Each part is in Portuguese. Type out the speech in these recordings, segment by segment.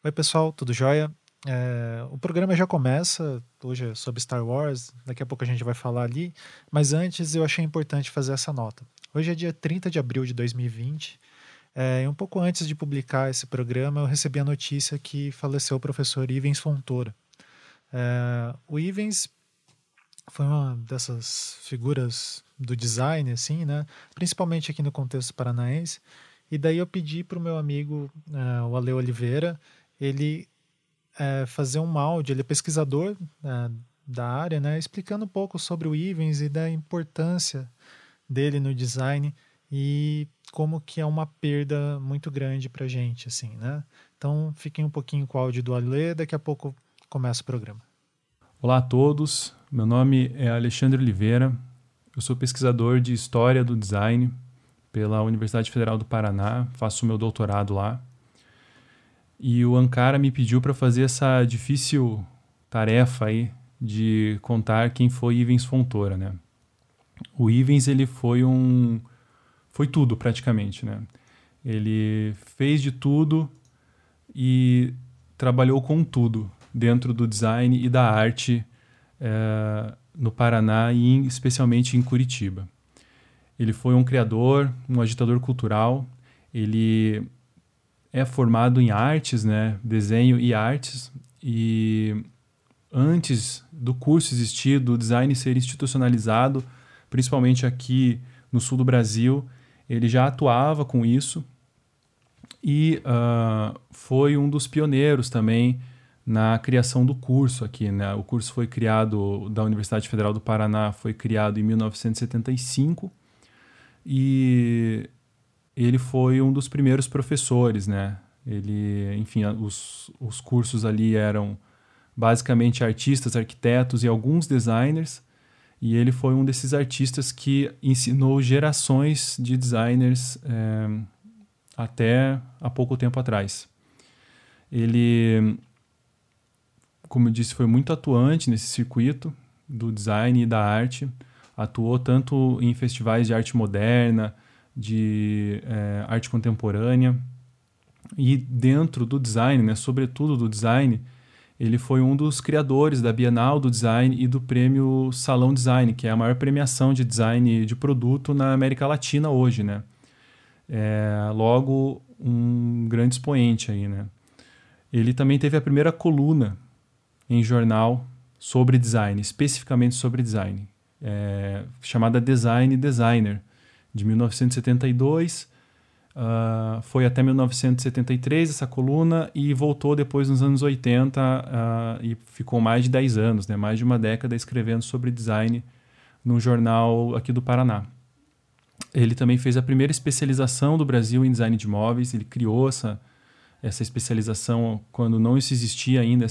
Oi, pessoal, tudo jóia? O programa já começa, hoje é sobre Star Wars, daqui a pouco a gente vai falar ali, mas antes eu achei importante fazer essa nota. Hoje é dia 30 de abril de 2020, e um pouco antes de publicar esse programa eu recebi a notícia que faleceu o professor Ivens Fontoura. O Ivens foi uma dessas figuras do design, assim, né? Principalmente aqui no contexto paranaense, e daí eu pedi para o meu amigo, o Ale Oliveira, ele fazer um áudio, ele é pesquisador da área, né, explicando um pouco sobre o Ivens e da importância dele no design e como que é uma perda muito grande para a gente, assim, né? Então, fiquem um pouquinho com o áudio do Ale, daqui a pouco começa o programa. Olá a todos, meu nome é Alexandre Oliveira, eu sou pesquisador de História do Design pela Universidade Federal do Paraná, faço meu doutorado lá. E o Ankara me pediu para fazer essa difícil tarefa aí de contar quem foi Ivens Fontoura, né? O Ivens, ele foi tudo praticamente, né? Ele fez de tudo e trabalhou com tudo dentro do design e da arte no Paraná e especialmente em Curitiba. Ele foi um criador, um agitador cultural. Ele é formado em artes, né, desenho e artes. E antes do curso existir, do design ser institucionalizado, principalmente aqui no sul do Brasil, ele já atuava com isso e foi um dos pioneiros também na criação do curso aqui, né? O curso foi criado da Universidade Federal do Paraná, foi criado em 1975 e ele foi um dos primeiros professores, né? Ele, enfim, os cursos ali eram basicamente artistas, arquitetos e alguns designers, e ele foi um desses artistas que ensinou gerações de designers até há pouco tempo atrás. Ele, como eu disse, foi muito atuante nesse circuito do design e da arte. Atuou tanto em festivais de arte moderna, de arte contemporânea. E dentro do design, né, sobretudo do design, ele foi um dos criadores da Bienal do Design e do prêmio Salão Design, que é a maior premiação de design de produto na América Latina hoje, né? Logo, um grande expoente aí, né? Ele também teve a primeira coluna em jornal sobre design, especificamente sobre design, chamada Design Designer, de 1972. Foi até 1973 essa coluna e voltou depois nos anos 80 e ficou mais de 10 anos, né, mais de uma década escrevendo sobre design num jornal aqui do Paraná. Ele também fez a primeira especialização do Brasil em design de móveis. Ele criou essa especialização quando não existia ainda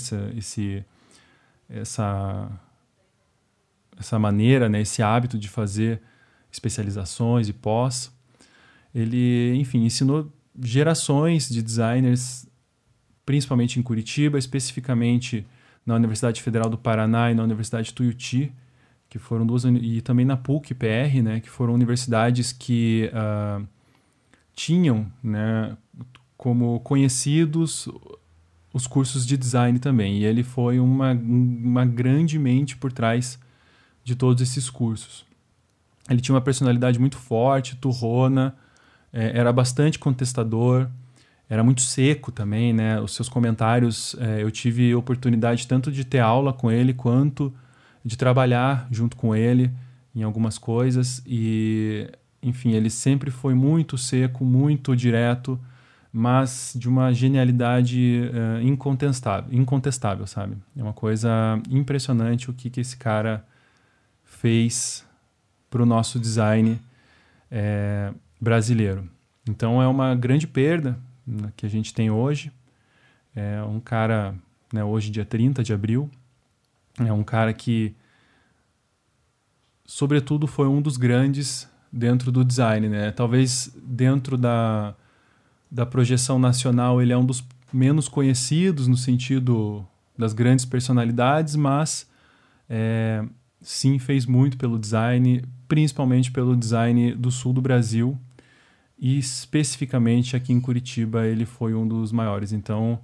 essa maneira, né, esse hábito de fazer especializações e pós. Ele, enfim, ensinou gerações de designers, principalmente em Curitiba, especificamente na Universidade Federal do Paraná e na Universidade Tuiuti, que foram duas, e também na PUC-PR, né, que foram universidades que tinham, né, como conhecidos os cursos de design também. E ele foi uma grande mente por trás de todos esses cursos. Ele tinha uma personalidade muito forte, turrona, era bastante contestador, era muito seco também, né? Os seus comentários, eu tive oportunidade tanto de ter aula com ele quanto de trabalhar junto com ele em algumas coisas e, enfim, ele sempre foi muito seco, muito direto, mas de uma genialidade incontestável, sabe? É uma coisa impressionante o que esse cara fez para o nosso design brasileiro. Então é uma grande perda, né, que a gente tem hoje. É um cara, né, hoje dia 30 de abril, é um cara que, sobretudo, foi um dos grandes dentro do design, né? Talvez dentro da projeção nacional ele é um dos menos conhecidos no sentido das grandes personalidades, mas sim, fez muito pelo design, principalmente pelo design do sul do Brasil, e especificamente aqui em Curitiba ele foi um dos maiores. Então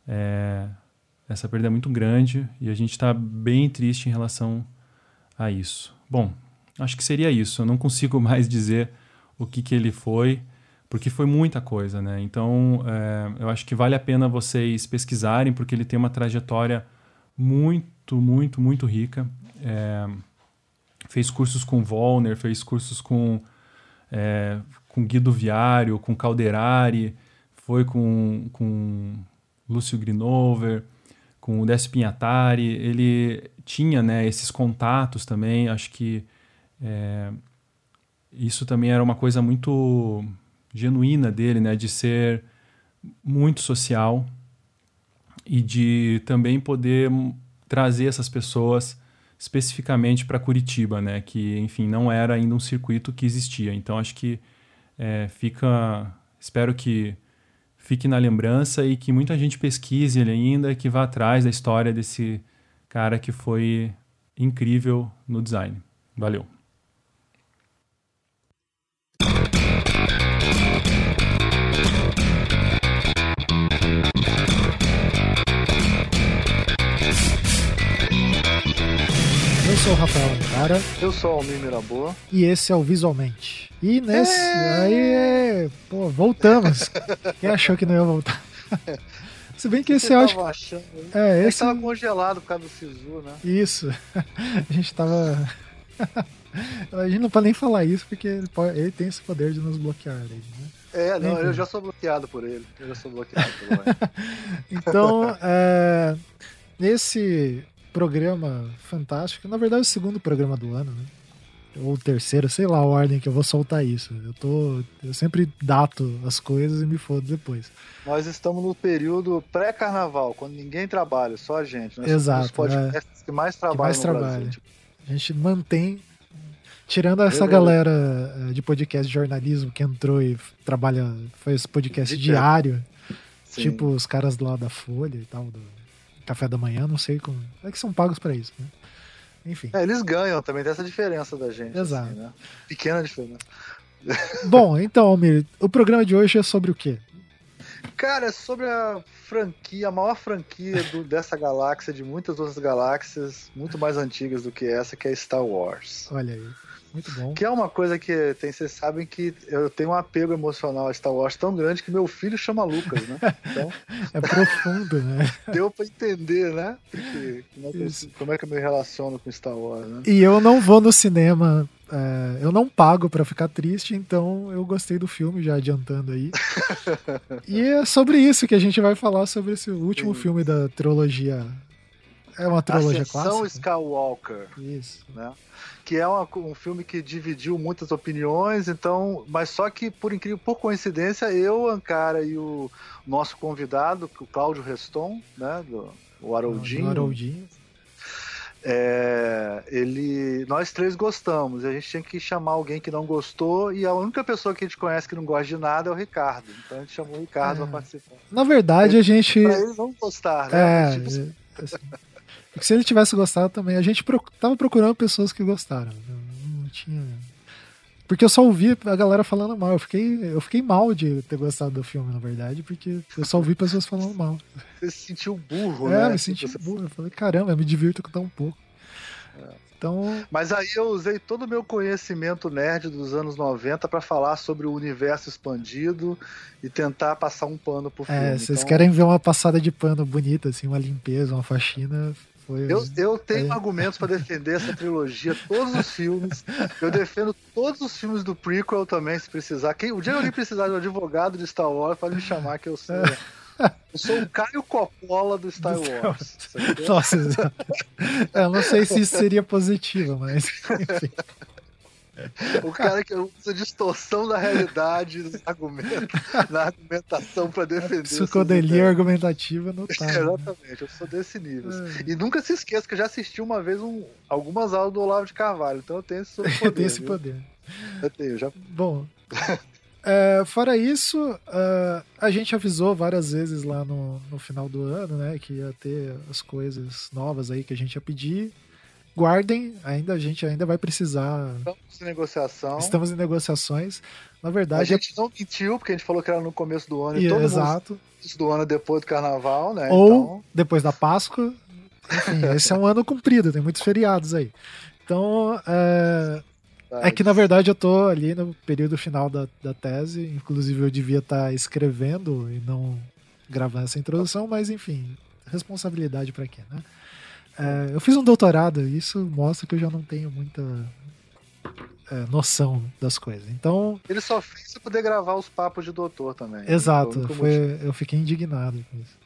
Essa perda é muito grande e a gente está bem triste em relação a isso. Bom, acho que seria isso. Eu não consigo mais dizer o que ele foi, porque foi muita coisa, né? Então, eu acho que vale a pena vocês pesquisarem, porque ele tem uma trajetória muito, muito, muito rica. Fez cursos com Vollner, fez cursos com Guido Viário, com Calderari, foi com Lúcio Grinover, com o Décio Pinhatari. Ele tinha, né, esses contatos também. Acho que isso também era uma coisa muito genuína dele, né, de ser muito social e de também poder trazer essas pessoas especificamente para Curitiba, né, que, enfim, não era ainda um circuito que existia. Então, acho que espero que fique na lembrança e que muita gente pesquise ele ainda, que vá atrás da história desse cara que foi incrível no design. Valeu. Eu sou o Rafael Ancara. Eu sou o Almir Mirabô. E esse é o Visualmente. E nesse... Aí, pô, voltamos. Quem achou que não ia voltar? Se bem que esse eu acho... Achando, esse tava congelado por causa do Sisu, né? Isso. A gente tava... A gente não pode nem falar isso, porque ele tem esse poder de nos bloquear. Né? Eu já sou bloqueado por ele. Então, nesse programa fantástico, na verdade é o segundo programa do ano, né? Ou o terceiro, sei lá a ordem que eu vou soltar isso. Eu sempre dato as coisas e me fodo depois. Nós estamos no período pré-carnaval, quando ninguém trabalha, só a gente. Nós Exato. Somos os podcasts que mais trabalham no Brasil. Tipo. A gente mantém, tirando essa galera de podcast de jornalismo que entrou e faz podcast diário, tipo os caras lá da Folha e tal, do Café da Manhã, não sei como. É que são pagos pra isso, né? Enfim. Eles ganham também, tem essa diferença da gente. Exato. Assim, né? Pequena diferença. Bom, então, Almir, o programa de hoje é sobre o quê? Cara, é sobre a maior franquia dessa galáxia, de muitas outras galáxias, muito mais antigas do que essa, que é Star Wars. Olha aí. Muito bom. Que é uma coisa que vocês sabem que eu tenho um apego emocional a Star Wars tão grande que meu filho chama Lucas, né? Então, é profundo, né? Deu pra entender, né? Como é que eu me relaciono com Star Wars, né? E eu não vou no cinema, eu não pago pra ficar triste, então eu gostei do filme, já adiantando aí. E é sobre isso que a gente vai falar, sobre esse último filme da trilogia. É uma trilogia Ascensão clássica? Skywalker. Isso. Né? Que é um filme que dividiu muitas opiniões, então, mas só que, por coincidência, eu, Ancara e o nosso convidado, o Cláudio Reston, né, o Haroldinho, nós três gostamos, e a gente tinha que chamar alguém que não gostou, e a única pessoa que a gente conhece que não gosta de nada é o Ricardo, então a gente chamou o Ricardo para participar. Na verdade, a gente... Pra eles não gostar, né? Assim... Se ele tivesse gostado também, a gente tava procurando pessoas que gostaram. Não tinha. Porque eu só ouvi a galera falando mal. Eu fiquei mal de ter gostado do filme, na verdade, porque eu só ouvi pessoas falando mal. Você se sentiu burro, né? Eu me senti burro. Eu falei, caramba, eu me divirto com tão pouco. Então... Mas aí eu usei todo o meu conhecimento nerd dos anos 90 para falar sobre o universo expandido e tentar passar um pano pro filme. Vocês querem ver uma passada de pano bonita, assim, uma limpeza, uma faxina... Eu tenho argumentos para defender essa trilogia, todos os filmes. Eu defendo todos os filmes do prequel também, se precisar. O dia que alguém precisar de um advogado de Star Wars, pode me chamar que eu sou. Eu sou o Caio Coppola do Star Wars. Nossa, exato. Eu não sei se isso seria positivo, mas enfim. O cara que usa distorção da realidade na argumentação para defender. Psicodelia argumentativa não tá. Exatamente, eu sou desse nível. E nunca se esqueça que eu já assisti uma vez algumas aulas do Olavo de Carvalho, então eu tenho esse poder. Eu tenho esse poder. Eu tenho, já. Bom. Fora isso, a gente avisou várias vezes lá no final do ano, né, que ia ter as coisas novas aí que a gente ia pedir. guardem, a gente ainda vai precisar. Estamos em negociação. Estamos em negociações. Na A verdade, gente não mentiu, porque a gente falou que era no começo do ano, e e todo mundo exato. no começo do ano é depois do carnaval, né? Ou Então, depois da Páscoa. Enfim, esse é um ano comprido, tem muitos feriados aí. Então, é que na verdade eu tô ali no período final da tese, inclusive eu devia estar escrevendo e não gravando essa introdução, mas enfim, responsabilidade pra quê, né? Eu fiz um doutorado e isso mostra que eu já não tenho muita noção das coisas. Então, ele só fez pra poder gravar os papos de doutor também. exato, Foi o único motivo. eu fiquei indignado com isso.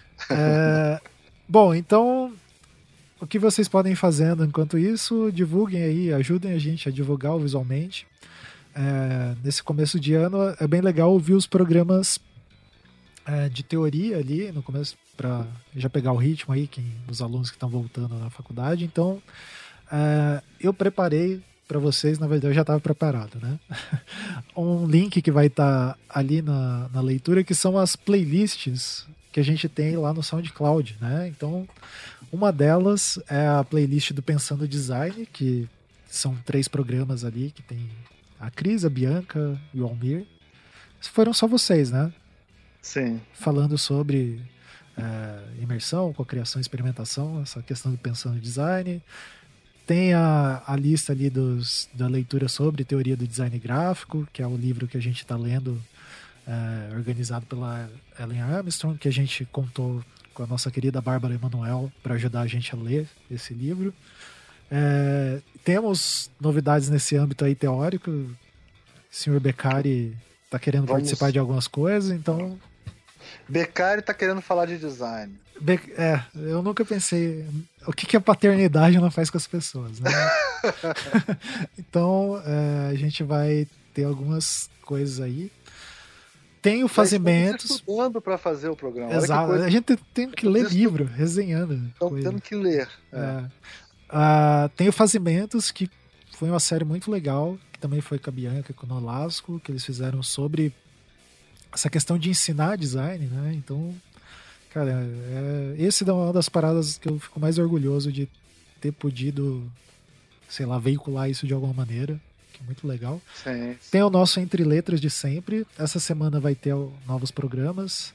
Bom, então o que vocês podem ir fazendo enquanto isso, divulguem aí, ajudem a gente a divulgar o Visualmente. Nesse começo de ano é bem legal ouvir os programas de teoria ali no começo, para já pegar o ritmo aí, os alunos que estão voltando na faculdade. Então, eu preparei para vocês, na verdade eu já estava preparado, né? Um link que vai estar ali na leitura, que são as playlists que a gente tem lá no SoundCloud, né? Então, uma delas é a playlist do Pensando Design, que são 3 programas ali, que tem a Cris, a Bianca e o Almir. Foram só vocês, né? Sim. Falando sobre imersão, cocriação e experimentação, essa questão do Pensando Design. Tem a lista ali da leitura sobre teoria do design gráfico, que é o livro que a gente está lendo, organizado pela Ellen Armstrong, que a gente contou com a nossa querida Bárbara Emanuel para ajudar a gente a ler esse livro. Temos novidades nesse âmbito aí teórico. O senhor Beccari está querendo participar de algumas coisas, então... Beccari tá querendo falar de design. Eu nunca pensei o que a paternidade não faz com as pessoas, né? Então, a gente vai ter algumas coisas aí. Tem o Fazimentos. Estudando para fazer o programa. Exato. A gente tem que ler livro, resenhando. Estão tendo que ler. Tem o Fazimentos, que foi uma série muito legal, que também foi com a Bianca e com o Nolasco, que eles fizeram sobre essa questão de ensinar design, né? Então, cara, esse é uma das paradas que eu fico mais orgulhoso de ter podido, sei lá, veicular isso de alguma maneira, que é muito legal. Sim. Tem o nosso Entre Letras de sempre. Essa semana vai ter novos programas.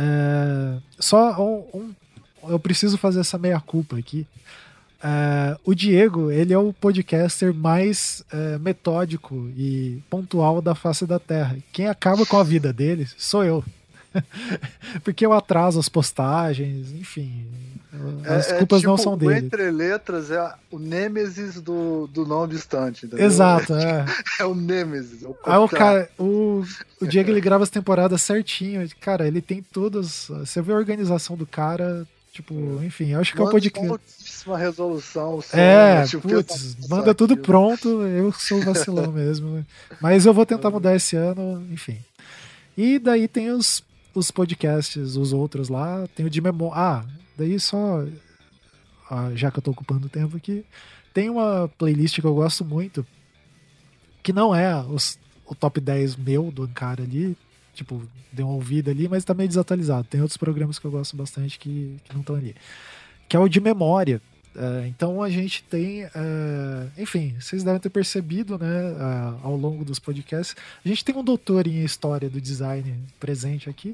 Eu preciso fazer essa meia-culpa aqui. O Diego, ele é o podcaster mais metódico e pontual da face da Terra. Quem acaba com a vida dele sou eu. Porque eu atraso as postagens, enfim. As culpas não são dele. O Entre Letras é o nêmesis do não obstante, entendeu? Exato, é o nêmesis. O Diego, ele grava as temporadas certinho. Cara, ele tem todas. Você vê a organização do cara. Tipo, enfim, eu acho que é um podcast. Altíssima resolução. Manda tudo pronto. Eu sou vacilão mesmo. Mas eu vou tentar mudar esse ano, enfim. E daí tem os podcasts, os outros lá. Tem o de memória. Daí só. Já que eu tô ocupando o tempo aqui. Tem uma playlist que eu gosto muito. Que não é o top 10 meu do cara ali. Tipo, deu uma ouvida ali, mas tá meio desatualizado. Tem outros programas que eu gosto bastante que não estão ali. Que é o de memória. Então a gente tem... enfim, vocês devem ter percebido, né, ao longo dos podcasts. A gente tem um doutor em História do Design presente aqui.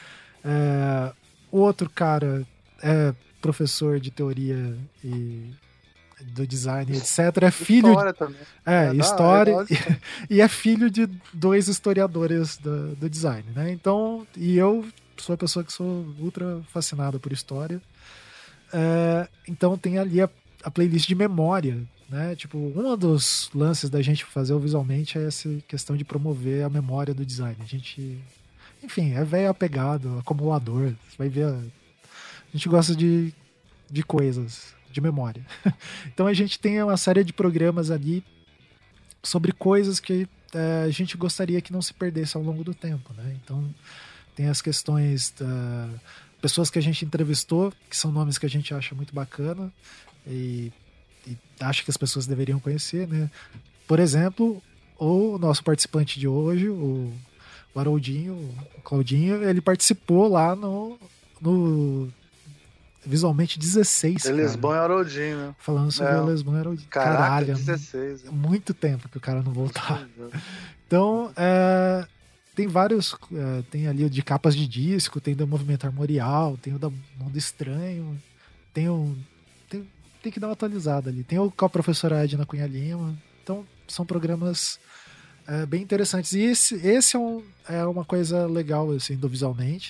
O outro cara é professor de teoria e do design, etc. É filho... História também. História. E é filho de 2 historiadores do design, né? Então, e eu sou a pessoa que sou ultra fascinada por história. Então tem ali a playlist de memória, né? Tipo, um dos lances da gente fazer o Visualmente é essa questão de promover a memória do design. A gente, enfim, é velho apegado, acumulador. Você vai ver, a gente gosta de coisas, de memória. Então a gente tem uma série de programas ali sobre coisas que a gente gostaria que não se perdesse ao longo do tempo, né? Então tem as questões pessoas que a gente entrevistou, que são nomes que a gente acha muito bacana e acha que as pessoas deveriam conhecer, né? Por exemplo, o nosso participante de hoje, o Haroldinho, o Claudinho, ele participou lá no visualmente 16, cara. Elisbon e Haroldinho, né? Falando sobre o Elisbon e Haroldinho. Caraca, Caralho, 16. muito tempo que o cara não voltava. Então, tem vários. Tem ali o de capas de disco, tem do Movimento Armorial, tem o da Mundo Estranho, tem que dar uma atualizada ali. Tem o com a professora Edna Cunha Lima. Então, são programas bem interessantes. E esse é uma coisa legal, assim, do Visualmente.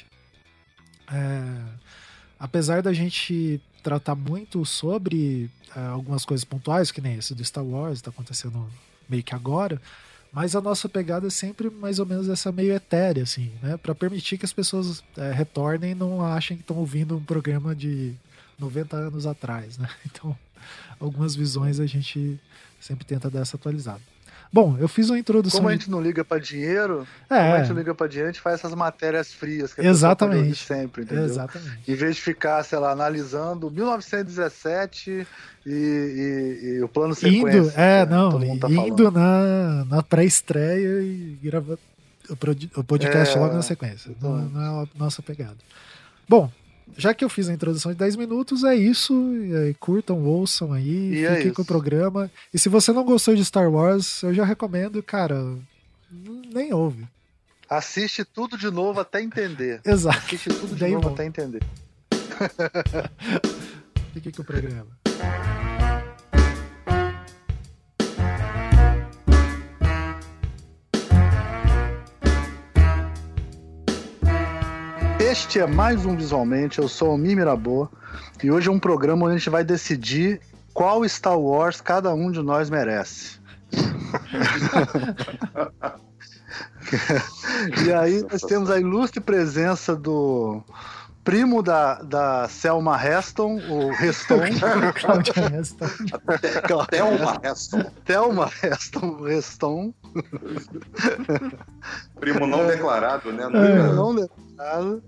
Apesar da gente tratar muito sobre algumas coisas pontuais, que nem esse do Star Wars, tá acontecendo meio que agora, mas a nossa pegada é sempre mais ou menos essa meio etérea, assim, né? Para permitir que as pessoas retornem e não achem que estão ouvindo um programa de 90 anos atrás, né? Então, algumas visões a gente sempre tenta dar essa atualizada. Bom, eu fiz uma introdução. Como a gente não liga pra dinheiro, como a gente não liga pra dinheiro, a gente faz essas matérias frias que a exatamente. Pode ouvir sempre, entendeu? Exatamente. Em vez de ficar, sei lá, analisando 1917 e o plano sequência. Indo na pré-estreia e gravando o podcast logo na sequência. Não é a nossa pegada. Bom, já que eu fiz a introdução de 10 minutos, é isso. Curtam, ouçam aí, fiquem com o programa. E se você não gostou de Star Wars, eu já recomendo, cara, nem ouve. Assiste tudo de novo até entender. Exato. Assiste tudo de novo até entender. Fiquem com o programa. Este é mais um Visualmente, eu sou o Mi Mirabô e hoje é um programa onde a gente vai decidir qual Star Wars cada um de nós merece. E aí nós temos a ilustre presença do primo da Selma Heston, o Heston. Thelma Heston. Primo não declarado, né? Não declarado.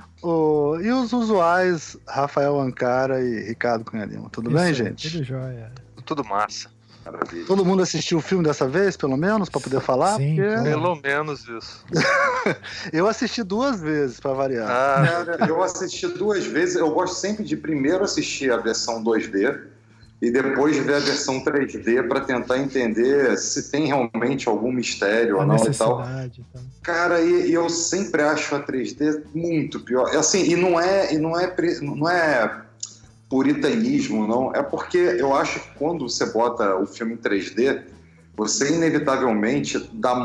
E os usuais Rafael Ancara e Ricardo Cunha Lima. Tudo bem, gente? Tudo jóia. Tudo massa. Maravilha. Todo mundo assistiu o filme dessa vez, pelo menos, para poder falar? Sim, pelo menos isso. Eu assisti 2 vezes, para variar. Cara, eu assisti 2 vezes. Eu gosto sempre de primeiro assistir a versão 2D e depois ver a versão 3D para tentar entender se tem realmente algum mistério ou não e tal. Cara, e eu sempre acho a 3D muito pior. Assim, e não é puritanismo, não. É porque eu acho que quando você bota o filme em 3D, você inevitavelmente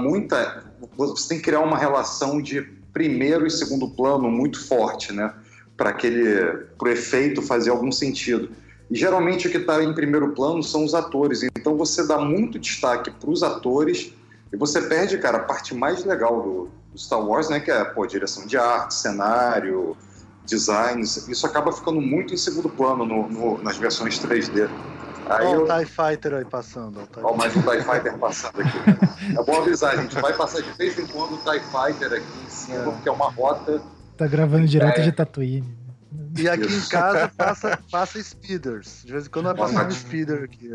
você tem que criar uma relação de primeiro e segundo plano muito forte, né? Para o efeito fazer algum sentido. E geralmente o que está em primeiro plano são os atores. Então você dá muito destaque para os atores e você perde, cara, a parte mais legal do Star Wars, né? Que é direção de arte, cenário, design. Isso acaba ficando muito em segundo plano nas versões 3D. Olha o TIE Fighter aí passando. Olha mais um TIE Fighter passando aqui. É bom avisar, a gente vai passar de vez em quando o TIE Fighter aqui em cima, porque é uma rota... Tá gravando direto de Tatooine. E aqui em casa passa speeders. De vez em quando vai passar um speeder aqui.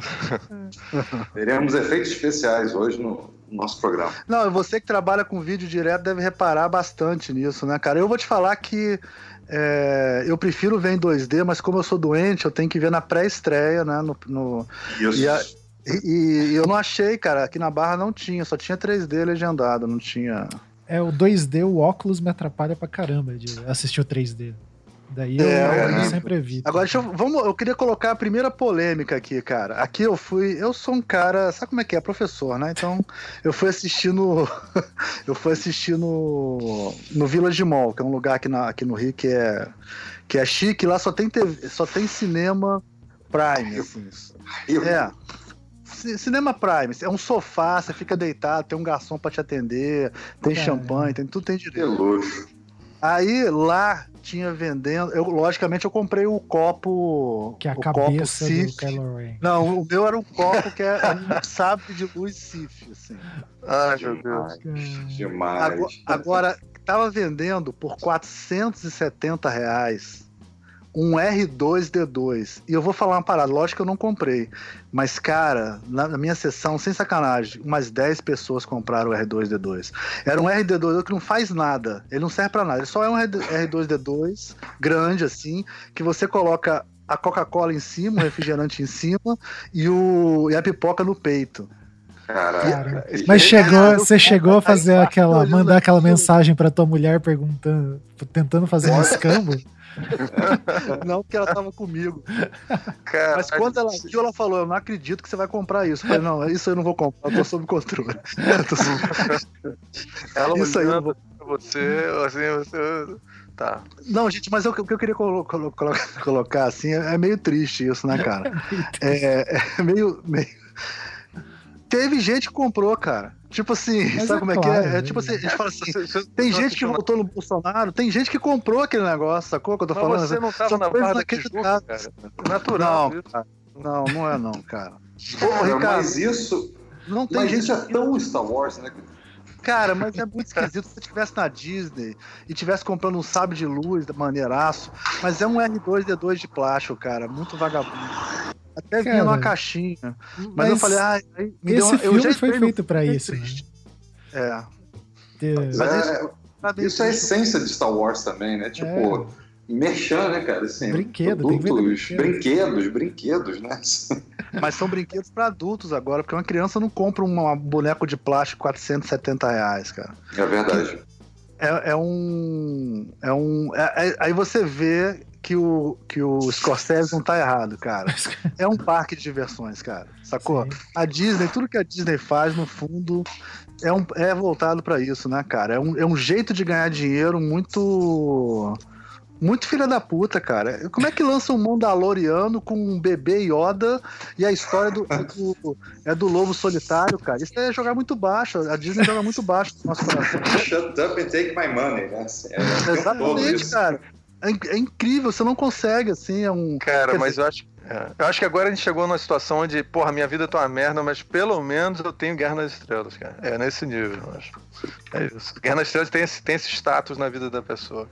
Teremos efeitos especiais hoje no nosso programa. Não, você que trabalha com vídeo direto deve reparar bastante nisso, né, cara? Eu vou te falar que eu prefiro ver em 2D, mas como eu sou doente, eu tenho que ver na pré-estreia, né? Isso. E eu não achei, cara, aqui na Barra não tinha, só tinha 3D legendado, não tinha... O 2D, o óculos me atrapalha pra caramba de assistir o 3D. Daí eu sempre evito. Agora, eu queria colocar a primeira polêmica aqui, cara. Aqui eu sou um cara, sabe como é que é? Professor, né? Então, eu fui assistir no Village Mall, que é um lugar aqui no Rio que é chique. Lá só tem cinema Prime, assim. Cinema Prime, é um sofá, você fica deitado, tem um garçom pra te atender, tem champanhe, tudo tem direito. Que luxo. Aí lá tinha vendendo. Logicamente eu comprei o copo. Que é a cabeça do Kylo Ren. Não, o meu era um copo que é um sabre de luz Sith, assim. Ai, meu Deus. Demais. Agora, tava vendendo por R$470 um R2-D2. E eu vou falar uma parada, lógico que eu não comprei. Mas, cara, na minha sessão, sem sacanagem, umas 10 pessoas compraram o R2-D2. Era um R2-D2 que não faz nada. Ele não serve pra nada. Ele só é um R2-D2 grande, assim, que você coloca a Coca-Cola em cima, o refrigerante em cima e a pipoca no peito. Caraca. Mas você chegou a fazer mandar aquela mensagem pra tua mulher perguntando, tentando fazer um escambo? Não, porque ela tava comigo. Cara, Mas quando ela viu, ela falou: eu não acredito que você vai comprar isso. Eu falei: não, isso eu não vou comprar, eu tô sob controle. ela Isso aí eu não olhando vou... pra você, assim, você... Tá. Não, gente, mas o que eu queria colocar assim, é meio triste isso, né, cara? É meio... Teve gente que comprou, cara. Tipo assim, mas sabe como é claro, que é? É tipo assim, a gente fala assim, tem não gente que votou no Bolsonaro, tem gente que comprou aquele negócio, sacou o que eu tô Mas falando? você não tava São na coisas barra da Tijuca, inacreditáveis. cara. Natural. Não, isso. cara. Não é não, cara. Ô, Cara, Ricardo, mas isso não tem gente... isso é tão Star Wars, né? Cara, mas é muito esquisito se você estivesse na Disney e estivesse comprando um sabre de luz, maneiraço, mas é um R2-D2 de plástico, cara, muito vagabundo. Até vinha Cara, numa caixinha. Mas eu falei, esse filme foi entrei feito no- pra fiquei isso, né? triste. É. Ter- Mas Isso é a essência de Star Wars também, né? Tipo, merchan, né, cara? Assim, Brinquedo, tem que vender brinquedos, né? Mas são brinquedos pra adultos agora, porque uma criança não compra um boneco de plástico R$ 470, cara. É verdade. Aí você vê que o Scorsese não tá errado, cara. É um parque de diversões, cara. Sacou? Sim. A Disney, tudo que a Disney faz, no fundo, é voltado pra isso, né, cara? É um jeito de ganhar dinheiro muito filha da puta, cara. Como é que lança um Mandaloriano com um bebê Yoda e a história é do Lobo Solitário, cara? Isso é jogar muito baixo. A Disney joga muito baixo no nosso coração. Shut up and take my money, né? Exatamente, cara. É incrível, você não consegue, assim, Cara, mas eu acho que agora a gente chegou numa situação onde, porra, minha vida tá uma merda, mas pelo menos eu tenho Guerra nas Estrelas, cara. É nesse nível, eu acho. É isso. Guerra nas Estrelas tem esse status na vida da pessoa.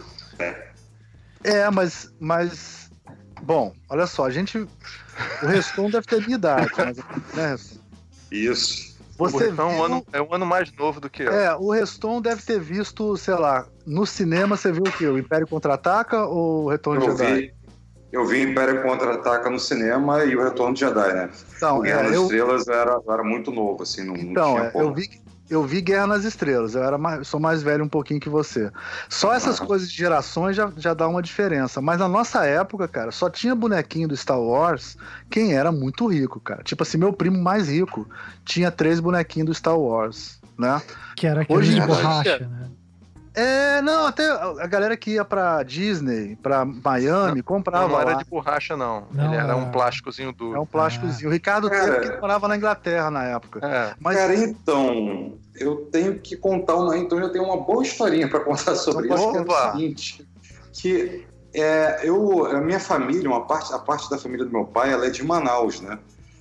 Mas... Bom, olha só, o Reston deve ter minha idade, mas... Né, Reston? Isso. Você é um ano mais novo do que eu. O Reston deve ter visto, sei lá, no cinema você viu o quê? O Império Contra-Ataca ou o Retorno de Jedi? Eu vi Império Contra-Ataca no cinema e o Retorno de Jedi, né? Então, o Guerra nas Estrelas era muito novo, assim, não tinha como. Eu vi Guerra nas Estrelas, sou mais velho um pouquinho que você. Só essas coisas de gerações já dá uma diferença. Mas na nossa época, cara, só tinha bonequinho do Star Wars quem era muito rico, cara. Tipo assim, meu primo mais rico tinha 3 bonequinhos do Star Wars, né? Que era aquele Hoje de em dia- borracha, né? Não, até a galera que ia pra Disney, pra Miami, comprava Não era lá. de borracha, não. Não, Ele era é- um plásticozinho duro. É um plásticozinho. O Ricardo teve que morava na Inglaterra na época. Mas Cara, então, eu tenho que contar então eu tenho uma boa historinha para contar sobre isso, que é o seguinte, que a minha família, a parte da família do meu pai, ela é de Manaus, né?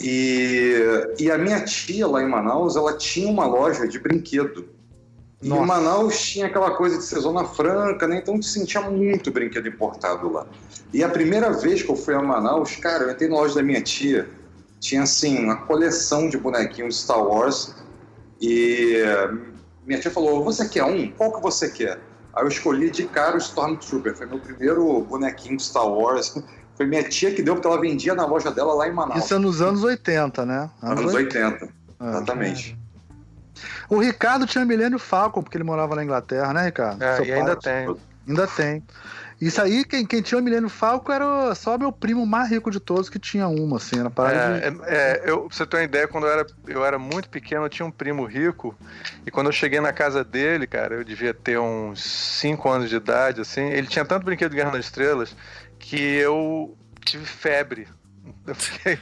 E a minha tia lá em Manaus, ela tinha uma loja de brinquedo. E em Manaus tinha aquela coisa de ser zona franca, né? Então se sentia muito brinquedo importado lá. E a primeira vez que eu fui a Manaus, cara, eu entrei na loja da minha tia, tinha assim uma coleção de bonequinhos Star Wars. E minha tia falou: você quer um? Qual que você quer? Aí eu escolhi de cara o Stormtrooper, foi meu primeiro bonequinho Star Wars. Foi minha tia que deu, porque ela vendia na loja dela lá em Manaus. Isso é nos anos 80, né? Anos 80, exatamente. O Ricardo tinha Millennium Falcon, porque ele morava na Inglaterra, né, Ricardo? E ainda tem. Ainda tem. Isso aí, quem tinha o Millennium Falcon era só meu primo mais rico de todos que tinha uma, assim, na parada pra você ter uma ideia, quando eu era muito pequeno, eu tinha um primo rico, e quando eu cheguei na casa dele, cara, eu devia ter uns 5 anos de idade, assim, ele tinha tanto brinquedo de Guerra nas Estrelas, que eu tive febre. Eu fiquei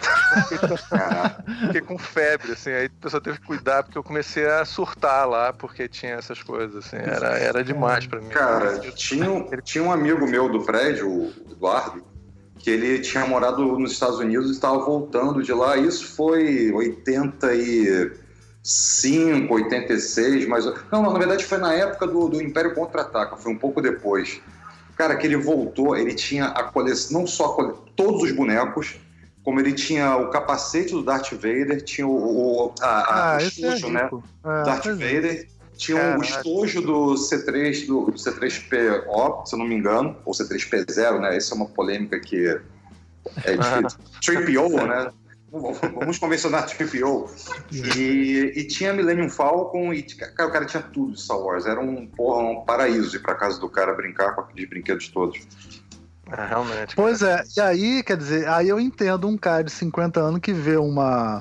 com febre, assim, aí a pessoa teve que cuidar, porque eu comecei a surtar lá, porque tinha essas coisas, assim, era demais pra mim. Cara, tinha um amigo meu do prédio, o Eduardo, que ele tinha morado nos Estados Unidos e estava voltando de lá, isso foi 85, 86, mas... Não, na verdade foi na época do Império Contra-Ataca, foi um pouco depois. Cara, que ele voltou, ele tinha a coleção, não só todos os bonecos, como ele tinha o capacete do Darth Vader, tinha o estojo, né? Darth Vader, tinha o estojo do C3PO, se eu não me engano, ou C3P0, né? Essa é uma polêmica que é difícil. 3PO, né? Vamos convencionar 3PO. E tinha Millennium Falcon e, cara, o cara tinha tudo de Star Wars. Era um paraíso ir pra casa do cara brincar com aqueles brinquedos todos. Realmente. Pois é, e aí, quer dizer, aí eu entendo um cara de 50 anos que vê um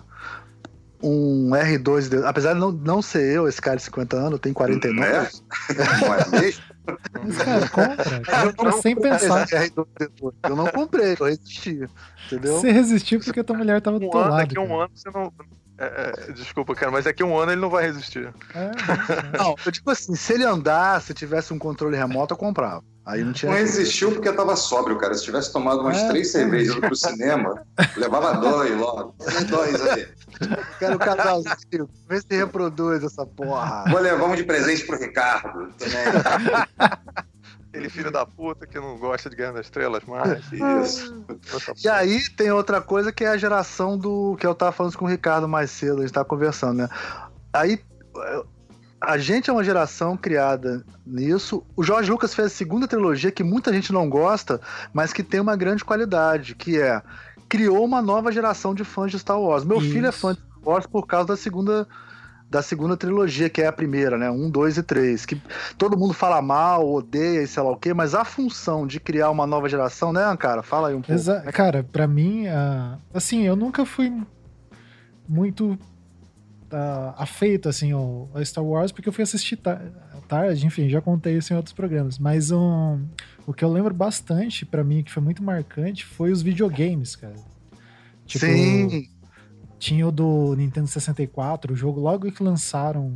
R2, apesar de não ser eu, esse cara de 50 anos, eu tenho 49. Não é mesmo? Mas, cara, compra sem pensar. Eu não comprei, eu resisti, entendeu? Você resistiu porque a tua mulher tava do teu lado. Daqui a um ano você não... desculpa, cara, mas daqui a um ano ele não vai resistir. Não, eu digo assim, se ele andasse, tivesse um controle remoto, eu comprava. Aí não tinha. Não resistiu porque eu tava sóbrio, cara. Se tivesse tomado umas 3 cervejas pro cinema, levava 2 logo. 2 aí. Quero o casalzinho. Vê se reproduz essa porra. Vou levar um de presente pro Ricardo também. Ele filho da puta que não gosta de Guerra das Estrelas mais. Isso. E aí tem outra coisa que é a geração do... Que eu tava falando com o Ricardo mais cedo, a gente tava conversando, né? Aí... A gente é uma geração criada nisso. O George Lucas fez a segunda trilogia que muita gente não gosta, mas que tem uma grande qualidade, que criou uma nova geração de fãs de Star Wars. Meu filho é fã de Star Wars por causa da segunda trilogia, que é a primeira, né? 1, 2 e 3. Que todo mundo fala mal, odeia e sei lá o quê, mas a função de criar uma nova geração, né, cara? Fala aí um pouco. Cara, pra mim, assim, eu nunca fui muito... afeito assim ao Star Wars, porque eu fui assistir tarde, enfim, já contei isso em outros programas, mas o que eu lembro bastante pra mim, que foi muito marcante, foi os videogames, cara. Tipo, sim, tinha o do Nintendo 64, o jogo logo que lançaram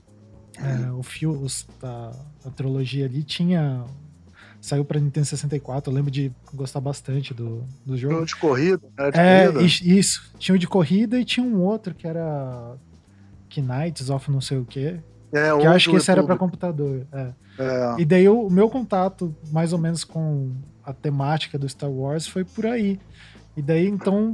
a trilogia ali, saiu pra Nintendo 64, eu lembro de gostar bastante do jogo. Tinha um de corrida, era de corrida? Isso, tinha o de corrida e tinha um outro que era Knights of não sei o quê. Que eu acho que esse era pra computador. E daí o meu contato, mais ou menos, com a temática do Star Wars foi por aí. E daí, então...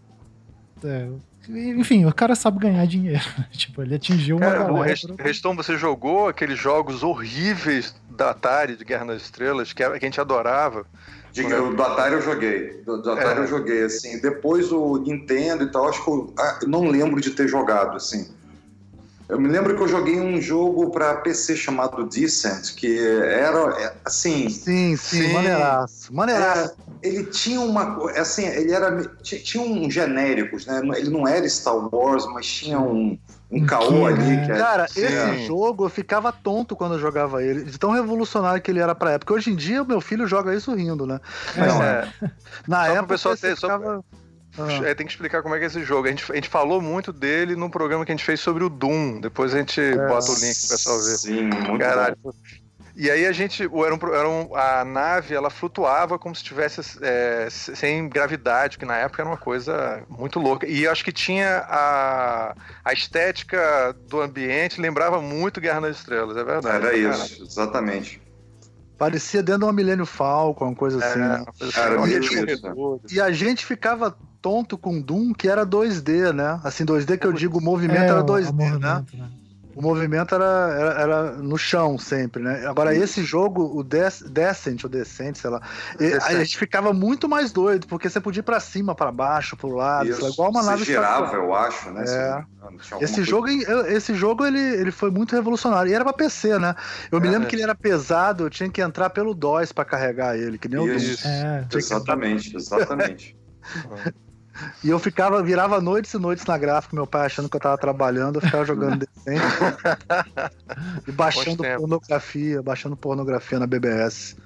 enfim, o cara sabe ganhar dinheiro. Tipo, ele atingiu uma galera. Reston, você jogou aqueles jogos horríveis da Atari, de Guerra nas Estrelas, que a gente adorava? Do Atari eu joguei. Do Atari eu joguei, assim. Depois o Nintendo e tal, acho que eu não lembro de ter jogado, assim. Eu me lembro que eu joguei um jogo para PC chamado Descent, que era, assim... Sim, maneiraço. Ele tinha tinha uns genéricos, né? Ele não era Star Wars, mas tinha um caô ali. Cara, esse jogo eu ficava tonto quando eu jogava ele, de tão revolucionário que ele era pra época. Hoje em dia, meu filho joga isso rindo, né? Mas, na época, o pessoal tem que explicar como é que é esse jogo. A gente falou muito dele num programa que a gente fez sobre o Doom. Depois a gente bota o link pro pessoal ver. Sim, muito bom. E aí a nave, ela flutuava como se estivesse sem gravidade, que na época era uma coisa muito louca. E eu acho que tinha a estética do ambiente, lembrava muito Guerra nas Estrelas, é verdade. Era isso, exatamente. Parecia dentro de uma Millennium Falcon, uma coisa assim, né? E a gente ficava tonto com Doom, que era 2D, né? Assim, 2D que eu digo, o movimento era 2D, né? O movimento era no chão sempre, né? Agora, esse jogo, o Descent, sei lá, a gente ficava muito mais doido, porque você podia ir pra cima, pra baixo, pro lado, igual uma nave girava, eu acho, né? Esse jogo ele foi muito revolucionário. E era pra PC, né? Eu me lembro que ele era pesado, eu tinha que entrar pelo DOS pra carregar ele, que nem o Doom. Exatamente. E eu virava noites e noites na gráfica, meu pai achando que eu tava trabalhando, eu ficava jogando Descent e baixando pornografia na BBS.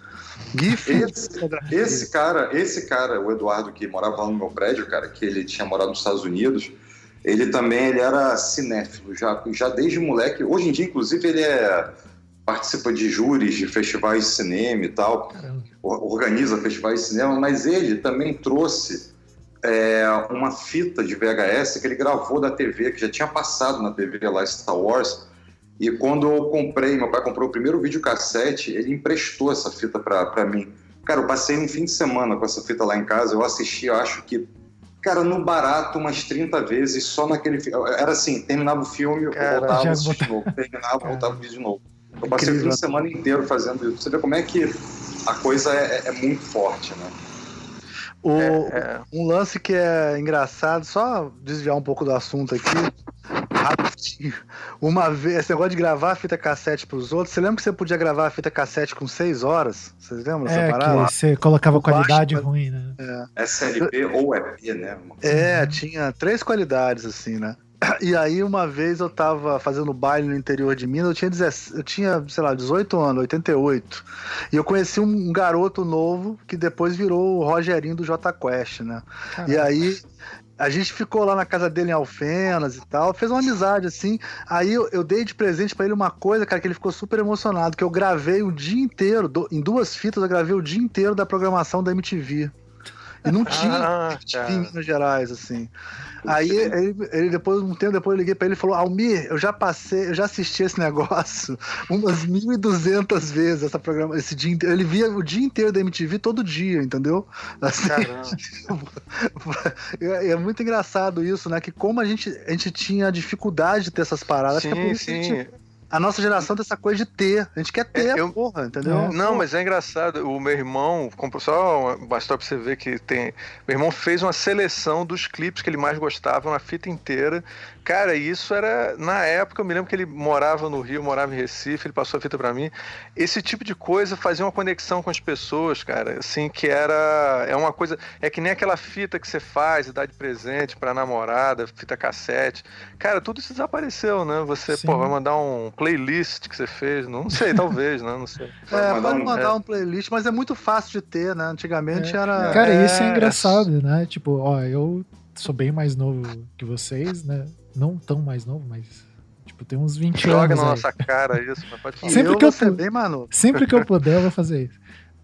Esse cara, o Eduardo, que morava lá no meu prédio, cara, que ele tinha morado nos Estados Unidos, ele era cinéfilo, já desde moleque. Hoje em dia, inclusive, ele participa de júris de festivais de cinema e tal, organiza festivais de cinema, mas ele também trouxe uma fita de VHS que ele gravou da TV, que já tinha passado na TV lá, Star Wars, E quando eu comprei, meu pai comprou o primeiro videocassete, ele emprestou essa fita pra mim. Cara, eu passei um fim de semana com essa fita lá em casa, eu assisti, eu acho que, cara, no barato, umas 30 vezes, só naquele filme. Era assim, terminava o filme, eu voltava, assistia de novo. Terminava, voltava, vídeo de novo. Eu passei o fim de semana inteiro fazendo isso. Você vê como é que a coisa é muito forte, né? Um lance que é engraçado, só desviar um pouco do assunto aqui, rapidinho. Uma vez, esse negócio de gravar a fita cassete pros outros, você lembra que você podia gravar a fita cassete com 6 horas? Vocês lembram dessa parada? Que você colocava qualidade ruim, né? SLP ou EP, né? Tinha 3 qualidades, assim, né? E aí, uma vez eu tava fazendo baile no interior de Minas, eu tinha, sei lá, 18 anos, 88. E eu conheci um garoto novo que depois virou o Rogerinho do Jota Quest, né? Caramba. E aí, a gente ficou lá na casa dele em Alfenas e tal, fez uma amizade, assim. Aí eu dei de presente pra ele uma coisa, cara, que ele ficou super emocionado, que eu gravei o dia inteiro, em 2 fitas eu gravei o dia inteiro da programação da MTV. E não tinha MTV em Minas Gerais, assim. Aí ele depois, um tempo depois, eu liguei pra ele e falou: Almir, eu já assisti esse negócio umas 1.200 vezes, esse dia inteiro. Ele via o dia inteiro da MTV todo dia, entendeu? Assim, é muito engraçado isso, né? Que como a gente tinha dificuldade de ter essas paradas, acho que é por isso que a nossa geração tem essa coisa de ter. A gente quer ter porra, entendeu? Não, mas é engraçado. O meu irmão, só uma história pra você ver que tem. Meu irmão fez uma seleção dos clipes que ele mais gostava, uma fita inteira. Cara, isso era. Na época, eu me lembro que ele morava no Rio, morava em Recife, ele passou a fita pra mim. Esse tipo de coisa fazia uma conexão com as pessoas, cara. Assim, que era. É uma coisa. É que nem aquela fita que você faz e dá de presente pra namorada, fita cassete. Cara, tudo isso desapareceu, né? Você, vai mandar um playlist que você fez, não sei, talvez, né? Não sei. Pode mandar um playlist, mas é muito fácil de ter, né? Antigamente era... Cara, isso é engraçado, né? Tipo, eu sou bem mais novo que vocês, né? Não tão mais novo, mas... Tipo, tem uns 20 anos. Joga na nossa cara isso, mas pode falar. Sempre que eu puder, eu vou fazer isso.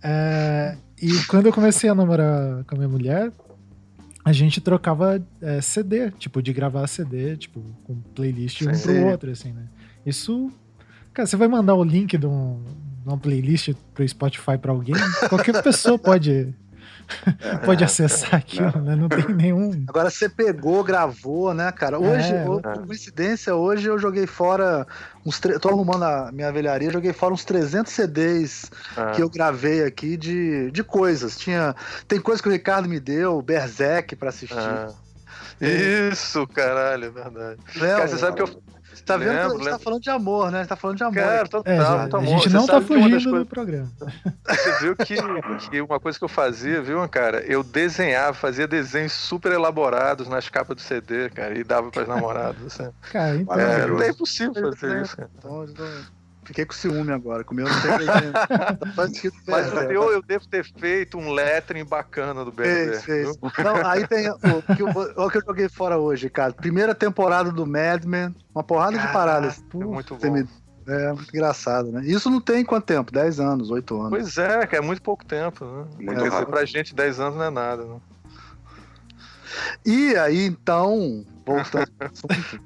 E quando eu comecei a namorar com a minha mulher, a gente trocava CD, tipo, de gravar CD, tipo, com playlist um pro outro, assim, né? Isso... Cara, você vai mandar o link de uma playlist pro Spotify pra alguém, qualquer pessoa pode acessar aquilo, né? Não tem nenhum... Agora você pegou, gravou, né, cara? Hoje, por coincidência, hoje eu joguei fora tô arrumando a minha velharia, joguei fora uns 300 CDs que eu gravei aqui de coisas. Tem coisa que o Ricardo me deu, Berserk pra assistir. Isso, caralho, é verdade. Cara, você sabe que eu... Tá vendo que a gente tá falando de amor, né? A gente tá falando de amor. Cara, total, muito amor. A gente não tá fugindo do programa. Você viu que uma coisa que eu fazia, viu, cara? Eu fazia desenhos super elaborados nas capas do CD, cara, e dava pras namoradas. Assim. Cara, então... não é impossível fazer isso, cara. Fiquei com ciúme agora, com o meu não tem desenho. Mas eu devo ter feito um lettering bacana do BR. Não, aí tem o que eu joguei fora hoje, cara. Primeira temporada do Mad Men, uma porrada de paradas. É muito bom. É muito engraçado, né? Isso não tem quanto tempo? 10 anos, 8 anos. Pois é, cara, é muito pouco tempo, né? Muito rápido. Pra gente, 10 anos não é nada, né? E aí, então, voltando ao assunto.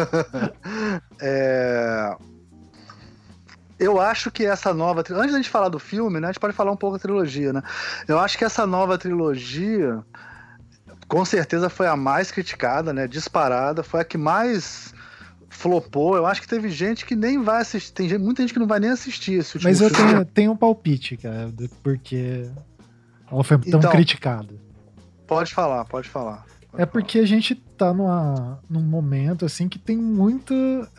Eu acho que essa nova... Antes da gente falar do filme, né? A gente pode falar um pouco da trilogia, né? Eu acho que essa nova trilogia, com certeza, foi a mais criticada, né? Disparada. Foi a que mais flopou. Eu acho que teve gente que nem vai assistir. Tem muita gente que não vai nem assistir esse último filme. Mas eu tenho um palpite, cara, porque ela foi tão criticada. Pode falar. É porque a gente tá num momento, assim, que tem muitos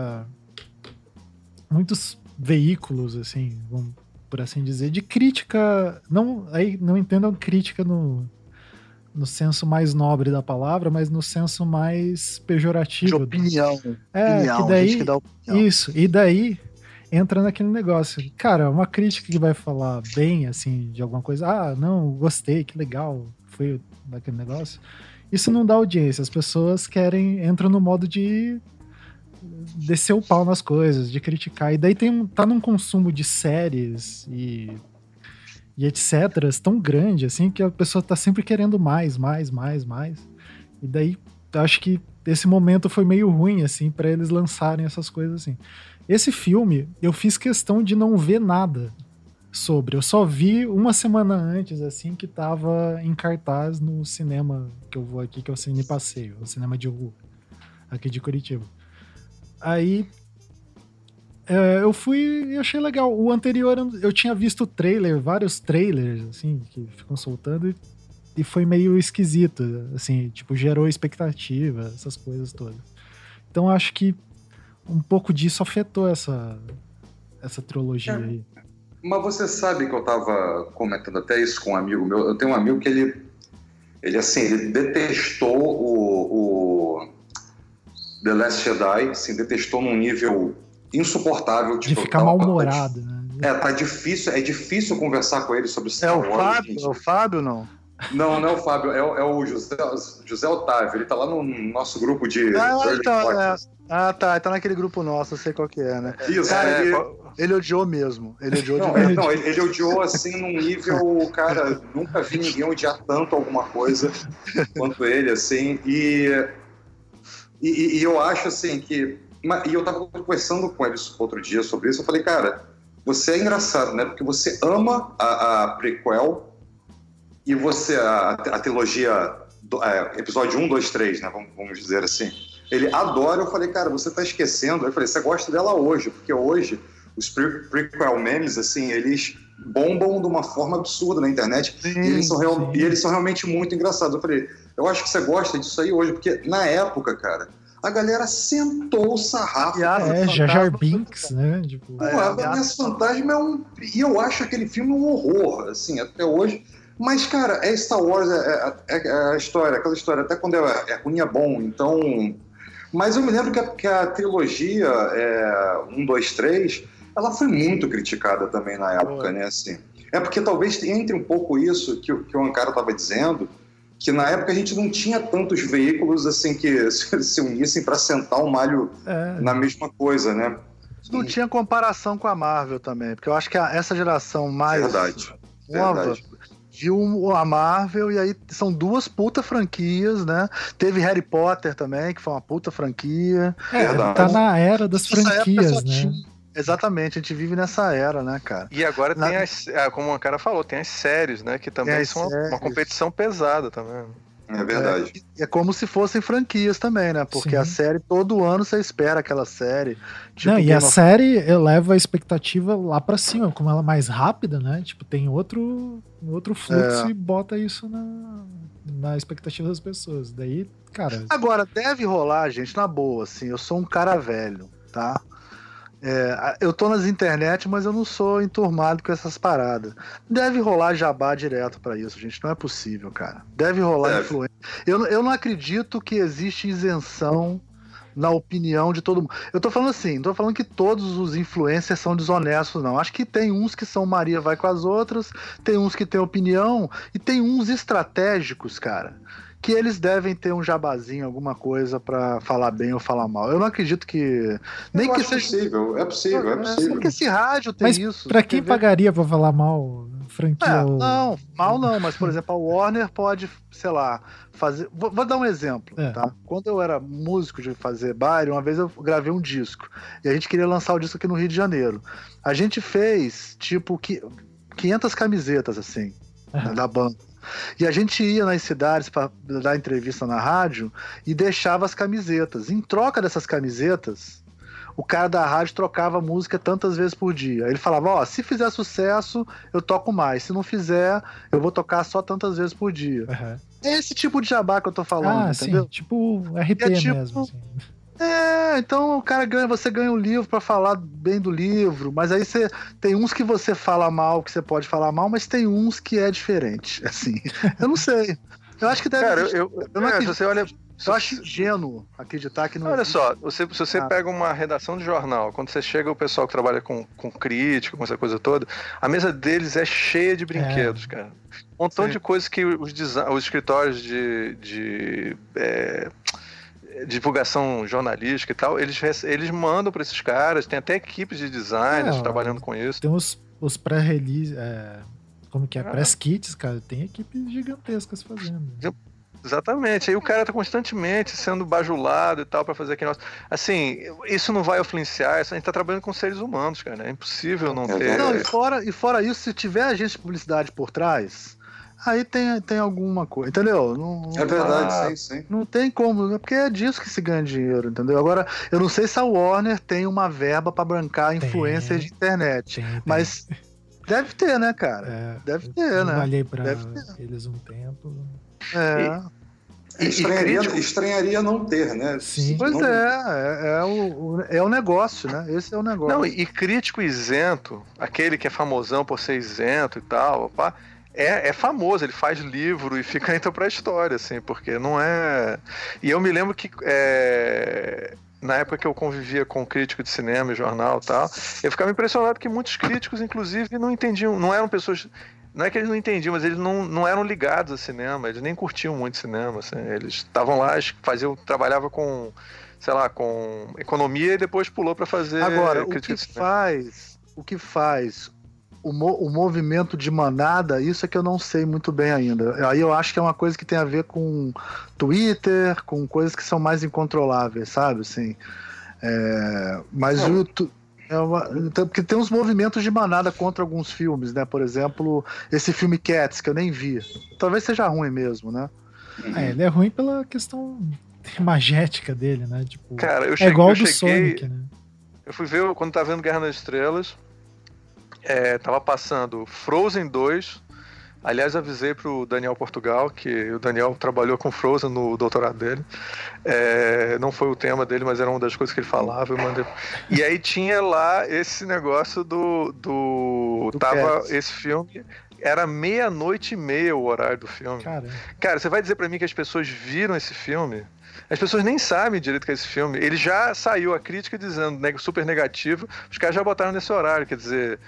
veículos, assim, por assim dizer, de crítica, não entendam crítica no senso mais nobre da palavra, mas no senso mais pejorativo. De opinião. Que daí, gente que dá opinião. Isso, e daí entra naquele negócio. Cara, uma crítica que vai falar bem, assim, de alguma coisa, não, gostei, que legal, foi daquele negócio. Isso não dá audiência, as pessoas entram no modo de descer o pau nas coisas, de criticar. E daí tá num consumo de séries e etc. tão grande, assim, que a pessoa tá sempre querendo mais. E daí, eu acho que esse momento foi meio ruim, assim, pra eles lançarem essas coisas, assim. Esse filme, eu fiz questão de não ver nada sobre. Eu só vi uma semana antes, assim, que tava em cartaz no cinema que eu vou aqui, que é o Cine Passeio, o cinema de rua, aqui de Curitiba. Aí eu fui e achei legal. O anterior eu tinha visto trailer, vários trailers, assim, que ficam soltando e foi meio esquisito, assim, tipo, gerou expectativa, essas coisas todas. Então acho que um pouco disso afetou essa trilogia aí. Mas você sabe que eu tava comentando até isso com um amigo meu. Eu tenho um amigo que ele detestou o The Last Jedi, assim, detestou num nível insuportável. De ficar mal-humorado, né? É difícil conversar com ele sobre Star Wars. É o Fábio, não? Não é o Fábio, é o José Otávio. Ele tá lá no nosso grupo de tá naquele grupo nosso, eu sei qual que é, né? Isso, cara, ele odiou mesmo. Ele odiou ele odiou assim num nível, cara, nunca vi ninguém odiar tanto alguma coisa quanto ele, assim, e eu acho assim que. E eu tava conversando com ele outro dia sobre isso, eu falei, cara, você é engraçado, né? Porque você ama a prequel e você, a trilogia, episódio 1, 2, 3, né? Vamos dizer assim. Ele adora, eu falei, cara, você tá esquecendo. Eu falei, você gosta dela hoje, porque hoje os prequel memes, assim, eles bombam de uma forma absurda na internet. Sim, e eles são realmente muito engraçados. Eu falei, eu acho que você gosta disso aí hoje, porque na época, cara, a galera sentou o sarrafo. Jar Jar Binks, né? Tipo, Ameaça Fantasma e eu acho aquele filme um horror, assim, até hoje. Mas, cara, Star Wars, é a história, aquela história, até quando é ruim é bom, então... Mas eu me lembro que a trilogia 1, 2, 3, ela foi muito criticada também na época, né, assim. É porque talvez entre um pouco isso que o Ancaro estava dizendo, que na época a gente não tinha tantos veículos, assim, que se unissem para sentar um malho na mesma coisa, né? Não tinha comparação com a Marvel também, porque eu acho que essa geração mais nova viu a Marvel, e aí são duas puta franquias, né? Teve Harry Potter também, que foi uma puta franquia. Tá na era das franquias, né? Exatamente, a gente vive nessa era, né, cara? E agora tem como o cara falou, tem as séries, né? Que também são uma competição pesada também. É verdade. É como se fossem franquias também, né? Porque a série, todo ano você espera aquela série. Tipo, não, e a série eleva a expectativa lá pra cima, como ela é mais rápida, né? Tipo, tem outro fluxo e bota isso na expectativa das pessoas. Daí, cara... Agora, deve rolar, gente, na boa, assim, eu sou um cara velho, tá? Eu tô nas internet, mas eu não sou enturmado com essas paradas. Deve rolar jabá direto pra isso, gente. Não é possível, cara. Deve rolar influência. Eu não acredito que existe isenção na opinião de todo mundo. Eu tô falando assim, não tô falando que todos os influencers são desonestos, não. Acho que tem uns que são Maria vai com as outras, tem uns que têm opinião, e tem uns estratégicos, cara, que eles devem ter um jabazinho, alguma coisa pra falar bem ou falar mal. Eu não acredito que... Nem que seja... É possível. Porque esse rádio tem isso. Pra quem pagaria pra falar mal, franquia? Não, mal não, mas, por exemplo, a Warner pode, sei lá, fazer... Vou dar um exemplo, tá? Quando eu era músico de fazer baile, uma vez eu gravei um disco, e a gente queria lançar o disco aqui no Rio de Janeiro. A gente fez, tipo, 500 camisetas, assim, da banda. E a gente ia nas cidades para dar entrevista na rádio e deixava as camisetas. Em troca dessas camisetas, o cara da rádio trocava a música tantas vezes por dia. Ele falava, se fizer sucesso, eu toco mais. Se não fizer, eu vou tocar só tantas vezes por dia. É esse tipo de jabá que eu tô falando, entendeu? Sim, tipo RP mesmo. Assim. Então o cara você ganha um livro pra falar bem do livro, mas aí tem uns que você fala mal, que você pode falar mal, mas tem uns que é diferente, assim. Eu não sei. Eu acho que deve... Cara, eu não acredito. Você olha... Eu acho ingênuo acreditar que não... Olha só, se você pega uma redação de jornal, quando você chega o pessoal que trabalha com crítica, com essa coisa toda, a mesa deles é cheia de brinquedos, cara. Um montão de coisas que os escritórios de divulgação jornalística e tal, eles mandam para esses caras, tem até equipes de designers trabalhando com isso. Tem os pré-release, como que é? Press kits, cara, tem equipes gigantescas fazendo. Exatamente. Aí o cara tá constantemente sendo bajulado e tal pra fazer aquele negócio. Assim, isso não vai influenciar. A gente tá trabalhando com seres humanos, cara. É impossível não ter. Não, e fora isso, se tiver agente de publicidade por trás, aí tem alguma coisa, entendeu? Não, É verdade, sim. Não tem como, porque é disso que se ganha dinheiro, entendeu? Agora, eu não sei se a Warner tem uma verba pra bancar influencer de internet, mas deve ter, né, cara? Deve ter, né? Trabalhei pra eles um tempo. Estranharia não ter, né? Sim. Pois é o negócio, né? Esse é o negócio. Não, e crítico isento, aquele que é famosão por ser isento e tal, opa, é famoso, ele faz livro e fica então pra história, assim, porque não é... E eu me lembro que na época que eu convivia com crítico de cinema e jornal e tal, eu ficava impressionado que muitos críticos, inclusive, não entendiam, não eram pessoas... Não é que eles não entendiam, mas eles não eram ligados a cinema, eles nem curtiam muito cinema, assim, eles estavam lá, trabalhavam com, sei lá, com economia e depois pulou para fazer... Agora, o que faz o movimento de manada, isso é que eu não sei muito bem ainda. Aí eu acho que é uma coisa que tem a ver com Twitter, com coisas que são mais incontroláveis, sabe? Assim, mas o YouTube... porque tem uns movimentos de manada contra alguns filmes, né? Por exemplo, esse filme Cats, que eu nem vi. Talvez seja ruim mesmo, né? Ele é ruim pela questão imagética dele, né? Tipo, cara, igual do Sonic, né? Eu fui ver, quando tava vendo Guerra nas Estrelas, tava passando Frozen 2. Aliás, avisei pro Daniel Portugal, que o Daniel trabalhou com Frozen no doutorado dele. Não foi o tema dele, mas era uma das coisas que ele falava. Eu mandei... E aí tinha lá esse negócio esse filme... Era 00:30 o horário do filme. Cara, você vai dizer pra mim que as pessoas viram esse filme? As pessoas nem sabem direito que é esse filme. Ele já saiu a crítica dizendo super negativo. Os caras já botaram nesse horário. Quer dizer,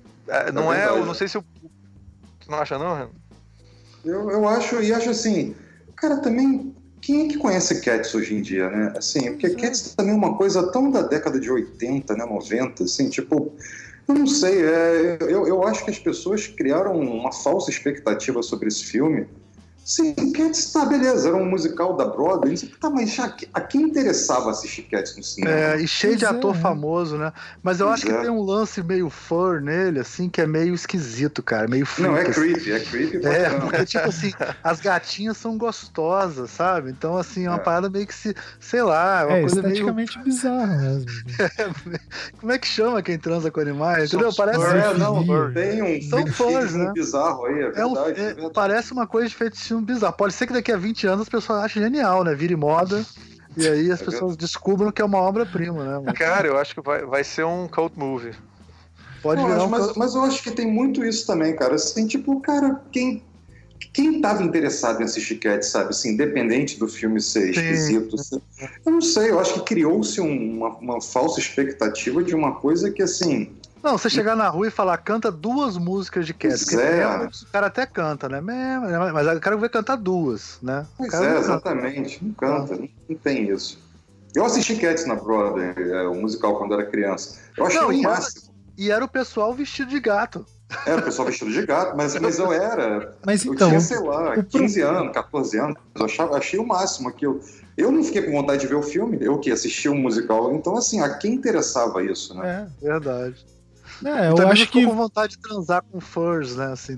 eu não sei se o... Não acha não, Renan? Eu acho, e acho assim, cara, também, quem é que conhece Cats hoje em dia, né? Assim, porque Cats também é uma coisa tão da década de 80, né, 90, assim, tipo, eu não sei, eu acho que as pessoas criaram uma falsa expectativa sobre esse filme. Sim, Cats, tá, beleza, era um musical da Broadway, tá, mas a quem interessava assistir Cats no cinema? E cheio de ator famoso, né? Mas eu acho que tem um lance meio fur nele, assim, que é meio esquisito, cara, meio freak. Não, é assim. creepy. Porque, tipo assim, as gatinhas são gostosas, sabe? Então, assim, é uma parada meio que sei lá, uma coisa esteticamente meio... bizarra mesmo. Como é que chama quem transa com animais? Entendeu? Parece... tem um fetichismo bizarro aí, é verdade. Parece uma coisa de fetichismo bizarro. Pode ser que daqui a 20 anos as pessoas achem genial, né? Vire moda e aí as pessoas descubram que é uma obra-prima, né? Cara, eu acho que vai ser um cult movie. Pode virar mas eu acho que tem muito isso também, cara. Assim, tipo, cara, quem tava interessado em assistir Cats, sabe? Assim, independente do filme ser esquisito. Assim, eu não sei, eu acho que criou-se uma falsa expectativa de uma coisa que, assim... Não, você chegar na rua e falar, canta 2 músicas de Cats. O cara até canta, né? Mas o cara vai cantar 2, né? Exatamente. Não canta, não tem isso. Eu assisti Cats na Broadway, o musical, quando era criança. Eu achei o máximo. E era o pessoal vestido de gato. Era o pessoal vestido de gato, mas eu era... Mas então... Eu tinha, sei lá, 15 anos, 14 anos. Eu achei o máximo aquilo. Eu não fiquei com vontade de ver o filme, eu que assisti o musical. Então, assim, a quem interessava isso, né? Verdade. Eu acho que com vontade de transar com furs, né? Assim,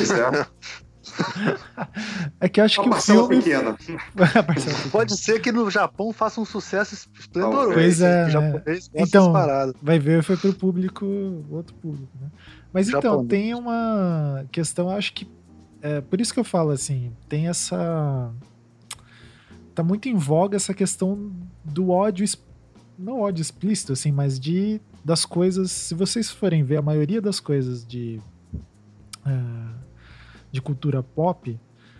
é que eu acho que o filme pequena. Pode ser que no Japão faça um sucesso esplendoroso. Pois é, japonês então vai ver, foi pro público, outro público, né? Mas então tem uma questão, acho que por isso que eu falo assim, tem tá muito em voga essa questão do ódio, não ódio explícito assim, mas das coisas, se vocês forem ver a maioria das coisas de cultura pop,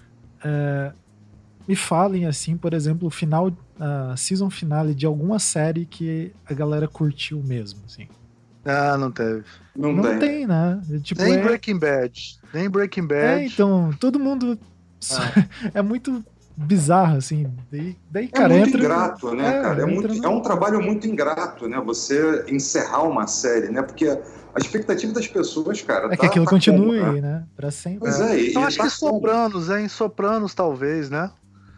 me falem assim, por exemplo, a season finale de alguma série que a galera curtiu mesmo, assim. Não teve. Não tem, né? Tipo, nem Breaking Bad. Então, todo mundo é muito bizarro, assim. Daí cara, muito ingrato, né, cara? É um trabalho muito ingrato, né? Você encerrar uma série, né? Porque a expectativa das pessoas, cara... que aquilo continue, né? Pra sempre. Pois então acho que Sopranos, Sopranos talvez, né?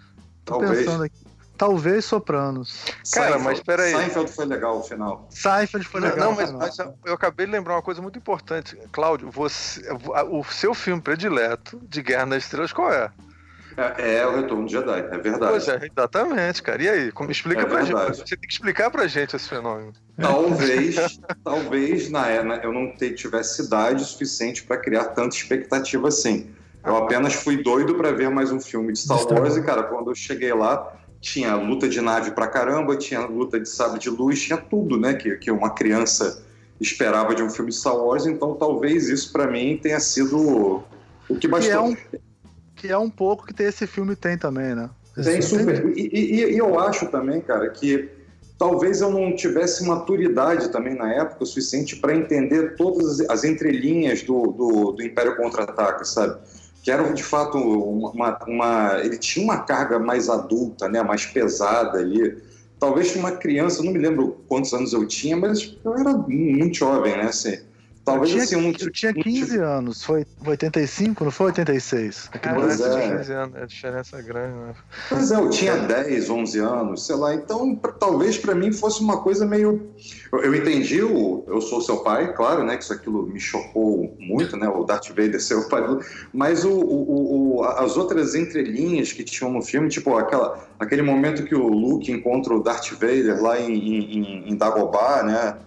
Tô Talvez. pensando aqui. Talvez Sopranos. Cara, mas peraí. Seinfeld foi legal o final. Seinfeld foi legal. Não, mas eu acabei de lembrar uma coisa muito importante. Cláudio, o seu filme predileto de Guerra nas Estrelas qual é? É o Retorno de Jedi, é verdade. Pois é, exatamente, cara. E aí? Explica pra verdade. gente. Você tem que explicar pra gente esse fenômeno. Talvez eu não tivesse idade suficiente para criar tanta expectativa assim. Eu apenas fui doido para ver mais um filme de Star Wars e, cara, quando eu cheguei lá, tinha luta de nave pra caramba, tinha luta de sabre de luz, tinha tudo, né, que uma criança esperava de um filme de Star Wars, então talvez isso para mim tenha sido o que bastou. Que é um pouco que esse filme tem também, né? Tem super. E eu acho também, cara, que talvez eu não tivesse maturidade também na época o suficiente para entender todas as entrelinhas do Império Contra-Ataca, sabe? Que era, de fato, ele tinha uma carga mais adulta, né? Mais pesada ali. Talvez uma criança, não me lembro quantos anos eu tinha, mas eu era muito jovem, né? Assim, talvez eu tinha 15 anos, foi 85, não foi 86? Pois é. 15 anos, a diferença é grande, né? Pois é, eu tinha 10, 11 anos, sei lá, então talvez para mim fosse uma coisa meio... Eu entendi Eu Sou Seu Pai, claro, né, que aquilo me chocou muito, né, o Darth Vader ser o pai, mas as outras entrelinhas que tinham no filme, tipo aquele momento que o Luke encontra o Darth Vader lá em Dagobah, né,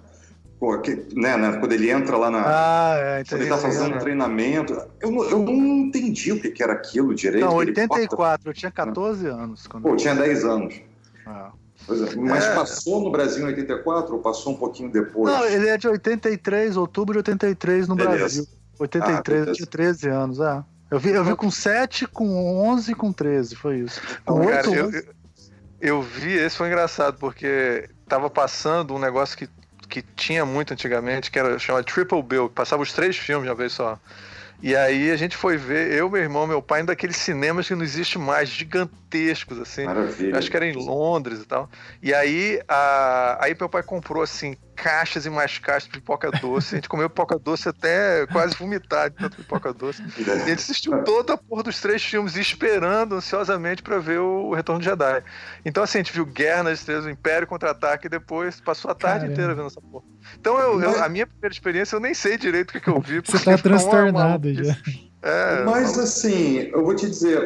quando ele entra lá quando ele tá fazendo um treinamento, eu não entendi o que era aquilo direito. Não, 84, eu tinha 14 anos. Eu tinha 10 anos. Pois é. Mas passou no Brasil em 84 ou passou um pouquinho depois? Não, ele é de 83, outubro de 83 no Brasil. 83, eu tinha 13 anos, Eu vi com 7, com 11 e com 13, foi isso. Com 8, cara, eu vi, esse foi engraçado, porque tava passando um negócio que tinha muito antigamente, que era chamado Triple Bill, que passava os 3 filmes de uma vez só. E aí a gente foi ver, eu, meu irmão, meu pai, daqueles cinemas que não existe mais, gigantescos, assim. Maravilha. Acho que era em Londres e tal. E aí, aí meu pai comprou, assim, caixas e mais caixas de pipoca doce. A gente comeu pipoca doce até quase vomitar de tanto pipoca doce. E a gente assistiu toda a porra dos 3 filmes, esperando ansiosamente pra ver o Retorno de Jedi. Então, assim, a gente viu Guerra nas Estrelas, o Império Contra-Ataque, e depois passou a tarde inteira vendo essa porra. Então, a minha primeira experiência, eu nem sei direito o que eu vi. Você tá transtornado já. Mas, assim, eu vou te dizer,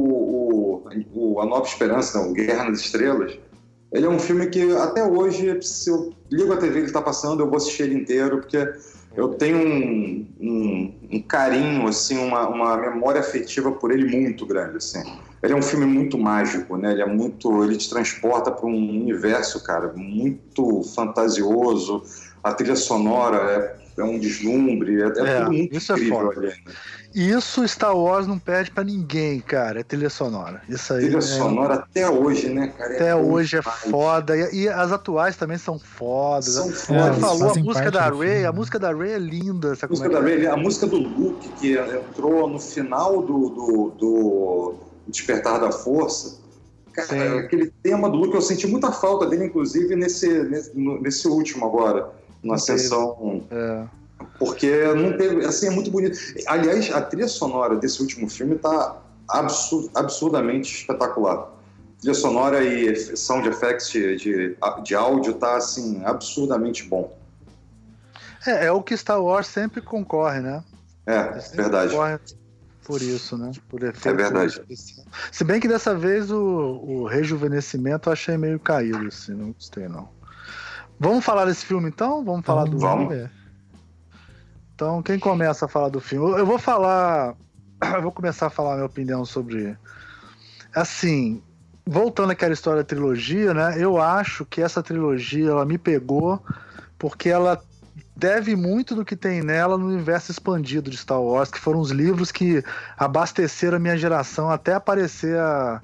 A Nova Esperança, não, Guerra nas Estrelas, ele é um filme que até hoje, se eu ligo a TV e ele tá passando, eu vou assistir ele inteiro, porque eu tenho um carinho, assim, uma memória afetiva por ele muito grande, assim. Ele é um filme muito mágico, né? Ele te transporta para um universo, cara, muito fantasioso. A trilha sonora é um deslumbre, é tudo muito isso incrível é foda. ali, né? Isso Star Wars não perde pra ninguém, cara. É trilha sonora. Isso aí. Trilha sonora até hoje, né, cara? Até hoje é foda. E as atuais também são fodas. São fodas. Você falou a música da do Rey. filme. A música da Rey é linda. A música da Rey, a música do Luke, que entrou no final do Despertar da Força. Cara, aquele tema do Luke, eu senti muita falta dele, inclusive, nesse último agora, na Ascensão. Porque não teve, assim, é muito bonito. Aliás, a trilha sonora desse último filme tá absurdamente espetacular. Trilha sonora e sound effects de áudio tá, assim, absurdamente bom. É o que Star Wars sempre concorre, né? Verdade. Concorre por isso, né? Por efeito. É verdade. Se bem que dessa vez o rejuvenescimento eu achei meio caído, assim, não gostei, não. Vamos falar desse filme, então? Vamos falar do filme? Então, quem começa a falar do filme? Eu vou começar a falar a minha opinião sobre... Assim, voltando àquela história da trilogia, né? Eu acho que essa trilogia, ela me pegou porque ela deve muito do que tem nela no universo expandido de Star Wars, que foram os livros que abasteceram a minha geração até aparecer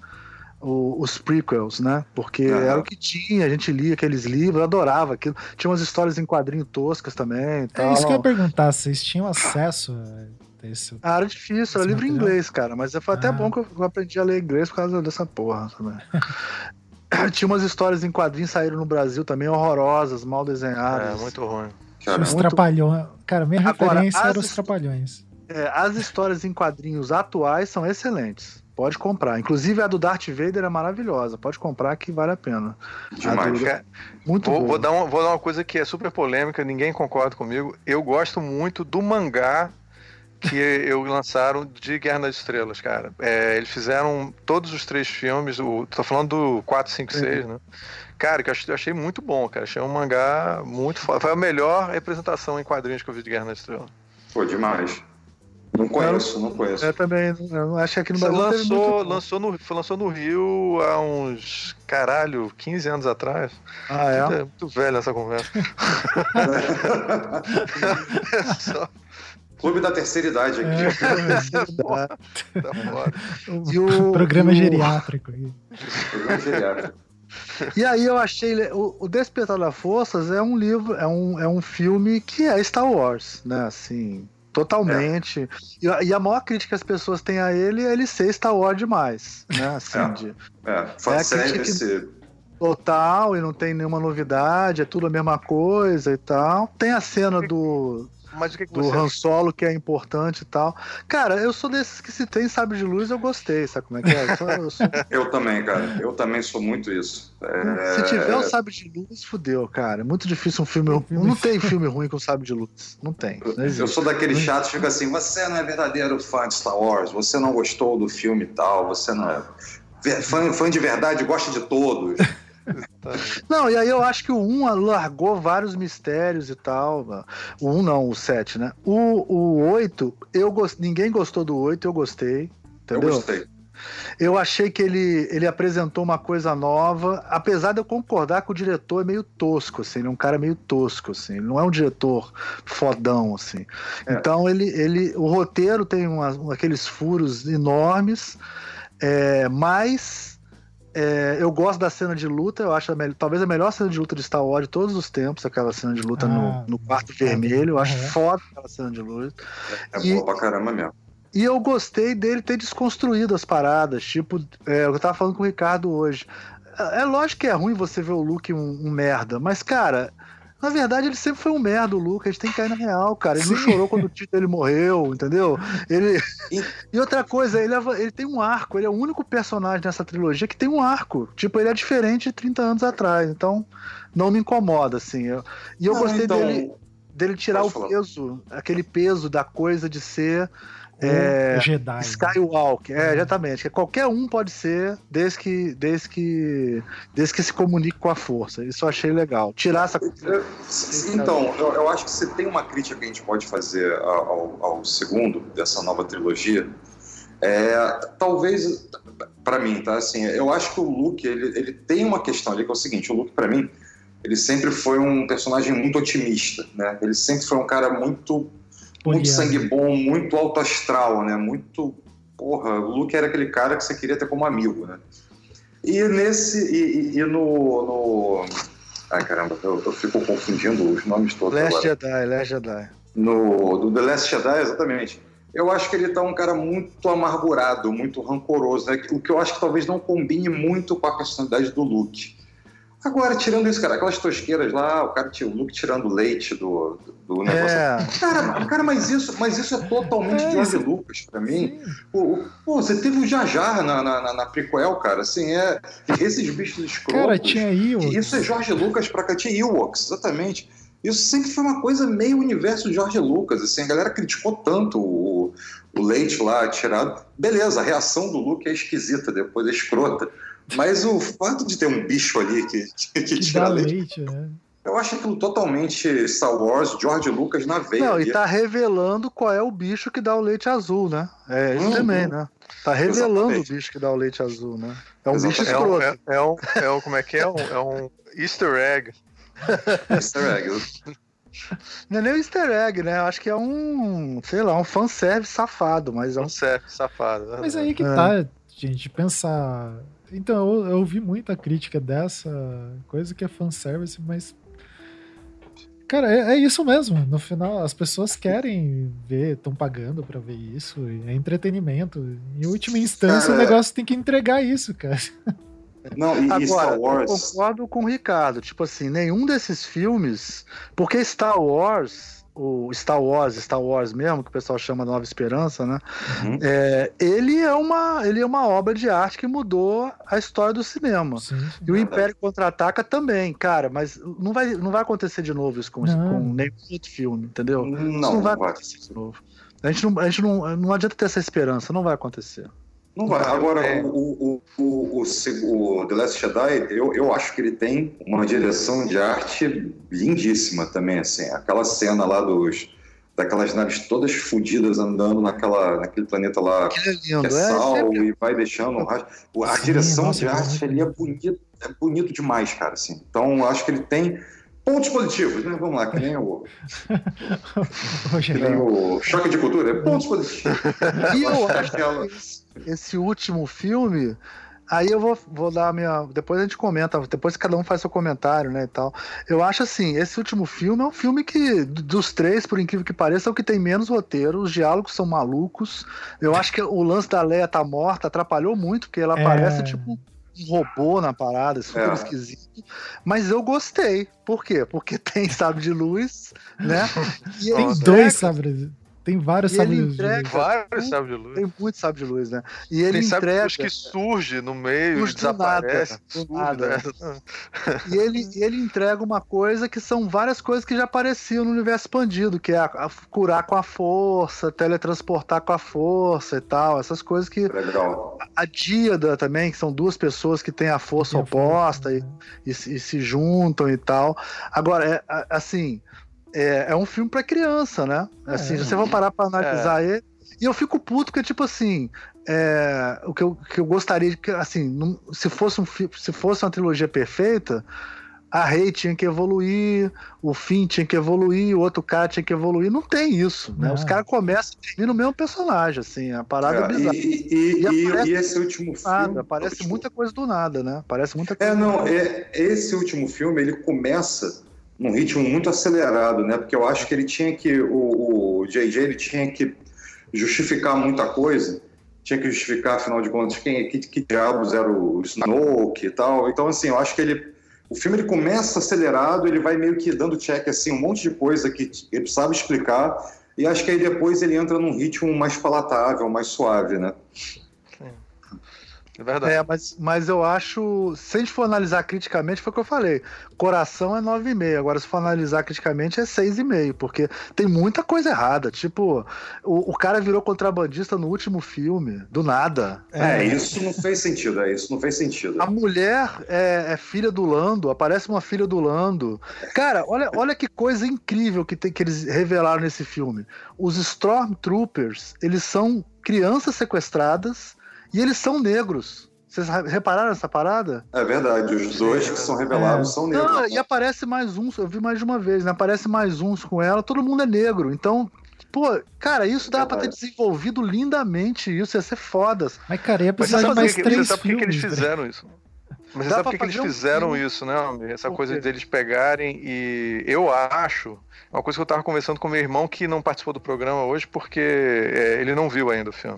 os prequels, né? Porque era o que tinha, a gente lia aqueles livros, eu adorava aquilo. Tinha umas histórias em quadrinho toscas também. Tal. É isso que eu ia perguntar, vocês tinham acesso a esse... Era difícil, era livro em inglês, cara, mas foi até bom que eu aprendi a ler inglês por causa dessa porra também. Tinha umas histórias em quadrinhos saíram no Brasil também, horrorosas, mal desenhadas. Muito ruim. Os Trapalhões. Cara, minha referência era os Trapalhões. as histórias em quadrinhos atuais são excelentes. Pode comprar. Inclusive a do Darth Vader é maravilhosa. Pode comprar que vale a pena. Demais. Muito boa. Vou dar uma coisa que é super polêmica, ninguém concorda comigo. Eu gosto muito do mangá que eu lançaram de Guerra nas Estrelas, cara. Eles fizeram todos os 3 filmes, tô falando do 4, 5, 6, né? Cara, que eu achei muito bom, cara. Achei um mangá muito foda. Foi a melhor representação em quadrinhos que eu vi de Guerra nas Estrelas. Pô, demais. Não conheço. Eu também não acho que aqui no Brasil lançou no Rio há uns 15 anos atrás. É muito velha essa conversa. Clube da terceira idade aqui. Tá fora. O programa geriátrico aí. Programa geriátrico. E aí eu achei o Despertar das Forças é um livro, é um filme que é Star Wars, né? Assim, totalmente. E a maior crítica que as pessoas têm a ele é ele ser Star Wars demais, né? Assim, fanservice total, e não tem nenhuma novidade, é tudo a mesma coisa e tal. Tem a cena do Han Solo, que é importante e tal. Cara, eu sou desses que se tem sabre de luz, eu gostei, sabe como é que é? Eu também, cara. Eu também sou muito isso. Se tiver o sabre de luz, fudeu, cara. É muito difícil um filme... Não tem filme ruim com sabre de luz. Não tem. Eu sou daquele chato que fica assim, você não é verdadeiro fã de Star Wars, você não gostou do filme e tal, você não é fã de verdade, gosta de todos. Não, e aí eu acho que o 1 largou vários mistérios e tal. O 1 não, o 7, né? O 8, ninguém gostou do 8, eu gostei. Entendeu? Eu gostei. Eu achei que ele apresentou uma coisa nova, apesar de eu concordar que o diretor é meio tosco, assim, ele é um cara meio tosco, assim, ele não é um diretor fodão, assim. Então o roteiro tem aqueles furos enormes, mas eu gosto da cena de luta, eu acho talvez a melhor cena de luta de Star Wars de todos os tempos, aquela cena de luta no quarto vermelho, eu acho foda aquela cena de luta. Boa pra caramba mesmo. E eu gostei dele ter desconstruído as paradas, tipo, eu tava falando com o Ricardo hoje. É lógico que é ruim você ver o Luke um merda, mas, cara, na verdade ele sempre foi um merda, o Luke, a gente tem que cair na real, cara. Ele não chorou quando o tio dele morreu, entendeu? E outra coisa, ele tem um arco, ele é o único personagem nessa trilogia que tem um arco. Tipo, ele é diferente de 30 anos atrás, então não me incomoda, assim. Eu gostei dele tirar o peso, aquele peso da coisa de ser... Jedi. Skywalker, exatamente. Qualquer um pode ser, desde que se comunique com a força. Isso eu achei legal. Tirar essa. Então, eu acho que se tem uma crítica que a gente pode fazer ao segundo dessa nova trilogia, talvez, pra mim, tá? Assim, eu acho que o Luke, ele tem uma questão ali que é o seguinte: o Luke, pra mim, ele sempre foi um personagem muito otimista, né? Ele sempre foi um cara muito sangue bom, muito alto astral, né? Muito... Porra, o Luke era aquele cara que você queria ter como amigo, né? E no... Ai, caramba, eu fico confundindo os nomes todos Last Jedi. Do The Last Jedi, exatamente. Eu acho que ele tá um cara muito amargurado, muito rancoroso, né? O que eu acho que talvez não combine muito com a personalidade do Luke. Agora, tirando isso, cara, aquelas tosqueiras lá, o Luke tirando leite do negócio. Cara, mas isso é totalmente George Lucas pra mim. Você teve o Jar Jar na prequel, cara, assim, esses bichos escrotos. Cara, tinha Ewoks. Isso é George Lucas pra cá, tinha Ewoks, exatamente. Isso sempre foi uma coisa meio universo George Lucas, assim, a galera criticou tanto o leite lá tirado. Beleza, a reação do Luke é esquisita, depois é escrota. Mas o fato de ter um bicho ali que tira leite, né? Eu acho aquilo totalmente Star Wars, George Lucas na veia. Não, e tá revelando qual é o bicho que dá o leite azul, né? Isso também, né? Tá revelando o bicho que dá o leite azul, né? É um bicho escroto. Como é que é? É um easter egg. Easter egg. Não é nem um easter egg, né? Acho que é um fanservice safado, mas é um fanservice safado. Né? Mas aí que tá, gente, pensar... Então, eu ouvi muita crítica dessa coisa que é fanservice, mas... Cara, é isso mesmo. No final, as pessoas querem ver, estão pagando pra ver isso. É entretenimento. Em última instância, o negócio tem que entregar isso, cara. Não, e Star Wars... eu concordo com o Ricardo. Tipo assim, nenhum desses filmes... Porque Star Wars o Star Wars mesmo, que o pessoal chama de Nova Esperança, né? Uhum. Ele é uma obra de arte que mudou a história do cinema. Sim. E o Império Contra-Ataca também, cara, mas não vai acontecer de novo isso com nenhum outro filme, entendeu? Isso não vai acontecer de novo. A gente não adianta ter essa esperança, não vai acontecer. Não vai. Agora, o The Last Jedi, eu acho que ele tem uma direção de arte lindíssima também, assim. Aquela cena lá daquelas naves todas fodidas andando naquele planeta lá que é lindo, sal e vai deixando um rastro. A direção de arte ali é bonito demais, cara, assim. Então, eu acho que ele tem pontos positivos, né? Vamos lá, que nem o Choque de Cultura, pontos positivos. E eu acho que esse último filme, aí eu vou dar a minha... Depois a gente comenta, depois cada um faz seu comentário, né, e tal. Eu acho assim, esse último filme é um filme que, dos três, por incrível que pareça, é o que tem menos roteiro, os diálogos são malucos. Eu acho que o lance da Leia tá morta atrapalhou muito, porque ela parece tipo um robô na parada, super esquisito. Mas eu gostei. Por quê? Porque tem sabre de luz, né? E tem dois sabres. Tem vários sabres de luz. Vários sabres de luz. Tem muito sabre de luz, né? E ele tem entrega... sabres de luz que surge no meio e desaparece. Do nada. E ele entrega uma coisa que são várias coisas que já apareciam no universo expandido, que é a curar com a força, teletransportar com a força e tal. Essas coisas que... Legal. A Díada também, que são duas pessoas que têm a força oposta e se juntam e tal. Agora, assim... É um filme pra criança, né? Assim, se você for parar pra analisar ele... E eu fico puto porque, tipo assim... o que eu gostaria de... Assim, se fosse uma trilogia perfeita, a Rey tinha que evoluir, o Finn tinha que evoluir, o outro cara tinha que evoluir. Não tem isso, né? Os caras começam e terminam o mesmo personagem, assim. A parada é bizarra. E esse último filme... Aparece muita coisa do nada, né? Parece muita coisa esse último filme, ele começa... num ritmo muito acelerado, né? Porque eu acho que ele tinha que... O JJ, ele tinha que justificar muita coisa. Tinha que justificar, afinal de contas, que diabos era o Snoke e tal. Então, assim, eu acho que o filme ele começa acelerado, ele vai meio que dando check, assim, um monte de coisa que ele precisava explicar. E acho que aí depois ele entra num ritmo mais palatável, mais suave, né? É verdade. Mas eu acho, se a gente for analisar criticamente, foi o que eu falei, coração é 9,5, agora se for analisar criticamente é 6,5, porque tem muita coisa errada, tipo, o cara virou contrabandista no último filme, do nada. Isso não fez sentido, A mulher é filha do Lando, aparece uma filha do Lando. Cara, olha que coisa incrível que eles revelaram nesse filme. Os Stormtroopers, eles são crianças sequestradas e eles são negros. Vocês repararam essa parada? É verdade, os dois que são revelados são negros. Não, e aparece mais uns, eu vi mais de uma vez, né? Aparece mais uns com ela, todo mundo é negro. Então, pô, cara, isso dá pra ter desenvolvido lindamente, isso ia ser foda. Mas, cara, ia precisar de mais 3 filmes. Você sabe por que eles fizeram isso? Mas você sabe por que eles fizeram isso, né? Essa coisa deles pegarem e... Eu acho... Uma coisa que eu tava conversando com meu irmão que não participou do programa hoje porque ele não viu ainda o filme.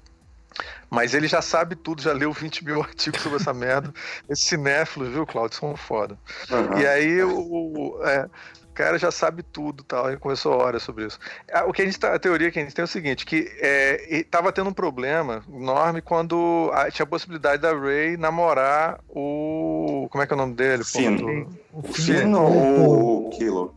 Mas ele já sabe tudo, já leu 20 mil artigos sobre essa merda. Esses cinéfilos, viu, Cláudio, são foda. Uhum. E aí o cara já sabe tudo e tal. Ele conversou horas sobre isso. A teoria que a gente tem é o seguinte, que tava tendo um problema enorme quando tinha a possibilidade da Rey namorar o... Como é que é o nome dele? O Finn ou o Kilo?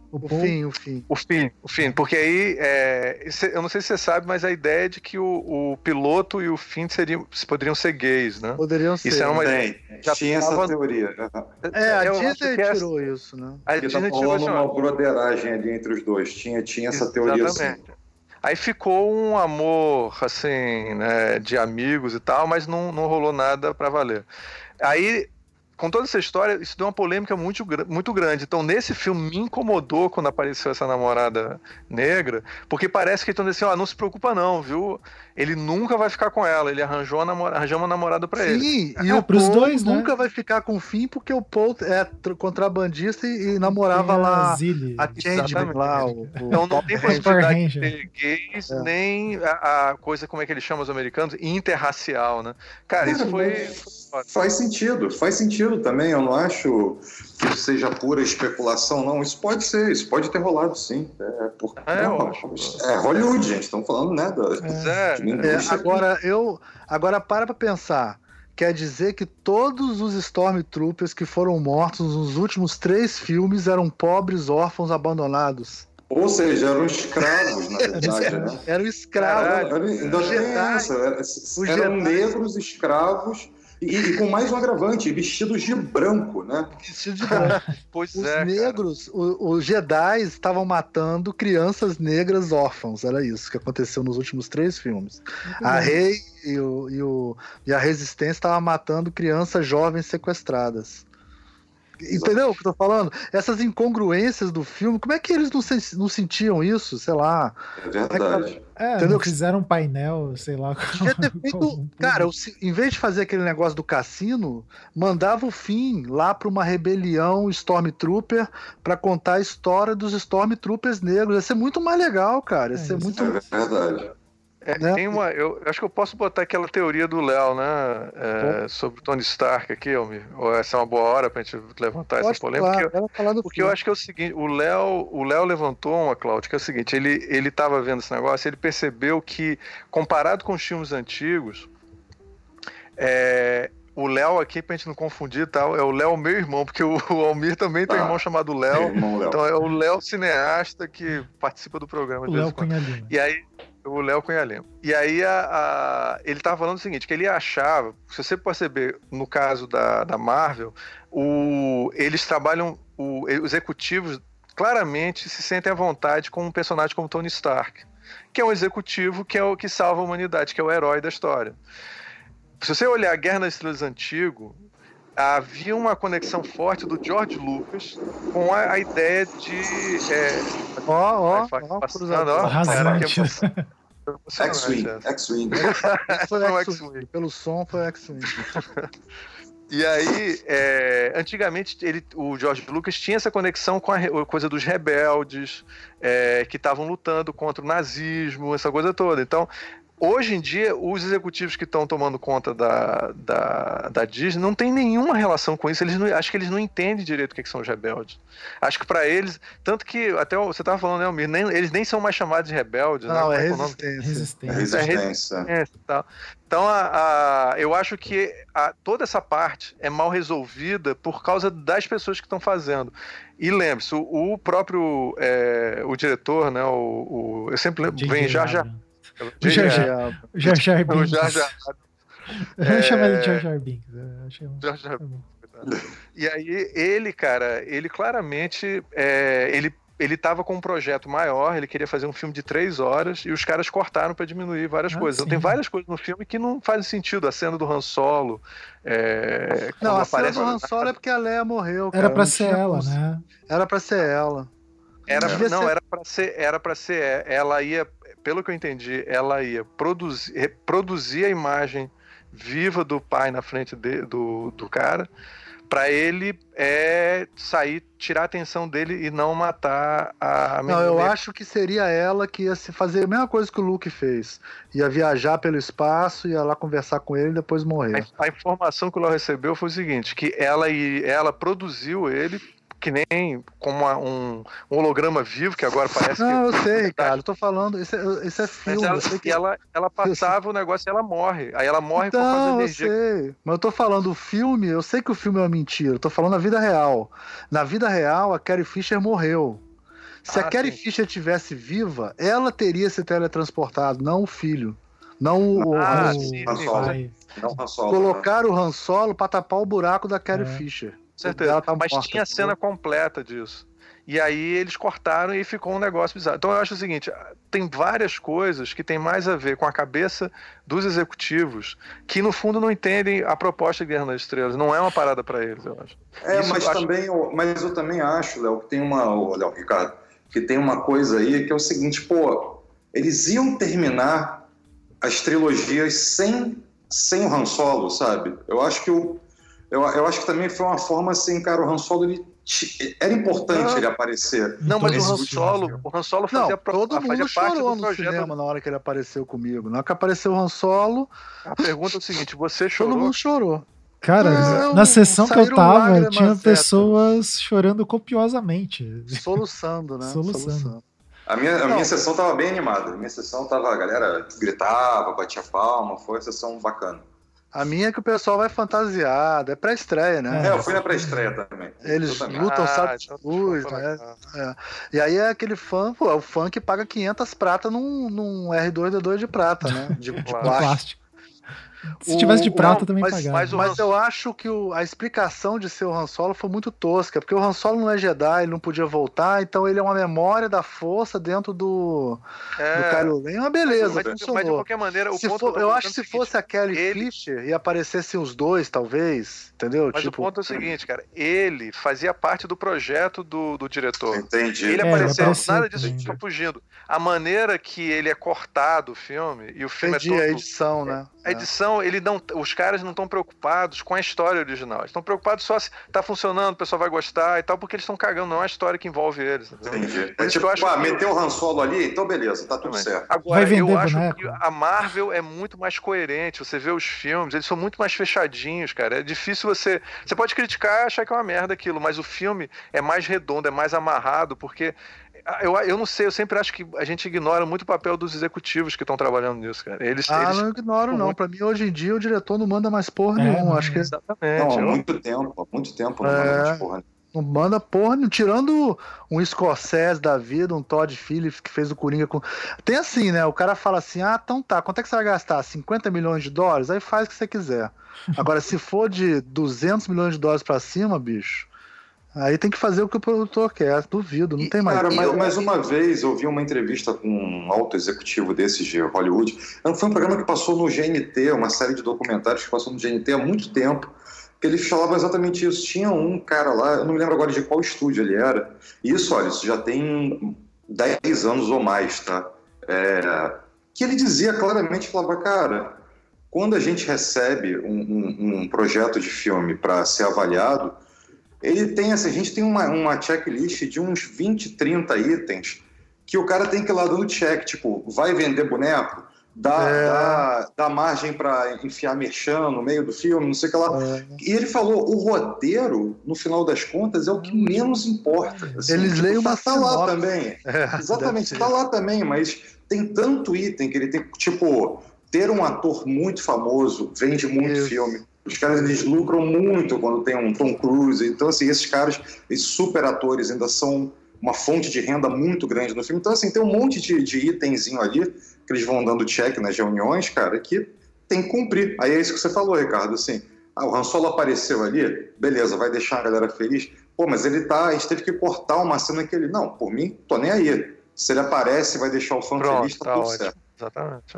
O Finn, porque aí eu não sei se você sabe, mas a ideia é de que o piloto e o Finn poderiam ser gays, né? Poderiam ser. Isso era uma já tinha essa teoria. A Disney tirou isso, né? A Disney tirou uma broderagem ali entre os dois. Tinha essa teoria assim. Aí ficou um amor, assim, né, de amigos e tal, mas não rolou nada pra valer. Aí, com toda essa história, isso deu uma polêmica muito, muito grande. Então, nesse filme, me incomodou quando apareceu essa namorada negra, porque parece que eles estão dizendo assim, não se preocupa não, viu? Ele nunca vai ficar com ela, ele arranjou uma namorada pra ele. Sim, e o Paul dois, nunca vai ficar com o Finn, porque o Paul é contrabandista e namorava lá a Changeman lá. Então não tem possibilidade de ter gays, nem a coisa, como é que eles chamam os americanos? Interracial, né? Cara, isso foi... Faz sentido. sentido também. Eu não acho que isso seja pura especulação, não. Isso pode ser, isso pode ter rolado, sim. É Hollywood, gente. Estamos falando, né? Agora para pensar. Quer dizer que todos os Stormtroopers que foram mortos nos últimos 3 filmes eram pobres órfãos abandonados. Ou seja, eram escravos, na verdade, né? Eram escravos. Eram negros, escravos, e com mais um agravante, vestidos de branco, né? Vestidos de branco. Pois os negros, os Jedi estavam matando crianças negras órfãos. Era isso que aconteceu nos últimos 3 filmes. A Rey e a Resistência estavam matando crianças jovens sequestradas. Entendeu o que eu tô falando? Essas incongruências do filme, como é que eles não sentiam isso? Sei lá. É verdade. Entendeu? Fizeram um painel, sei lá. Devia ter feito, cara, em vez de fazer aquele negócio do cassino, mandava o Finn lá pra uma rebelião Stormtrooper pra contar a história dos Stormtroopers negros. Ia ser muito mais legal, cara. Ia ser muito... É verdade. Eu acho que eu posso botar aquela teoria do Léo, né? Sobre o Tony Stark aqui, Almir. Ou essa é uma boa hora pra gente levantar essa polêmica? Porque eu acho que é o seguinte: o Léo levantou uma, Cláudio, que é o seguinte: ele tava vendo esse negócio, ele percebeu que, comparado com os filmes antigos, o Léo aqui, pra gente não confundir e tal, é o Léo, meu irmão, porque o Almir também tem um irmão chamado Léo. Então é o Léo cineasta que participa do programa. O Léo Cunha Lima. E aí. O Léo Cunha Lima. E aí ele tava falando o seguinte, que ele achava, se você perceber no caso da Marvel, eles trabalham, os executivos claramente se sentem à vontade com um personagem como Tony Stark, que é um executivo que é o que salva a humanidade, que é o herói da história. Se você olhar a Guerra nas Estrelas antigo, havia uma conexão forte do George Lucas com a ideia de... X-Wing. Pelo som foi X-Wing. E aí, antigamente, o George Lucas tinha essa conexão com a coisa dos rebeldes, que estavam lutando contra o nazismo, essa coisa toda. Então, hoje em dia, os executivos que estão tomando conta da Disney não tem nenhuma relação com isso. Acho que eles não entendem direito o que são os rebeldes. Acho que para eles, tanto que até você estava falando, né, Almir, eles nem são mais chamados de rebeldes. Não, né? Resistência. Então, eu acho que toda essa parte é mal resolvida por causa das pessoas que estão fazendo. E lembre-se, o próprio o diretor, né, eu sempre lembro, vem Jar Jar Binks. Eu chamo ele de Jar Jar Binks. E aí ele claramente ele estava com um projeto maior, ele queria fazer um filme de 3 horas e os caras cortaram para diminuir várias coisas. Então tem várias coisas no filme que não fazem sentido. A cena do Han Solo. A cena do Han Solo é porque a Leia morreu. Era para ser ela, né? Era para ser ela. Era para ser. Ela ia, pelo que eu entendi, ela ia produzir a imagem viva do pai na frente do cara, para ele tirar a atenção dele e não matar a menina. Não, eu acho que seria ela que ia se fazer a mesma coisa que o Luke fez. Ia viajar pelo espaço, ia lá conversar com ele e depois morrer. A informação que o Léo recebeu foi o seguinte, que ela produziu ele que nem como um holograma vivo, que agora parece que... Não, eu sei, Ricardo, eu tô falando, isso é filme. Ela passava o negócio e ela morre. Aí ela morre por causa da energia. Eu sei, mas eu tô falando o filme, eu sei que o filme é uma mentira, eu tô falando a vida real. Na vida real, a Carrie Fisher morreu. Se a Carrie Fisher tivesse viva, ela teria se teletransportado, não o filho. Não o Han Solo. Colocaram o Han Solo pra tapar o buraco da Carrie Fisher. Certeza, mas tinha a cena completa disso. E aí eles cortaram e ficou um negócio bizarro. Então eu acho o seguinte, tem várias coisas que tem mais a ver com a cabeça dos executivos que no fundo não entendem a proposta de Guerra nas Estrelas. Não é uma parada para eles, eu acho. Mas eu também acho, Léo, que tem Léo, Ricardo, que tem uma coisa aí que é o seguinte, eles iam terminar as trilogias sem o Han Solo, sabe? Eu acho que também foi uma forma assim, cara, o Han Solo era importante ele aparecer. Não, mas o Han Solo fazia todo mundo chorou no cinema na hora que ele apareceu comigo. Na hora que apareceu o Han Solo... A pergunta é o seguinte, você chorou? Todo mundo chorou. Cara, Não, na sessão que eu saíram tava, lágrimas tinha héteros. pessoas chorando copiosamente. Soluçando, né? Soluçando. A minha Não. sessão tava bem animada. A minha sessão tava, a galera gritava, batia palma, foi uma sessão bacana. A minha é que o pessoal vai fantasiado, é pré-estreia, né? Eu fui na pré-estreia também. Eles Eu também. lutam, sabe, de então luz, foi né? legal. E aí é aquele fã, pô, é o fã que paga 500 prata num R2D2 de prata, né? De De plástico. plástico. Se tivesse de prata, também mas, pagava. Mas eu acho que a explicação de ser o Han Solo foi muito tosca, porque o Han Solo não é Jedi, ele não podia voltar, então ele é uma memória da força dentro do Kylo Ren. Uma beleza, funcionou. Mas de qualquer maneira, o ponto eu acho que se fosse a Kelly Fisher e aparecessem os dois, talvez, entendeu? Mas tipo, o ponto é o seguinte, cara, ele fazia parte do projeto do diretor. Entendi. Ele apareceu, nada disso também. fica fugindo. A maneira que ele é cortado o filme, e o filme entendi, é todo... a edição, né? A edição, os caras não estão preocupados com a história original. Eles estão preocupados só se tá funcionando, o pessoal vai gostar e tal, porque eles estão cagando, não é a história que envolve eles. Entendeu? Entendi. Por isso que eu acho que... meteu o Han Solo ali, então beleza, tá tudo certo. Agora, Vai vender eu acho boneco? que a Marvel é muito mais coerente. Você vê os filmes, eles são muito mais fechadinhos, cara. É difícil você... Você pode criticar e achar que é uma merda aquilo, mas o filme é mais redondo, é mais amarrado, porque... Eu não sei, eu sempre acho que a gente ignora muito o papel dos executivos que estão trabalhando nisso, cara. Eles não ignoro, não. Pra mim, hoje em dia, o diretor não manda mais porra nenhuma. Acho que exatamente. Não, há muito tempo não manda mais porra. não manda porra nenhuma. Tirando um Scorsese da vida, um Todd Phillips que fez o Coringa com... Tem assim, né? O cara fala assim, então tá, quanto é que você vai gastar? 50 milhões de dólares? Aí faz o que você quiser. Agora, se for de 200 milhões de dólares pra cima, bicho... Aí tem que fazer o que o produtor quer, duvido, não tem mais. Cara, mais uma vez eu vi uma entrevista com um alto executivo desses de Hollywood. Foi um programa que passou no GNT, uma série de documentários que passou no GNT há muito tempo, que ele falava exatamente isso. Tinha um cara lá, eu não me lembro agora de qual estúdio ele era. Isso já tem 10 anos ou mais, tá? Que ele dizia claramente, falava, cara, quando a gente recebe um projeto de filme para ser avaliado, ele tem a gente tem uma checklist de uns 20, 30 itens que o cara tem que ir lá dando check, tipo, vai vender boneco? Dá margem para enfiar merchan no meio do filme, não sei o que lá. E ele falou, o roteiro, no final das contas, é o que menos importa. Assim, eles leem uma tá lá também. Exatamente, tá lá também, mas tem tanto item que ele tem, tipo, ter um ator muito famoso vende muito filme. Os caras, eles lucram muito quando tem um Tom Cruise. Então, assim, esses caras, esses super atores ainda são uma fonte de renda muito grande no filme. Então, assim, tem um monte de itenzinho ali que eles vão dando check nas reuniões, cara, que tem que cumprir. Aí é isso que você falou, Ricardo, assim, o Han Solo apareceu ali, beleza, vai deixar a galera feliz. Pô, mas a gente teve que cortar uma cena que ele... Não, por mim, tô nem aí. Se ele aparece, vai deixar o fã feliz, tá tudo certo. Exatamente.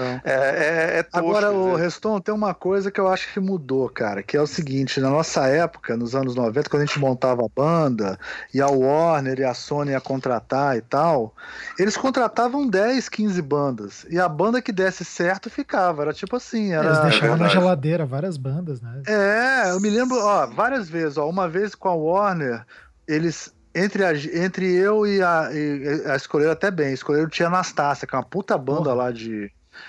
Agora, o Reston, tem uma coisa que eu acho que mudou, cara, que é o seguinte, na nossa época, nos anos 90, quando a gente montava a banda, e a Warner e a Sony ia contratar e tal, eles contratavam 10, 15 bandas, e a banda que desse certo ficava, era tipo assim, Eles deixavam na geladeira várias bandas, né? Eu me lembro, várias vezes, uma vez com a Warner, eles... Entre eu e a escolheram até bem, escolheram o Tia Anastácia, que é uma puta banda lá de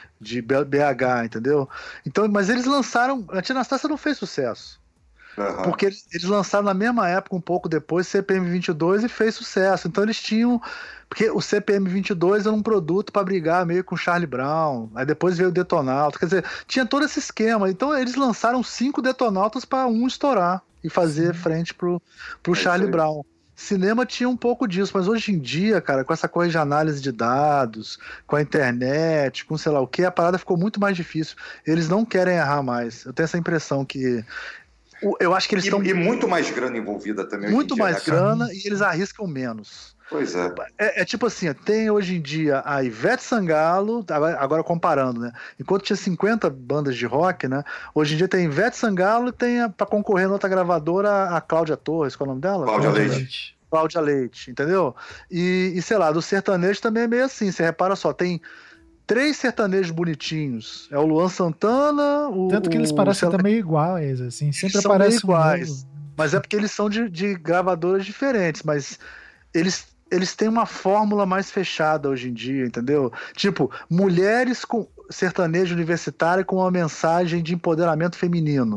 BH, entendeu? Então, mas eles lançaram, a Tia Anastácia não fez sucesso, porque eles lançaram na mesma época, um pouco depois, CPM 22 e fez sucesso, então eles tinham, porque o CPM 22 era um produto para brigar meio com o Charlie Brown, aí depois veio o Detonautas, quer dizer, tinha todo esse esquema, então eles lançaram 5 Detonautas para um estourar e fazer frente pro Charlie Brown. Cinema tinha um pouco disso, mas hoje em dia, cara, com essa coisa de análise de dados, com a internet, com sei lá o que, a parada ficou muito mais difícil. Eles não querem errar mais. Eu tenho essa impressão que... Eu acho que eles estão... E muito mais grana envolvida também. Muito mais grana e eles arriscam menos. Pois é. É tipo assim, tem hoje em dia a Ivete Sangalo, agora comparando, né? Enquanto tinha 50 bandas de rock, né? Hoje em dia tem Ivete Sangalo e tem, pra concorrer na outra gravadora, a Cláudia Torres, qual é o nome dela? Cláudia Leite, entendeu? E sei lá, do sertanejo também é meio assim, você repara só, tem 3 sertanejos bonitinhos, é o Luan Santana, Tanto que eles parecem até meio iguais, assim, sempre são aparecem meio iguais, mas é porque eles são de gravadoras diferentes, mas eles têm uma fórmula mais fechada hoje em dia, entendeu? Tipo, mulheres com sertanejo universitário com uma mensagem de empoderamento feminino.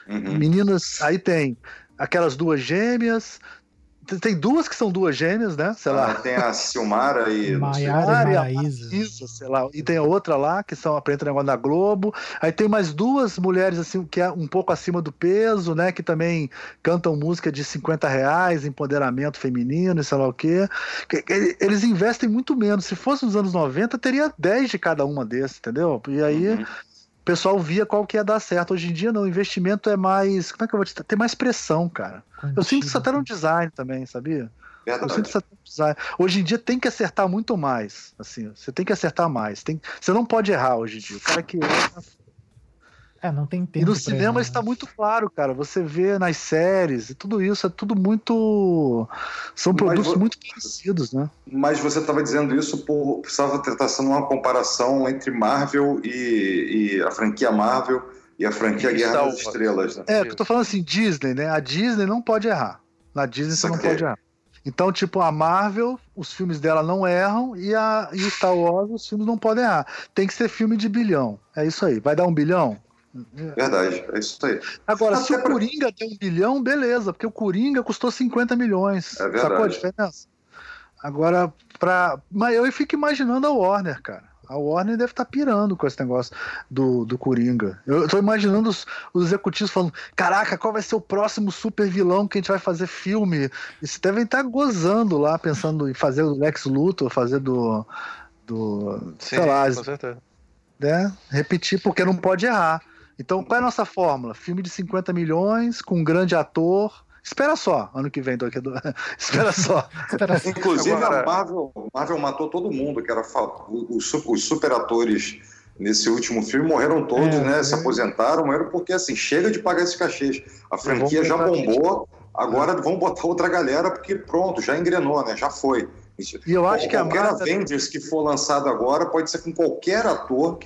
Meninas, aí tem aquelas duas gêmeas. Tem duas que são duas gêmeas, né? Sei lá. Tem a Silmara e Maiara e Maraísa. Isso, sei lá. E tem a outra lá, que são apresenta negócio da Globo. Aí tem mais duas mulheres, assim, que é um pouco acima do peso, né? Que também cantam música de R$50, empoderamento feminino e sei lá o quê. Eles investem muito menos. Se fosse nos anos 90, teria 10 de cada uma desses, entendeu? E aí... O pessoal via qual que ia dar certo. Hoje em dia, não. O investimento é mais... Como é que eu vou te dizer? Tem mais pressão, cara. Eu sinto isso até no design também, sabia? Verdade. Eu sinto isso até no design. Hoje em dia tem que acertar muito mais. Assim, você tem que acertar mais. Você não pode errar hoje em dia. O cara que erra... não tem tempo. E no cinema está muito claro, cara. Você vê nas séries e tudo isso, é tudo muito... São produtos muito parecidos, né? Mas você estava dizendo isso precisava estar sendo uma comparação entre Marvel e a franquia Marvel e a franquia Guerra das Estrelas, né? Eu tô falando assim, Disney, né? A Disney não pode errar. Na Disney você não pode errar. Então, tipo, a Marvel, os filmes dela não erram e Star Wars, os filmes não podem errar. Tem que ser filme de bilhão. É isso aí. Vai dar 1 bilhão? Verdade, é isso aí. Agora, se o Coringa der 1 bilhão, beleza, porque o Coringa custou 50 milhões. É verdade. Sacou a diferença? Agora, mas eu fico imaginando a Warner, cara. A Warner deve estar pirando com esse negócio do Coringa. Eu tô imaginando os executivos falando: caraca, qual vai ser o próximo super vilão que a gente vai fazer filme? Eles devem estar gozando lá, pensando em fazer o Lex Luthor, fazer Sim, sei lá, com certeza. Né? Repetir, porque não pode errar. Então, qual é a nossa fórmula? Filme de 50 milhões, com um grande ator. Espera só, ano que vem. Espera só. Inclusive, a Marvel matou todo mundo, que era os super atores nesse último filme morreram todos, né? Se aposentaram, morreram porque, assim, chega de pagar esses cachês. A franquia já bombou, agora vão botar outra galera, porque pronto, já engrenou, né? Já foi. E eu acho que qualquer Avengers que for lançado agora pode ser com qualquer ator,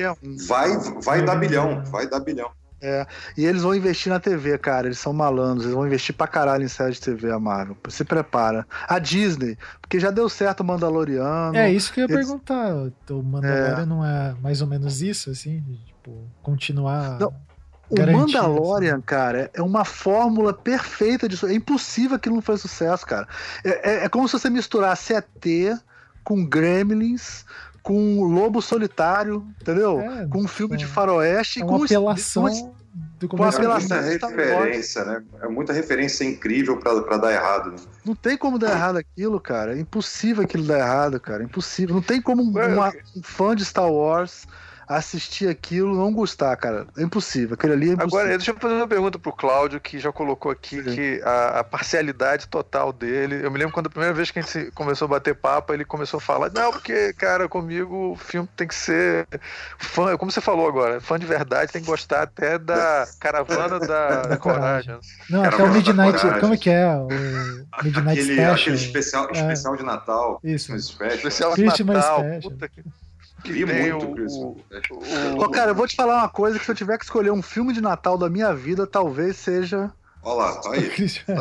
vai dar bilhão, vai dar bilhão. E eles vão investir na TV, cara. Eles são malandros, eles vão investir pra caralho em série de TV, a Marvel. Se prepara. A Disney, porque já deu certo o Mandaloriano. É isso que eu ia perguntar. O Mandalorian não é mais ou menos isso, assim? Tipo, continuar. Não. O Mandalorian, assim, cara, é uma fórmula perfeita disso. É impossível que não faz sucesso, cara. É como se você misturasse ET com Gremlins, com Lobo Solitário, entendeu? Com um filme de faroeste. Com apelação do começo. Muita referência, né? É muita referência incrível pra dar errado. Né? Não tem como dar errado aquilo, cara. É impossível aquilo dar errado, cara. É impossível. Não tem como um fã de Star Wars assistir aquilo e não gostar, cara. É impossível. Aquele ali é impossível. Agora, deixa eu fazer uma pergunta pro Cláudio, que já colocou aqui que a parcialidade total dele... Eu me lembro quando a primeira vez que a gente começou a bater papo, ele começou a falar, não, porque, cara, comigo o filme tem que ser fã, como você falou agora, fã de verdade, tem que gostar até da Caravana da Coragem. Não, até o Midnight... Como é que é? O Midnight Special. Aquele especial de Natal. Isso. Especial de Natal. Puta que... Que muito, cara, eu vou te falar uma coisa, que se eu tiver que escolher um filme de Natal da minha vida, talvez seja... Olha lá, tá aí.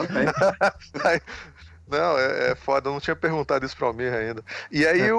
Também. Não, é foda, eu não tinha perguntado isso pra Almir ainda. E aí,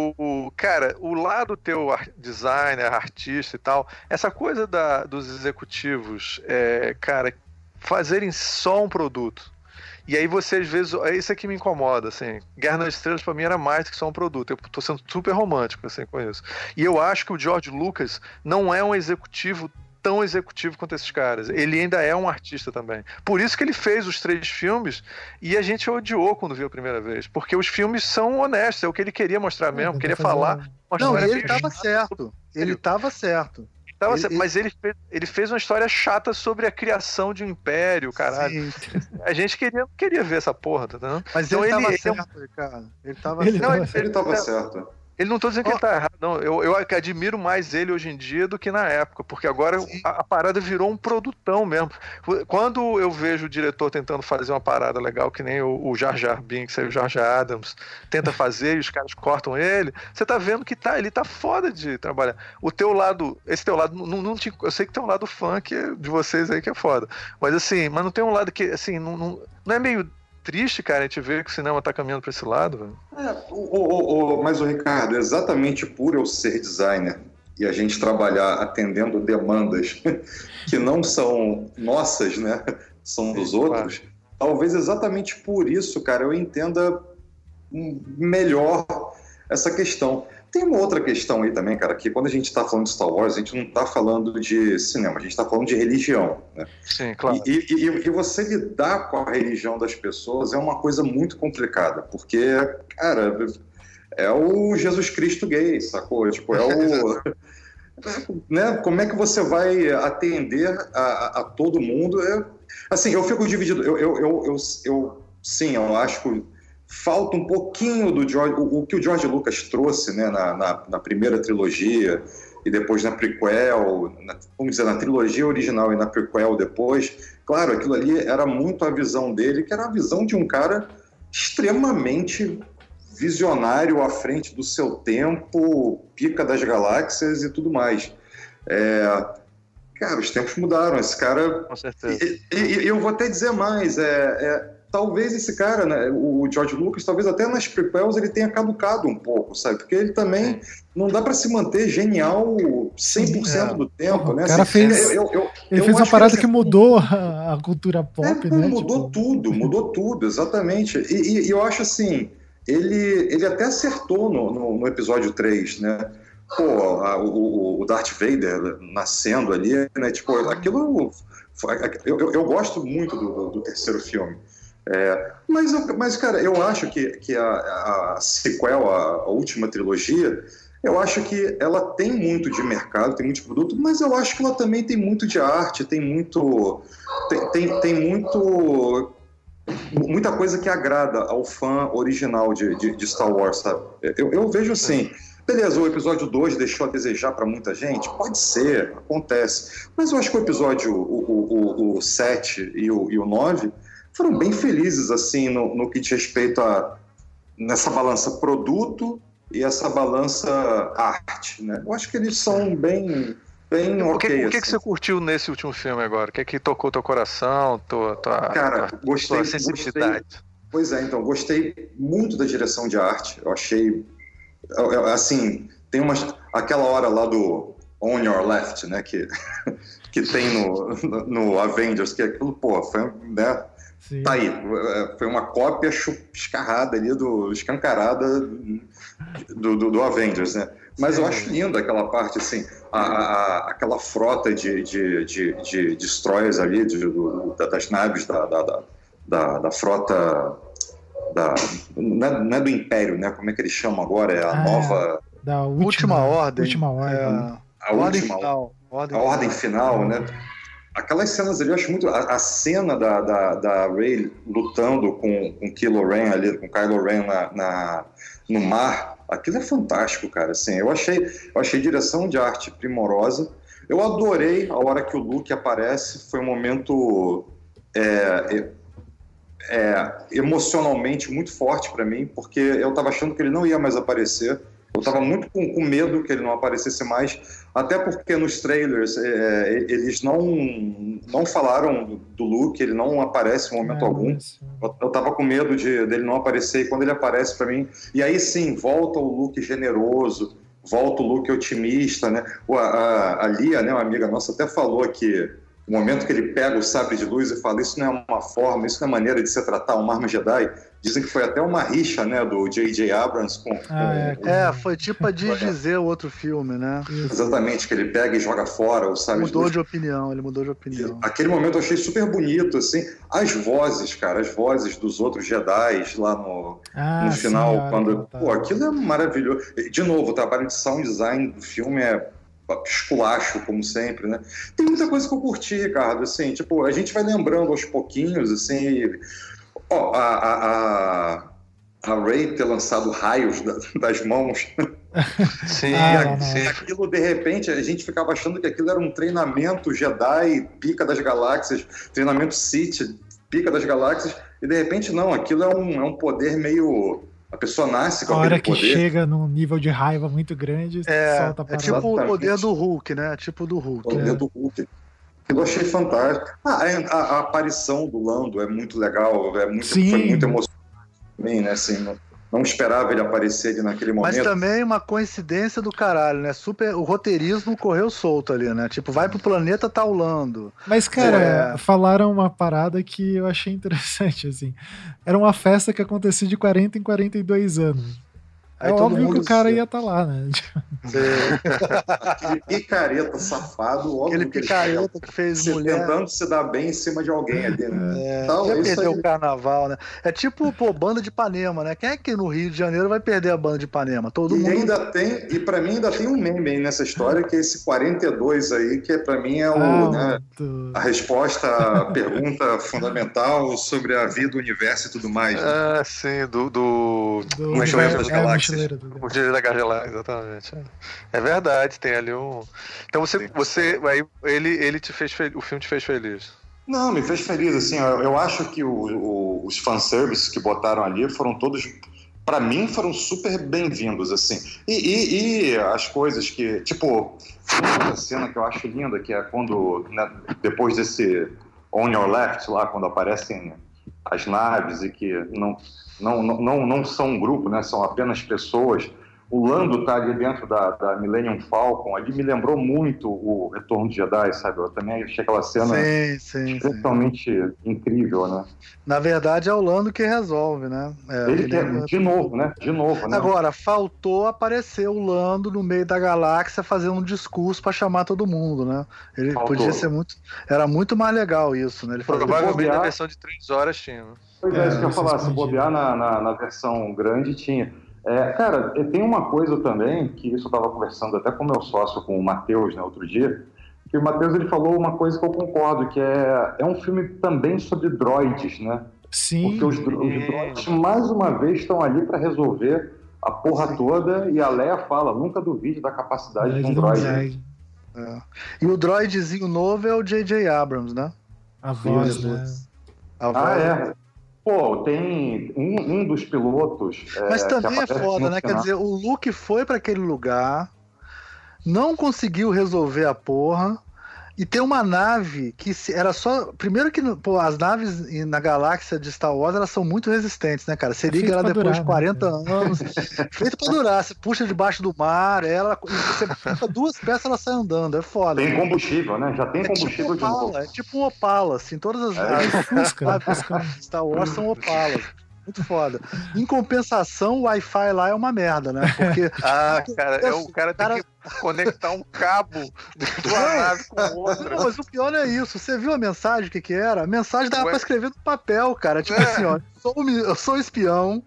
cara, o lado teu designer, artista e tal, essa coisa dos executivos, cara, fazerem só um produto. E aí você, às vezes, é isso que me incomoda, assim. Guerra nas Estrelas, pra mim, era mais do que só um produto. Eu tô sendo super romântico, assim, com isso. E eu acho que o George Lucas não é um executivo tão executivo quanto esses caras. Ele ainda é um artista também. Por isso que ele fez os 3 filmes e a gente odiou quando viu a primeira vez. Porque os filmes são honestos, é o que ele queria mostrar mesmo, queria falar. Não, ele tava certo. Ele tava certo. Mas ele fez uma história chata sobre a criação de um império, caralho. Sim. A gente queria ver essa porra, tá entendendo? Mas então ele tava certo, Ricardo. Ele tava certo. Ele não tô dizendo que ele tá errado, não. Eu admiro mais ele hoje em dia do que na época, porque agora a parada virou um produtão mesmo. Quando eu vejo o diretor tentando fazer uma parada legal, que nem o Jar Jar Binks, o Jar Jar Adams, tenta fazer e os caras cortam ele, você tá vendo que ele tá foda de trabalhar. Esse teu lado, não tinha, eu sei que tem um lado funk de vocês aí que é foda, mas assim, não tem um lado que, assim, não é meio triste, cara, a gente vê que o cinema tá caminhando pra esse lado, velho. Mas o Ricardo, exatamente por eu ser designer e a gente trabalhar atendendo demandas que não são nossas, né? São dos outros, talvez exatamente por isso, cara, eu entenda melhor essa questão. Tem uma outra questão aí também, cara, que quando a gente está falando de Star Wars, a gente não está falando de cinema, a gente está falando de religião, né? Sim, claro. E você lidar com a religião das pessoas é uma coisa muito complicada, porque, cara, é o Jesus Cristo gay, sacou? Tipo, é o... né? Como é que você vai atender a todo mundo? Assim, eu fico dividido. Sim, eu acho que falta um pouquinho do George, o que o George Lucas trouxe, né, na primeira trilogia e depois na prequel, vamos dizer, na trilogia original e na prequel depois. Claro, aquilo ali era muito a visão dele, que era a visão de um cara extremamente visionário à frente do seu tempo, pica das galáxias e tudo mais. Cara, os tempos mudaram. Esse cara... Com certeza. E eu vou até dizer mais. Talvez esse cara, né, o George Lucas, talvez até nas prequels ele tenha caducado um pouco, sabe? Porque ele também não dá para se manter genial 100% do tempo, né? O cara fez... ele fez uma parada que mudou a cultura pop, né? Mudou tudo, exatamente. E eu acho assim... Ele até acertou no episódio 3, né? Pô, o Darth Vader nascendo ali, né? Tipo, aquilo... Eu gosto muito do terceiro filme. Mas, cara, eu acho que a sequel, a última trilogia, eu acho que ela tem muito de mercado, tem muito de produto, mas eu acho que ela também tem muito de arte, tem muita coisa que agrada ao fã original de Star Wars, sabe? Eu vejo assim, beleza, o episódio 2 deixou a desejar para muita gente, pode ser, acontece, mas eu acho que o episódio o 7 e o 9 foram bem felizes, assim, no que diz respeito nessa balança produto e essa balança arte, né? Eu acho que eles são bem ok. O que você curtiu nesse último filme agora? O que tocou teu coração, Cara, tua sensibilidade? Pois é, então, gostei muito da direção de arte. Eu achei, assim, tem aquela hora lá do On Your Left, né, que tem no Avengers, que aquilo, pô, foi, né, sim, tá aí, foi uma cópia escarrada ali, escancarada do Avengers, né? Mas eu acho linda aquela parte, assim, aquela frota de destroyers ali, das naves da frota, não é do Império, né? Como é que eles chamam agora? É a nova... Da última ordem. A ordem final, né? Aquelas cenas ali, eu acho muito... A cena da Rey lutando com Kylo Ren ali, com Kylo Ren no mar, aquilo é fantástico, cara. Assim, eu achei direção de arte primorosa. Eu adorei a hora que o Luke aparece. Foi um momento emocionalmente muito forte para mim, porque eu tava achando que ele não ia mais aparecer. Eu tava muito com medo que ele não aparecesse mais, até porque nos trailers eles não falaram do Luke, ele não aparece em momento algum. Eu tava com medo dele não aparecer, e quando ele aparece para mim, e aí sim, volta o Luke generoso, volta o Luke otimista, né? A Lia, né, uma amiga nossa, até falou que o momento que ele pega o sabre de luz e fala, isso não é uma forma, isso não é maneira de se tratar uma arma Jedi. Dizem que foi até uma rixa, né, do J.J. Abrams com... foi tipo a dizer o outro filme, né? Exatamente, que ele pega e joga fora o sabre de luz. Ele mudou de opinião. Aquele momento eu achei super bonito, assim. As vozes, cara, as vozes dos outros Jedi lá no final, sim, quando... Pô, aquilo é maravilhoso. De novo, o trabalho de sound design do filme é esculacho, como sempre, né? Tem muita coisa que eu curti, Ricardo, assim, tipo, a gente vai lembrando aos pouquinhos, assim... a Rey ter lançado raios das mãos. Sim, sim. Aquilo, de repente, a gente ficava achando que aquilo era um treinamento Jedi, pica das galáxias, treinamento Sith, pica das galáxias, e de repente não, aquilo é um poder meio... A pessoa nasce com aquele poder. A hora que chega num nível de raiva muito grande, solta a parada. É tipo o poder do Hulk, né? Tipo do Hulk. O poder do Hulk. Eu achei fantástico. A aparição do Lando é muito legal, foi muito emocionante também, né? Assim, não esperava ele aparecer ali naquele momento. Mas também uma coincidência do caralho, né? O roteirismo correu solto ali, né? Tipo, vai pro planeta Taulando. Mas, cara, falaram uma parada que eu achei interessante, assim. Era uma festa que acontecia de 40 em 42 anos. É óbvio que o cara ia estar lá, né? Aquele picareta safado, óbvio. Aquele picareta que fez mulher. Tentando se dar bem em cima de alguém ali, né? Então, ia perder o carnaval, né? É tipo, banda de Ipanema, né? Quem é que no Rio de Janeiro vai perder a banda de Ipanema? Todo mundo. E pra mim ainda tem um meme aí nessa história, que é esse 42 aí, que pra mim é a resposta à pergunta fundamental sobre a vida, o universo e tudo mais. Né? Ah, sim, do Mochileiro das Galáxias. O Mochileiro da Galáxia, exatamente. É verdade, tem ali um. Então aí ele te fez o filme te fez feliz. Não, me fez feliz, assim, eu acho que os fanservices que botaram ali foram todos, pra mim, foram super bem-vindos, assim. E as coisas que, tipo, a cena que eu acho linda, que é quando, né, depois desse On Your Left lá, quando aparecem as naves e que não são um grupo, né, são apenas pessoas. O Lando tá ali dentro da Millennium Falcon, ali me lembrou muito o Retorno de Jedi, sabe? Eu também achei aquela cena totalmente incrível, né? Na verdade é o Lando que resolve, né? De novo, né? Agora, faltou aparecer o Lando no meio da galáxia fazendo um discurso para chamar todo mundo, né? Ele podia ser era muito mais legal isso, né? Ele provavelmente na versão de 3 horas tinha. Pois é, isso que eu ia falar, se bobear na versão grande tinha. Cara, tem uma coisa também, que isso eu estava conversando até com o meu sócio, com o Matheus, né, outro dia, que o Matheus ele falou uma coisa que eu concordo, que é um filme também sobre droids, né? Sim. Porque os droids, mais uma vez, estão ali para resolver a porra toda, e a Leia fala, nunca duvide da capacidade de um droid. E o droidzinho novo é o J.J. Abrams, né? A voz, né? Pô, tem um dos pilotos... Mas também é foda, né? Quer dizer, o Luke foi para aquele lugar, não conseguiu resolver a porra, e tem uma nave que era só... Primeiro que as naves na galáxia de Star Wars, elas são muito resistentes, né, cara? Você liga ela depois de 40 anos, feito pra durar. Você puxa debaixo do mar, você puxa 2 peças, ela sai andando. É foda. Tem combustível, né? Já tem combustível de novo. É tipo um Opala, assim. Todas as naves de Star Wars são Opalas. Muito foda. Em compensação, o Wi-Fi lá é uma merda, né? Porque. O cara tem que conectar um cabo de uma nave com outra. Não, mas o pior é isso. Você viu a mensagem, o que era? A mensagem dava pra escrever no papel, cara. Tipo assim, ó. Eu sou espião.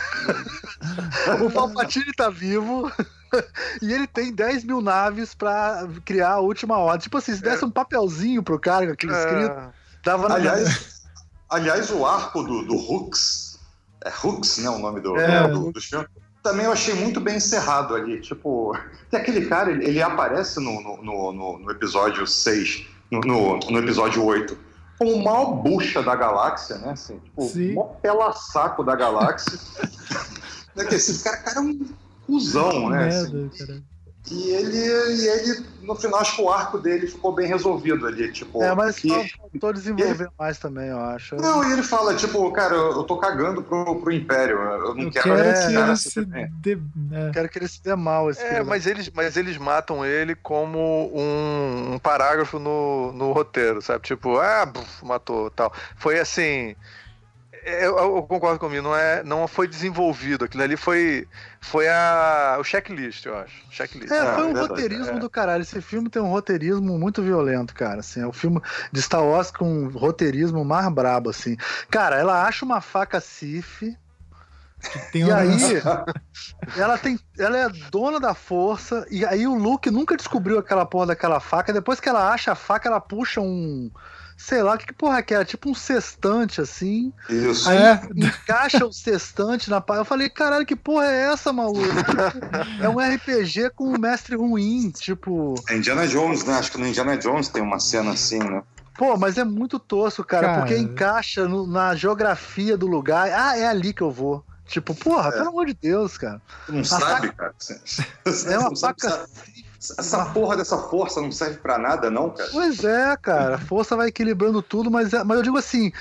O Palpatine tá vivo. E ele tem 10 mil naves pra criar a última ordem. Tipo assim, se desse um papelzinho pro cara com aquele escrito, dava na. Aliás, o arco do Hux. É Hux, né? O nome do filme. Também eu achei muito bem encerrado ali. Tipo, tem aquele cara, ele aparece no episódio 6, no episódio 8, como o maior bucha da galáxia, né? Assim, tipo, o maior pela-saco da galáxia. Esse cara é um cuzão, né? Assim. E ele, no final, acho que o arco dele ficou bem resolvido ali, tipo... mas faltou desenvolver mais também, eu acho. Não, e ele fala, tipo, cara, eu tô cagando pro Império, eu não quero quero que ele se dê mal. Mas eles matam ele como um parágrafo no roteiro, sabe? Tipo, matou, tal. Foi assim... Eu concordo comigo, não foi desenvolvido. Aquilo ali foi o checklist, eu acho. Foi um roteirismo do caralho. Esse filme tem um roteirismo muito violento, cara. Assim, é um filme de Star Wars com um roteirismo mais brabo, assim. Cara, ela acha uma faca Sith. Aí, ela é dona da força. E aí o Luke nunca descobriu aquela porra daquela faca. Depois que ela acha a faca, ela puxa sei lá, que porra que era? Tipo um sextante, assim. Isso. Aí encaixa o sextante na parede. Eu falei, caralho, que porra é essa, maluco? É um RPG com um mestre ruim, tipo... É Indiana Jones, né? Acho que no Indiana Jones tem uma cena assim, né? Pô, mas é muito tosco, cara. Porque encaixa na geografia do lugar. É ali que eu vou. Tipo, porra, pelo amor de Deus, cara. Tu não sabe, cara. É uma faca... Essa porra dessa força não serve pra nada, não, cara? Pois é, cara. A força vai equilibrando tudo, mas eu digo assim,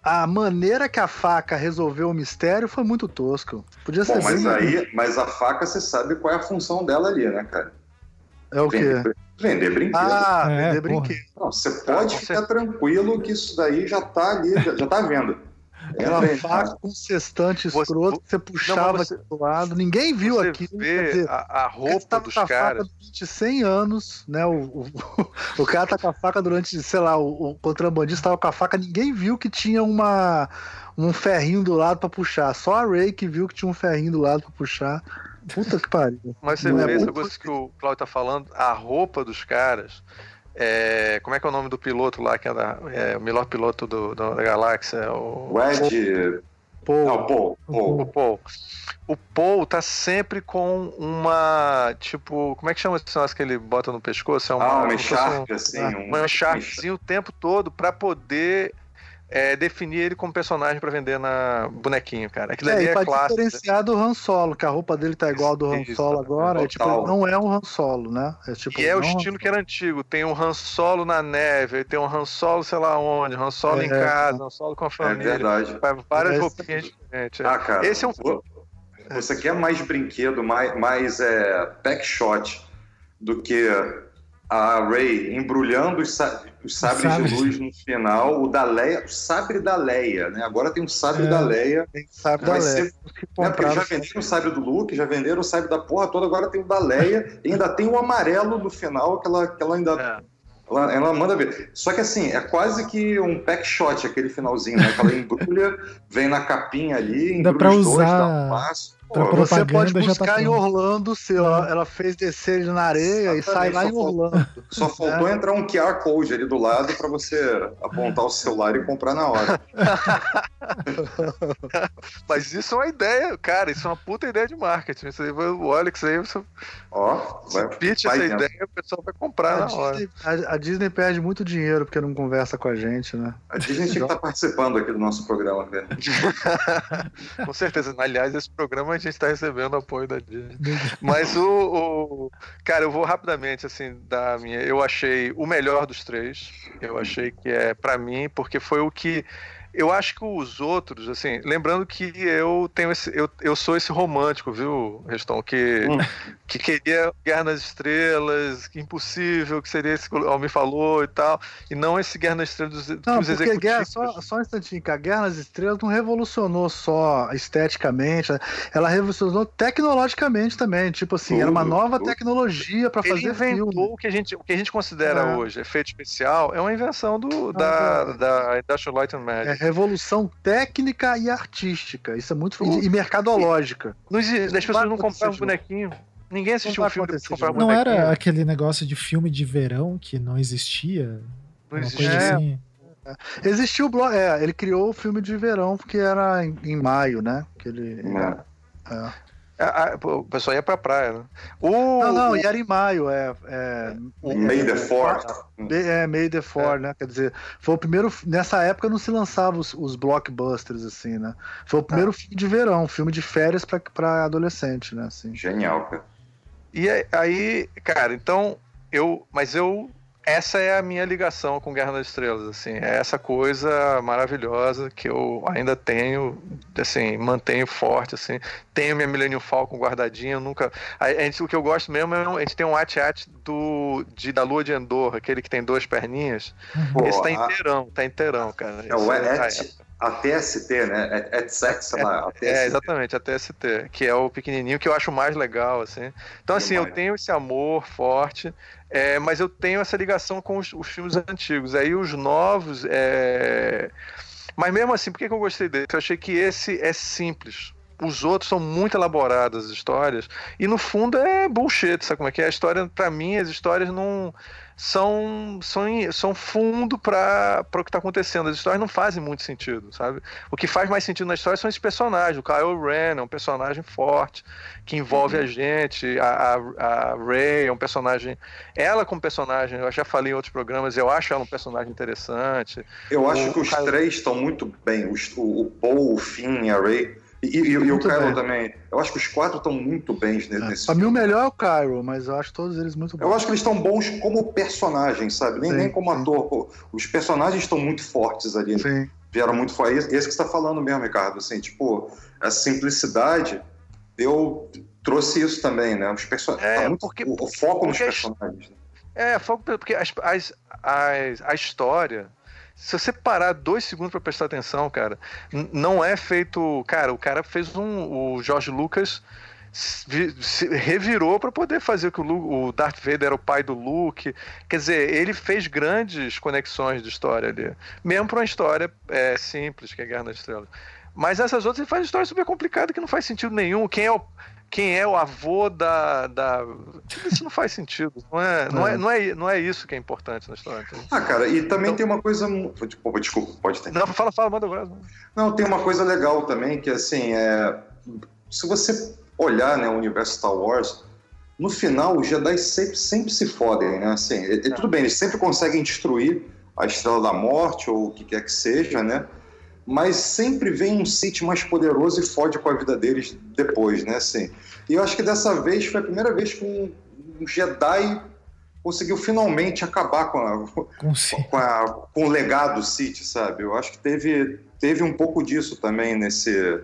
a maneira que a faca resolveu o mistério foi muito tosco. Podia ser mas a faca, você sabe qual é a função dela ali, né, cara? É o quê? Vender brinquedo. Vender brinquedo. Não, você pode ficar tranquilo que isso daí já tá ali, já tá à venda. Era uma faca com sextante escroto que você puxava do lado. Ninguém viu aquilo. Vê a roupa dos caras. Durante 100 anos, né? O cara tá com a faca durante, sei lá, o contrabandista tava com a faca. Ninguém viu que tinha um ferrinho do lado pra puxar. Só a Ray que viu que tinha um ferrinho do lado pra puxar. Puta que pariu. Mas você vê essa coisa que o Cláudio tá falando, a roupa dos caras. Como é que é o nome do piloto lá, que é o melhor piloto da galáxia? O Ed... Paul. O Paul. O Paul tá sempre com uma, tipo, como é que chama esse negócio que ele bota no pescoço? Um echarpe, assim. Um echarpezinho o tempo todo pra poder... definir ele como personagem pra vender na bonequinho, cara. Aquilo ali é clássico. Diferenciar do Han Solo, que a roupa dele tá igual ao do Han Solo agora. Ele não é um Han Solo, né? E é o estilo que era antigo. Tem um Han Solo na neve, tem um Han Solo sei lá onde, Han Solo em casa, Han Solo com a família. É verdade. Várias roupinhas diferentes. Cara, esse é um... Você quer mais brinquedo, mais pack shot do que a Rey embrulhando os sabres de luz no final, o sabre da Leia, né? Agora tem um sabre da Leia. Tem sabre da Leia. Porque já venderam o sabre do Luke, já venderam o sabre da porra toda, agora tem o da Leia, e ainda tem o amarelo no final que ela ainda... Ela manda ver. Só que assim, é quase que um pack shot aquele finalzinho, né? Que ela embrulha, vem na capinha ali, embrulha os dois, dá um passo. Você pode buscar em Orlando, ela fez descer ele na areia. Exatamente, e sai lá em Orlando. Só faltou entrar um QR Code ali do lado para você apontar o celular e comprar na hora. Mas isso é uma ideia, cara, isso é uma puta ideia de marketing. Isso aí, olha que isso aí, você pitch essa ideia, o pessoal vai comprar na hora. A Disney perde muito dinheiro porque não conversa com a gente, né? A Disney tinha que estar participando aqui do nosso programa, velho. Com certeza. Aliás, esse programa a gente está recebendo apoio da Disney. Mas cara, eu vou rapidamente, assim, eu achei o melhor dos três. Eu achei que pra mim, porque foi o que... Eu acho que os outros, assim, lembrando que eu sou esse romântico, viu, Reston, que queria Guerra nas Estrelas, que impossível, que seria esse que o Almir falou e tal, e não esse Guerra nas Estrelas dos executivos. Só um instantinho, que a Guerra nas Estrelas não revolucionou só esteticamente, ela revolucionou tecnologicamente também, tipo assim, era uma nova tecnologia para fazer filme. O que a gente considera hoje efeito especial é uma invenção da Industrial Light and Magic. Revolução técnica e artística. Isso é muito... E mercadológica. As pessoas não compravam bonequinho. Ninguém assistiu um filme que comprava bonequinho. Não era aquele negócio de filme de verão que não existia? Não existia. Assim. Existiu o blog. Ele criou o filme de verão porque era em maio, né? Que ele... O pessoal ia pra praia, né? E era em maio, May the 4th. May the 4th, né? Quer dizer, foi o primeiro. Nessa época não se lançavam os blockbusters, assim, né? Foi o primeiro filme de verão, filme de férias pra adolescente, né? Assim. Genial, cara. E aí, cara, então, essa é a minha ligação com Guerra nas Estrelas, assim, é essa coisa maravilhosa que eu ainda tenho, assim, mantenho forte, assim, tenho minha Millennium Falcon guardadinha, nunca... o que eu gosto mesmo a gente tem um AT-AT da Lua de Endor, aquele que tem duas perninhas, esse tá inteirão, cara. A TST, né? AT-SEX, lá. Exatamente, a TST, que é o pequenininho que eu acho mais legal, assim. Então, assim, eu tenho esse amor forte, mas eu tenho essa ligação com os filmes antigos. Aí os novos... Mas mesmo assim, por que eu gostei dele? Eu achei que esse é simples. Os outros são muito elaboradas, as histórias. E no fundo é bullshit, sabe como é que é? A história, pra mim, as histórias não... São fundo para o que está acontecendo. As histórias não fazem muito sentido, sabe? O que faz mais sentido na história são esses personagens. O Kylo Ren é um personagem forte que envolve a gente. A Rey é um personagem. Ela como personagem, eu já falei em outros programas, eu acho ela um personagem interessante. Eu acho que os três estão muito bem. O Paul, o Finn e a Rey. E o Kylo também. Eu acho que os quatro estão muito bem nesse filme. Pra mim o melhor é o Kylo, mas eu acho todos eles muito bons. Eu acho que eles estão bons como personagens, sabe? Nem como ator. Os personagens estão muito fortes ali. Sim. vieram muito forte. Esse que você está falando mesmo, Ricardo, assim, tipo, essa simplicidade, eu trouxe isso também, né? Os personagens, o foco nos personagens. Foco porque a história, se você parar 2 segundos para prestar atenção, cara, não é feito... Cara, o cara fez o George Lucas se revirou para poder fazer que o Darth Vader era o pai do Luke. Quer dizer, ele fez grandes conexões de história ali, mesmo para uma história simples, que é Guerra nas Estrelas. Mas essas outras ele faz uma história super complicada que não faz sentido nenhum. Quem é o avô da... Isso não faz sentido. Não é isso que é importante na história. Entendeu? Cara, e também tem uma coisa... Desculpa, pode ter. Não, fala, manda agora. Não, tem uma coisa legal também, que assim, se você olhar, né, o universo Star Wars, no final os Jedi sempre se fodem, né? Assim, tudo bem, eles sempre conseguem destruir a Estrela da Morte ou o que quer que seja, né? Mas sempre vem um Sith mais poderoso e fode com a vida deles depois, né? Assim, e eu acho que dessa vez foi a primeira vez que um Jedi conseguiu finalmente acabar com o legado Sith, sabe? Eu acho que teve um pouco disso também nesse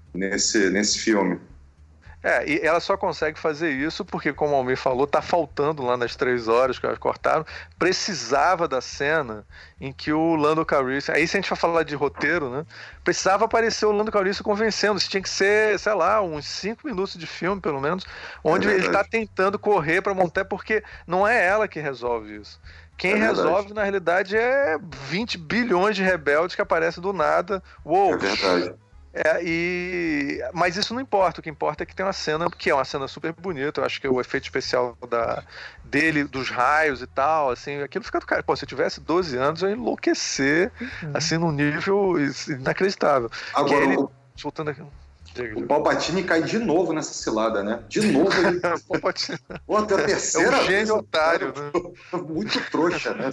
filme. E ela só consegue fazer isso porque, como o Almir falou, tá faltando lá nas 3 horas que elas cortaram. Precisava da cena em que o Lando Calrissian... Aí, se a gente for falar de roteiro, né? Precisava aparecer o Lando Calrissian convencendo. Isso tinha que ser, sei lá, uns 5 minutos de filme, pelo menos, onde ele tá tentando correr pra montar, porque não é ela que resolve isso. Quem resolve, na realidade, é 20 bilhões de rebeldes que aparecem do nada. Uou! É verdade. Mas isso não importa, o que importa é que tem uma cena, que é uma cena super bonita. Eu acho que o efeito especial dele, dos raios e tal, assim, aquilo fica do cara. Pô, se eu tivesse 12 anos, eu ia enlouquecer, assim, num nível inacreditável. Agora, voltando aqui. O Palpatine cai de novo nessa cilada, né? De novo ele... Palpatine. Até a terceira um gênio otário, né? Muito trouxa, né?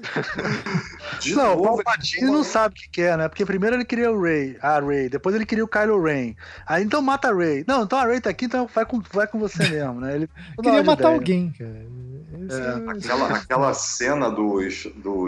O Palpatine não sabe o que quer, né? Porque primeiro ele queria a Rey, depois ele queria o Kylo Ren. Aí então mata a Rey. Não, então a Rey tá aqui, então vai com você mesmo, né? Ele queria matar alguém, cara. Aquela cena dos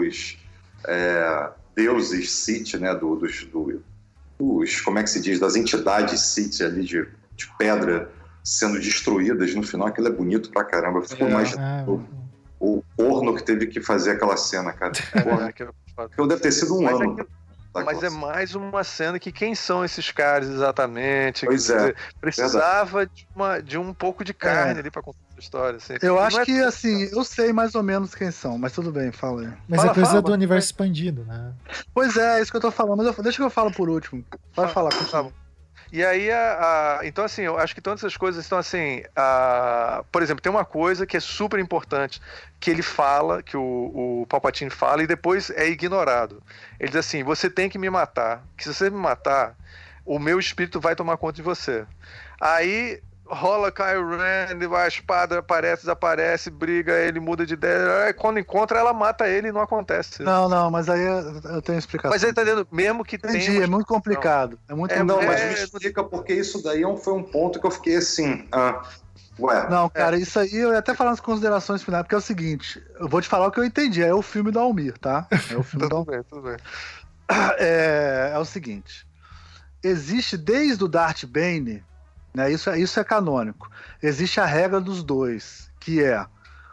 deuses Sith, né? Como é que se diz? Das entidades Sith ali de pedra sendo destruídas no final, aquilo é bonito pra caramba. Eu fico imaginando o porno que teve que fazer aquela cena, cara. Aquilo deve ter sido um ano. Mas é mais uma cena que quem são esses caras exatamente? Pois precisava de um pouco de carne ali pra contar a história. Assim. Eu acho que, assim, eu sei mais ou menos quem são, mas tudo bem, fala aí. Mas é coisa do universo expandido, né? Pois é isso que eu tô falando, mas deixa que eu falo por último. Pode falar, por favor. E aí, então assim, eu acho que todas essas coisas estão assim, por exemplo, tem uma coisa que é super importante, que ele fala, que o Palpatine fala, e depois é ignorado. Ele diz assim, você tem que me matar, que se você me matar, o meu espírito vai tomar conta de você. Aí rola Kylo Ren, a espada aparece, desaparece, briga, ele muda de ideia, quando encontra ela mata ele e não acontece. Não, mas aí eu tenho explicação. Mas ele tá dizendo, mesmo que tenha... É muito complicado. Mas me explica porque isso daí foi um ponto que eu fiquei assim... Ué. Não, cara, isso aí eu ia até falar nas considerações finais, porque é o seguinte, eu vou te falar o que eu entendi, é o filme do Almir, tá? É o filme do Almir. Tudo bem. É o seguinte, existe desde o Darth Bane, né, isso é canônico, existe a regra dos dois, que é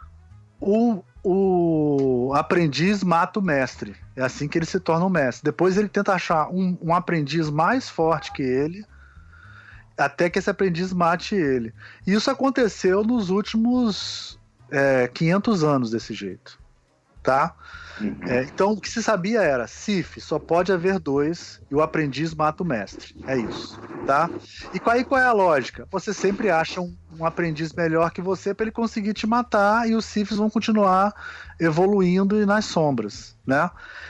o aprendiz mata o mestre, é assim que ele se torna um mestre, depois ele tenta achar um aprendiz mais forte que ele, até que esse aprendiz mate ele. E isso aconteceu nos últimos 500 anos desse jeito, tá? Então o que se sabia era Sith, só pode haver 2 e o aprendiz mata o mestre, é isso, tá? E qual é a lógica? Você sempre acha um aprendiz melhor que você para ele conseguir te matar e os Siths vão continuar evoluindo nas sombras, né?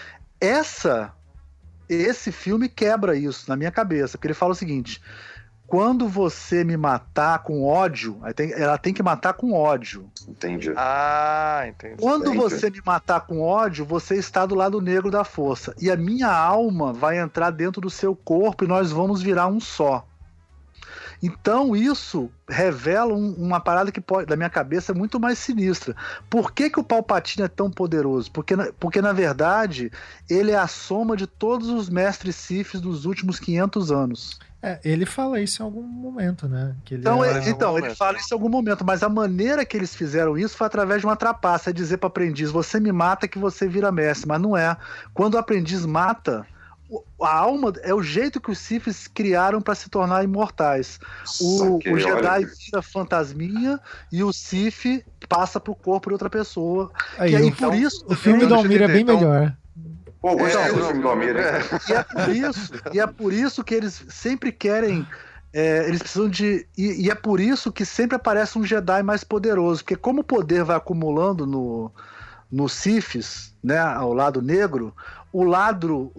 Esse filme quebra isso na minha cabeça, porque ele fala o seguinte: quando você me matar com ódio, ela tem que matar com ódio. Entendi. Entendi. Quando você me matar com ódio, você está do lado negro da força. E a minha alma vai entrar dentro do seu corpo e nós vamos virar um só. Então isso revela uma parada que pode, da minha cabeça, é muito mais sinistra. Por que o Palpatine é tão poderoso? Porque na verdade, ele é a soma de todos os mestres Siths dos últimos 500 anos. Ele fala isso em algum momento, né? Que ele ele fala isso em algum momento, mas a maneira que eles fizeram isso foi através de uma trapaça, é dizer para o aprendiz, você me mata que você vira mestre, mas não é. Quando o aprendiz mata, a alma é o jeito que os Siths criaram para se tornar imortais. O Jedi vira fantasminha e o Sith passa pro corpo de outra pessoa. Por isso o filme do Almir é bem melhor. Pô, gostei do filme do Almir. E é por isso que eles sempre querem. Eles precisam de. E é por isso que sempre aparece um Jedi mais poderoso. Porque como o poder vai acumulando no Siths, né, ao lado negro, o lado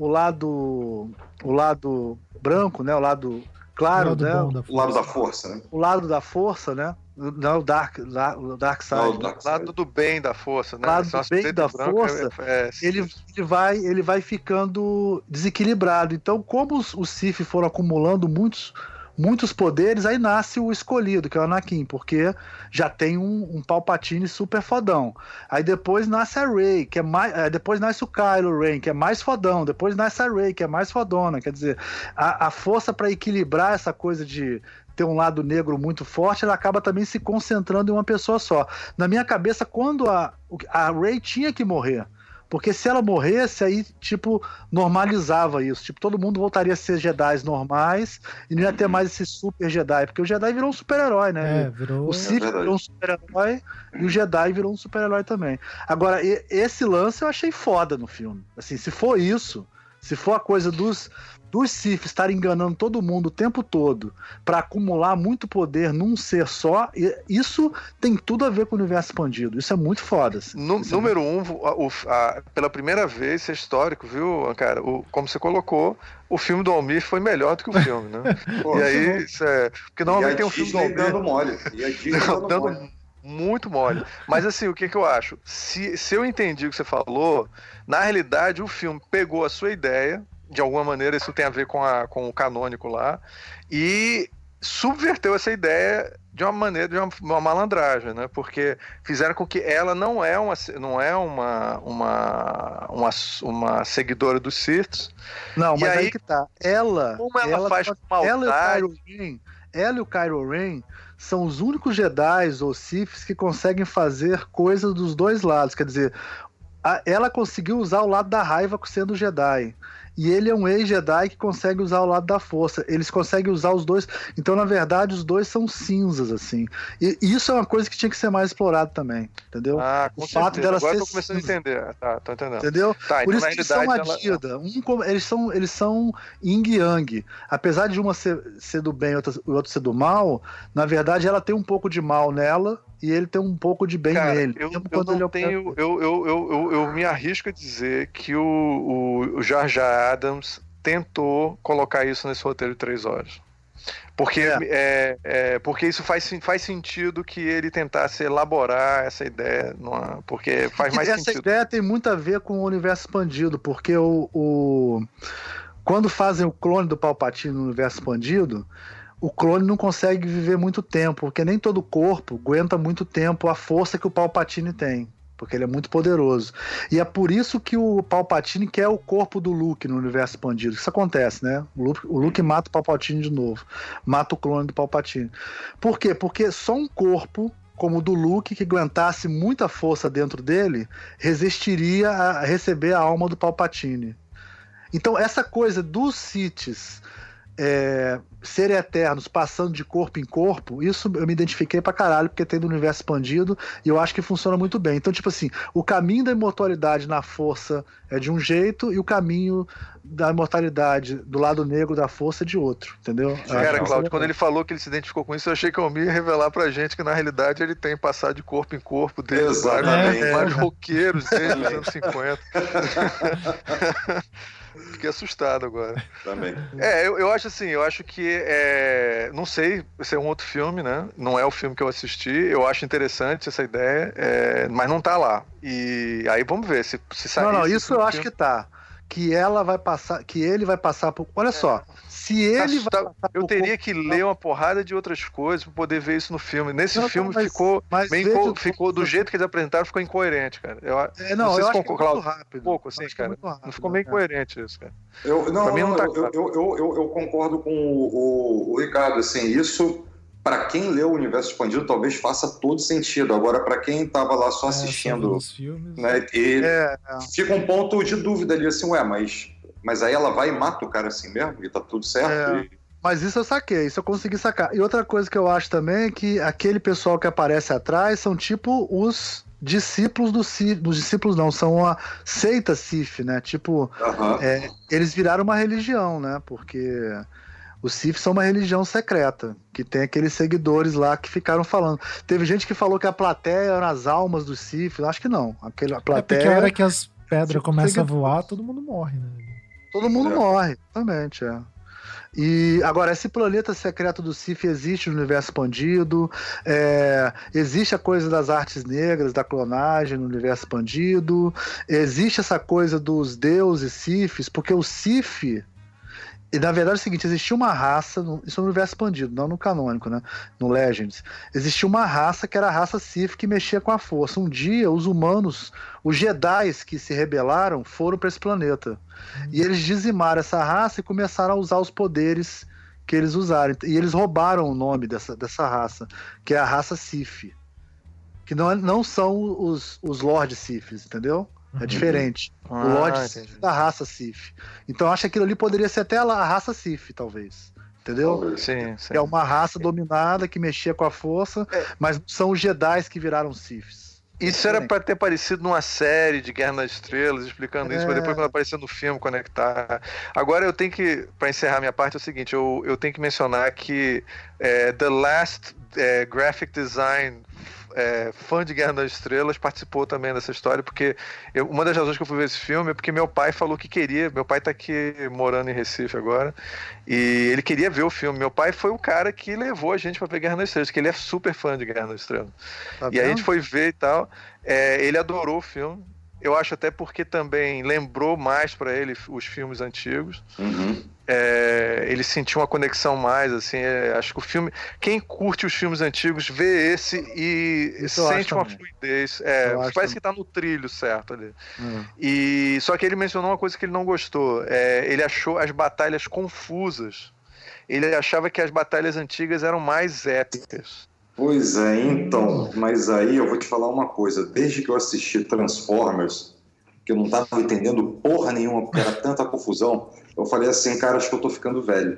branco, né, o lado claro, né, o lado da força, né? O lado da força, né? Não, o Dark Side. Não, o lado do bem da força, né? O lado do bem da força, ele vai ficando desequilibrado. Então, como os Sith foram acumulando muitos poderes, aí nasce o escolhido, que é o Anakin, porque já tem um Palpatine super fodão. Aí depois nasce a Rey, que é mais. Depois nasce o Kylo Ren, que é mais fodão. Depois nasce a Rey, que é mais fodona. Quer dizer, a força para equilibrar essa coisa de ter um lado negro muito forte, ela acaba também se concentrando em uma pessoa só. Na minha cabeça, quando a Rey tinha que morrer, porque se ela morresse, aí, tipo, normalizava isso. Tipo, todo mundo voltaria a ser Jedi normais e não ia ter mais esse super Jedi, porque o Jedi virou um super-herói, né? O Sith virou um super-herói e o Jedi virou um super-herói também. Agora, esse lance eu achei foda no filme. Assim, se for isso, se for a coisa dos Sith estarem enganando todo mundo o tempo todo para acumular muito poder num ser só, isso tem tudo a ver com o universo expandido. Isso é muito foda. Número 1, pela primeira vez, isso é histórico, viu, cara? Como você colocou, o filme do Almir foi melhor do que o filme, né? E aí, porque normalmente tem um filme do Almir dando mole. E a Disney dando mole. Muito mole. Mas assim, o que eu acho? Se eu entendi o que você falou, na realidade o filme pegou a sua ideia, de alguma maneira isso tem a ver com o canônico lá, e subverteu essa ideia de uma maneira, de uma malandragem, né? Porque fizeram com que ela não é uma seguidora dos Sith. Não, mas aí que tá. Como ela faz com maldade... Ela e o Kylo Ren são os únicos Jedi ou Siths que conseguem fazer coisas dos dois lados. Quer dizer, ela conseguiu usar o lado da raiva sendo Jedi. E ele é um ex-Jedi que consegue usar o lado da força. Eles conseguem usar os dois. Então, na verdade, os dois são cinzas, assim. E isso é uma coisa que tinha que ser mais explorado também, entendeu? Com o fato dela agora ser eu tô começando cinza. A entender. Tô entendendo. Entendeu? Tá, por então, isso que são Adida. Eles são yin e yang. Apesar de uma ser do bem e o outro ser do mal, na verdade, ela tem um pouco de mal nela e ele tem um pouco de bem nele. Eu me arrisco a dizer que o Jar Jar Adams tentou colocar isso nesse roteiro de 3 horas. Porque, porque isso faz sentido que ele tentasse elaborar essa ideia, porque faz mais sentido. Essa ideia tem muito a ver com o universo expandido, porque quando fazem o clone do Palpatine no universo expandido, o clone não consegue viver muito tempo, porque nem todo corpo aguenta muito tempo a força que o Palpatine tem, porque ele é muito poderoso. E é por isso que o Palpatine quer o corpo do Luke no universo expandido. Isso acontece, né? O Luke mata o Palpatine de novo, mata o clone do Palpatine. Por quê? Porque só um corpo como o do Luke, que aguentasse muita força dentro dele, resistiria a receber a alma do Palpatine. Então essa coisa dos Siths serem eternos, passando de corpo em corpo, isso eu me identifiquei pra caralho, porque tem do universo expandido, e eu acho que funciona muito bem. Então, tipo assim, o caminho da imortalidade na força é de um jeito, e o caminho da imortalidade do lado negro da força é de outro, entendeu? Cara, Cláudio, quando ele falou que ele se identificou com isso, eu achei que o Almir ia revelar pra gente que, na realidade, ele tem passado de corpo em corpo dele, vários roqueiros dele nos anos 50. Fiquei assustado agora. Também. Eu acho assim, eu acho que não sei, esse é um outro filme, né? Não é o filme que eu assisti. Eu acho interessante essa ideia, mas não tá lá. E aí vamos ver se sair. Não, isso eu acho que tá. que ela vai passar, que ele vai passar por. Olha só, se ele vai passar eu por teria que ler uma porrada de outras coisas para poder ver isso no filme. Nesse filme ficou do jeito que eles apresentaram, ficou incoerente, cara. Eu não sei se concorda, é muito rápido. Um pouco assim, cara. Rápido, não ficou meio incoerente isso, cara. Eu concordo com o Ricardo, assim, isso para quem leu o Universo Expandido talvez faça todo sentido. Agora, para quem estava lá só assistindo, filmes, né, fica um ponto de dúvida ali, assim, mas aí ela vai e mata o cara assim mesmo, e tá tudo certo. Mas isso eu saquei, isso eu consegui sacar. E outra coisa que eu acho também é que aquele pessoal que aparece atrás são tipo os discípulos do Sith. Dos discípulos não, são a seita Sith, né? Tipo, eles viraram uma religião, né? Porque os Sith são uma religião secreta, que tem aqueles seguidores lá que ficaram falando. Teve gente que falou que a plateia eram as almas dos Sith, eu acho que não. A plateia, porque a hora que as pedras começam a voar, todo mundo morre, né? Todo mundo morre, realmente, E agora, esse planeta secreto do Sith existe no Universo Expandido, existe a coisa das artes negras, da clonagem no Universo Expandido, existe essa coisa dos deuses Siths, porque o Sith... E na verdade é o seguinte, existia uma raça, isso no Universo Expandido, não no canônico, né? No Legends. Existia uma raça que era a raça Sith que mexia com a força. Um dia, os humanos, os Jedis que se rebelaram, foram para esse planeta. E eles dizimaram essa raça e começaram a usar os poderes que eles usaram. E eles roubaram o nome dessa raça, que é a raça Sith. Que não são os Lord Siths, entendeu? É diferente. O Lord Sith da raça Sith. Então eu acho que aquilo ali poderia ser até a raça Sith, talvez. Entendeu? Sim. É uma raça dominada que mexia com a força, mas não são os Jedi que viraram Siths. Isso era para ter aparecido numa série de Guerra nas Estrelas, explicando isso, para depois quando aparecer no filme conectar. Agora eu tenho que, para encerrar minha parte, é o seguinte, eu tenho que mencionar que The Last Graphic Design fã de Guerra nas Estrelas participou também dessa história, porque uma das razões que eu fui ver esse filme é porque meu pai falou que queria. Meu pai tá aqui morando em Recife agora e ele queria ver o filme. Meu pai foi o cara que levou a gente pra ver Guerra nas Estrelas, que ele é super fã de Guerra nas Estrelas. E aí a gente foi ver e tal. Ele adorou o filme. Eu acho até porque também lembrou mais pra ele os filmes antigos. Ele sentiu uma conexão mais, assim, acho que o filme, quem curte os filmes antigos vê esse e sente uma fluidez, parece que tá no trilho certo ali. E só que ele mencionou uma coisa que ele não gostou, ele achou as batalhas confusas, ele achava que as batalhas antigas eram mais épicas. Pois é, então, mas aí eu vou te falar uma coisa, desde que eu assisti Transformers, que eu não tava entendendo porra nenhuma, porque era tanta confusão, eu falei assim, cara, acho que eu tô ficando velho.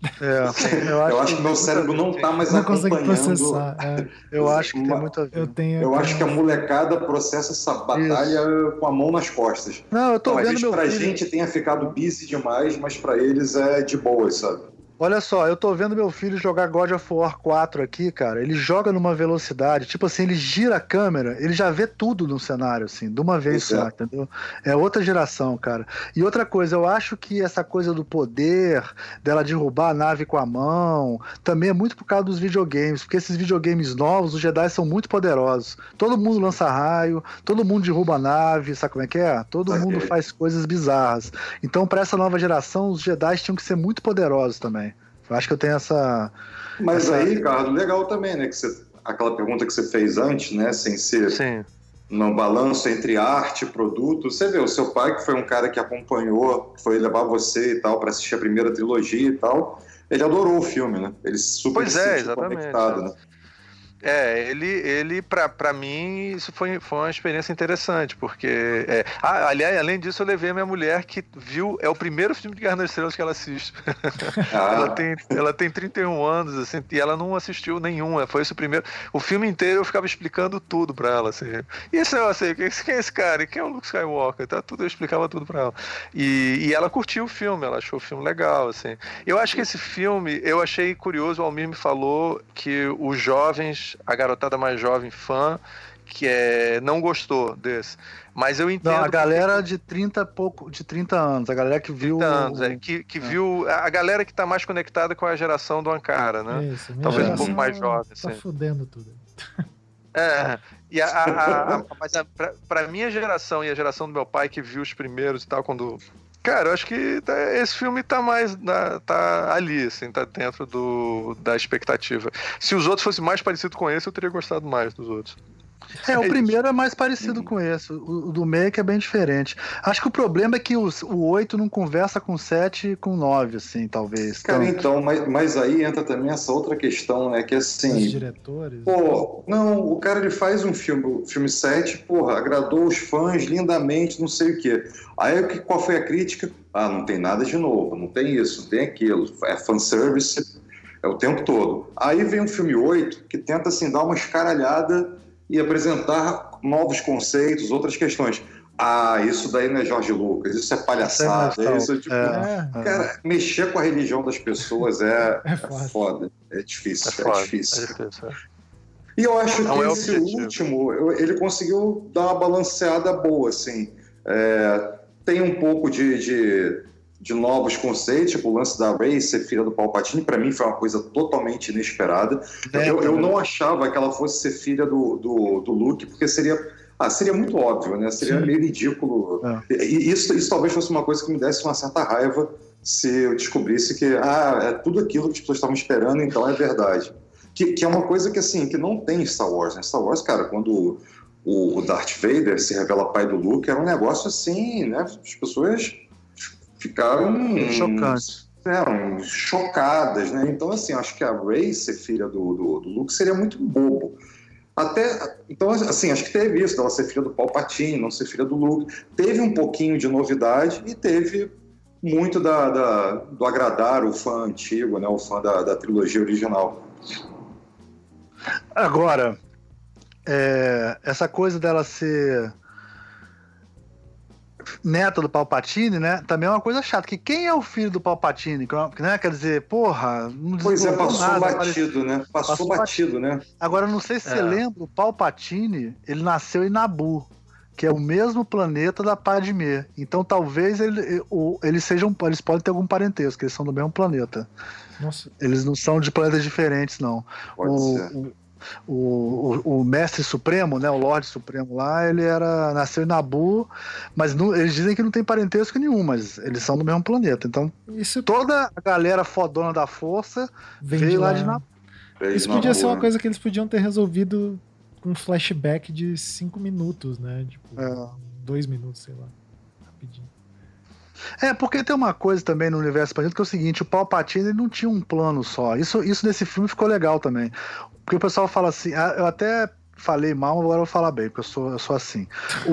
Eu acho que meu cérebro não tá mais acompanhando. Processar, eu acho que tem muito a ver. Eu acho que a molecada processa essa batalha com a mão nas costas. Não, eu tô vendo talvez pra gente tenha ficado busy demais, mas pra eles é de boa, sabe? Olha só, eu tô vendo meu filho jogar God of War 4 aqui, cara. Ele joga numa velocidade, tipo assim, ele gira a câmera, ele já vê tudo no cenário, assim, de uma vez só, entendeu? É outra geração, cara. E outra coisa, eu acho que essa coisa do poder, dela derrubar a nave com a mão, também é muito por causa dos videogames, porque esses videogames novos, os Jedi são muito poderosos. Todo mundo lança raio, todo mundo derruba a nave, sabe como é que é? Todo mundo faz coisas bizarras. Então, pra essa nova geração, os Jedi tinham que ser muito poderosos também. Eu acho que eu tenho essa... Mas aí, Ricardo, legal também, né? Aquela pergunta que você fez antes, né? Sem ser no balanço entre arte e produto. Você vê, o seu pai, que foi um cara que acompanhou, foi levar você e tal para assistir a primeira trilogia e tal, ele adorou o filme, né? Ele super se sentiu conectado, né? Ele pra mim, isso foi uma experiência interessante, porque... aliás, além disso, eu levei a minha mulher que viu... É o primeiro filme de Guerra nas Estrelas que ela assiste. Ela tem 31 anos, assim, e ela não assistiu nenhum. Foi esse o primeiro... O filme inteiro eu ficava explicando tudo pra ela, assim. E esse negócio aí, quem é esse cara? Quem é o Luke Skywalker? Tá, tudo, eu explicava tudo pra ela. E ela curtiu o filme, ela achou o filme legal, assim. Eu acho que esse filme, eu achei curioso, o Almir me falou que os jovens... A garotada mais jovem, fã, que não gostou desse. Mas eu entendo... Não, a galera de 30 anos, a galera que viu... 30 anos, que viu... A galera que tá mais conectada com a geração do Ankara, né? Isso, talvez um pouco mais jovem. Tá fudendo tudo. Mas pra minha geração e a geração do meu pai, que viu os primeiros e tal, quando Cara, eu acho que esse filme tá mais. Tá ali, assim, tá dentro da expectativa. Se os outros fossem mais parecidos com esse, eu teria gostado mais dos outros. O primeiro é mais parecido com esse. O do meio que é bem diferente. Acho que o problema é que o 8 não conversa com o 7 e com o 9, assim, talvez. Cara, então, mas aí entra também essa outra questão, né? Que assim. Os diretores. Pô, não, o cara ele faz um filme, o filme 7, porra, agradou os fãs lindamente, não sei o quê. Aí qual foi a crítica? Ah, não tem nada de novo, não tem isso, não tem aquilo. É fanservice o tempo todo. Aí vem o filme 8, que tenta assim dar uma escaralhada e apresentar novos conceitos, outras questões. Ah, isso daí não é George Lucas, isso é palhaçada. Isso é tipo, cara, mexer com a religião das pessoas é foda, é difícil. É difícil. E eu acho que esse último, ele conseguiu dar uma balanceada boa, assim. Tem um pouco de novos conceitos, tipo o lance da Rey ser filha do Palpatine, para mim foi uma coisa totalmente inesperada. Eu não achava que ela fosse ser filha do Luke, porque seria muito óbvio, né? Seria meio ridículo. E isso talvez fosse uma coisa que me desse uma certa raiva se eu descobrisse que é tudo aquilo que as pessoas estavam esperando, então é verdade. Que é uma coisa que, assim, que não tem em Star Wars, né? Star Wars, cara, quando o Darth Vader se revela pai do Luke, era um negócio assim, né? As pessoas ficaram chocantes. Chocadas, né? Então, assim, acho que a Rey ser filha do Luke seria muito bobo. Então, assim, acho que teve isso, dela ser filha do Palpatine, não ser filha do Luke. Teve um pouquinho de novidade e teve muito do agradar o fã antigo, né? O fã da trilogia original. Agora, essa coisa dela ser neta do Palpatine, né? Também é uma coisa chata, que quem é o filho do Palpatine, né? Quer dizer, porra, não passou nada, batido, né? Passou batido, né? Agora, não sei se você lembra, o Palpatine, ele nasceu em Naboo, que é o mesmo planeta da Padmé. Então, talvez eles podem ter algum parentesco, eles são do mesmo planeta. Nossa. Eles não são de planetas diferentes, não. Pode ser. O Mestre Supremo, né, o Lorde Supremo lá, ele nasceu em Naboo, mas eles dizem que não tem parentesco nenhum, mas eles são do mesmo planeta. Então, toda a galera fodona da Força veio lá de Naboo. Isso podia ser uma coisa que eles podiam ter resolvido com um flashback de 5 minutos, né? Tipo, 2 minutos, sei lá. Rapidinho. Porque tem uma coisa também no universo expandido que é o seguinte, o Palpatine ele não tinha um plano só. Isso nesse filme ficou legal também. Porque o pessoal fala assim, eu até falei mal, agora eu vou falar bem, porque eu sou assim.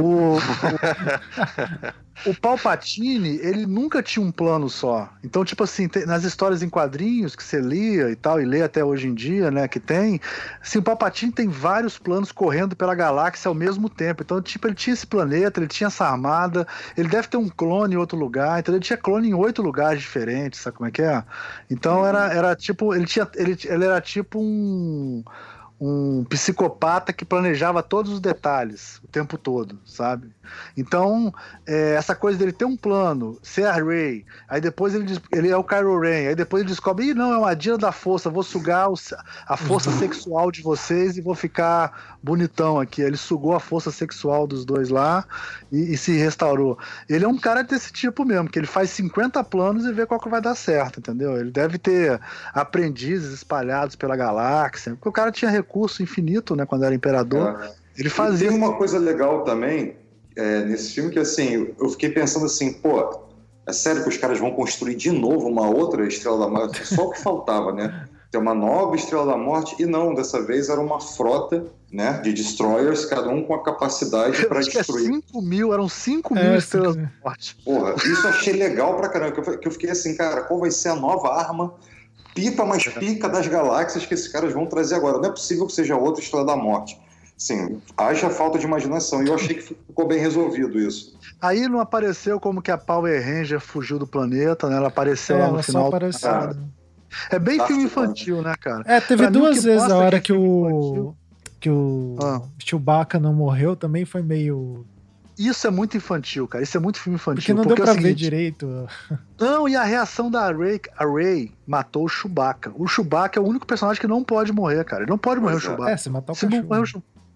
O Palpatine, ele nunca tinha um plano só. Então, tipo assim, nas histórias em quadrinhos que você lia e tal, e lê até hoje em dia, né, que tem, assim, o Palpatine tem vários planos correndo pela galáxia ao mesmo tempo. Então, tipo, ele tinha esse planeta, ele tinha essa armada, ele deve ter um clone em outro lugar, então ele tinha clone em 8 lugares diferentes, sabe como é que é? Então, era tipo, ele era tipo um psicopata que planejava todos os detalhes o tempo todo, sabe? Então, essa coisa dele ter um plano, ser a Rey, aí depois ele é o Kylo Ren, aí depois ele descobre, não, é uma Dina da Força, vou sugar a força sexual de vocês e vou ficar bonitão aqui. Ele sugou a força sexual dos dois lá e se restaurou. Ele é um cara desse tipo mesmo, que ele faz 50 planos e vê qual que vai dar certo, entendeu? Ele deve ter aprendizes espalhados pela galáxia, porque o cara tinha recurso infinito, né, quando era imperador. Ele fazia. E tem uma coisa legal também nesse filme que, assim, eu fiquei pensando assim, pô, é sério que os caras vão construir de novo uma outra Estrela da Morte? Só o que faltava, né? Ter uma nova Estrela da Morte, e não, dessa vez era uma frota, né, de destroyers, cada um com a capacidade para destruir. Eram 5 mil Estrelas da Morte. Porra, isso eu achei legal pra caramba, que eu fiquei assim, cara, qual vai ser a nova arma pica mais pica das galáxias que esses caras vão trazer agora? Não é possível que seja outra Estrela da Morte. Sim, haja falta de imaginação. E eu achei que ficou bem resolvido isso. Aí não apareceu como que a Power Ranger fugiu do planeta, né? Ela apareceu lá no final. É bem filme infantil, né, cara? Teve duas vezes a hora que o Chewbacca não morreu, também foi meio... Isso é muito infantil, cara. Isso é muito filme infantil. Porque não deu pra ver direito. Não, e a reação da Rey, a Rey matou o Chewbacca. O Chewbacca é o único personagem que não pode morrer, cara. Ele não pode morrer o Chewbacca. Se matar o cachorro.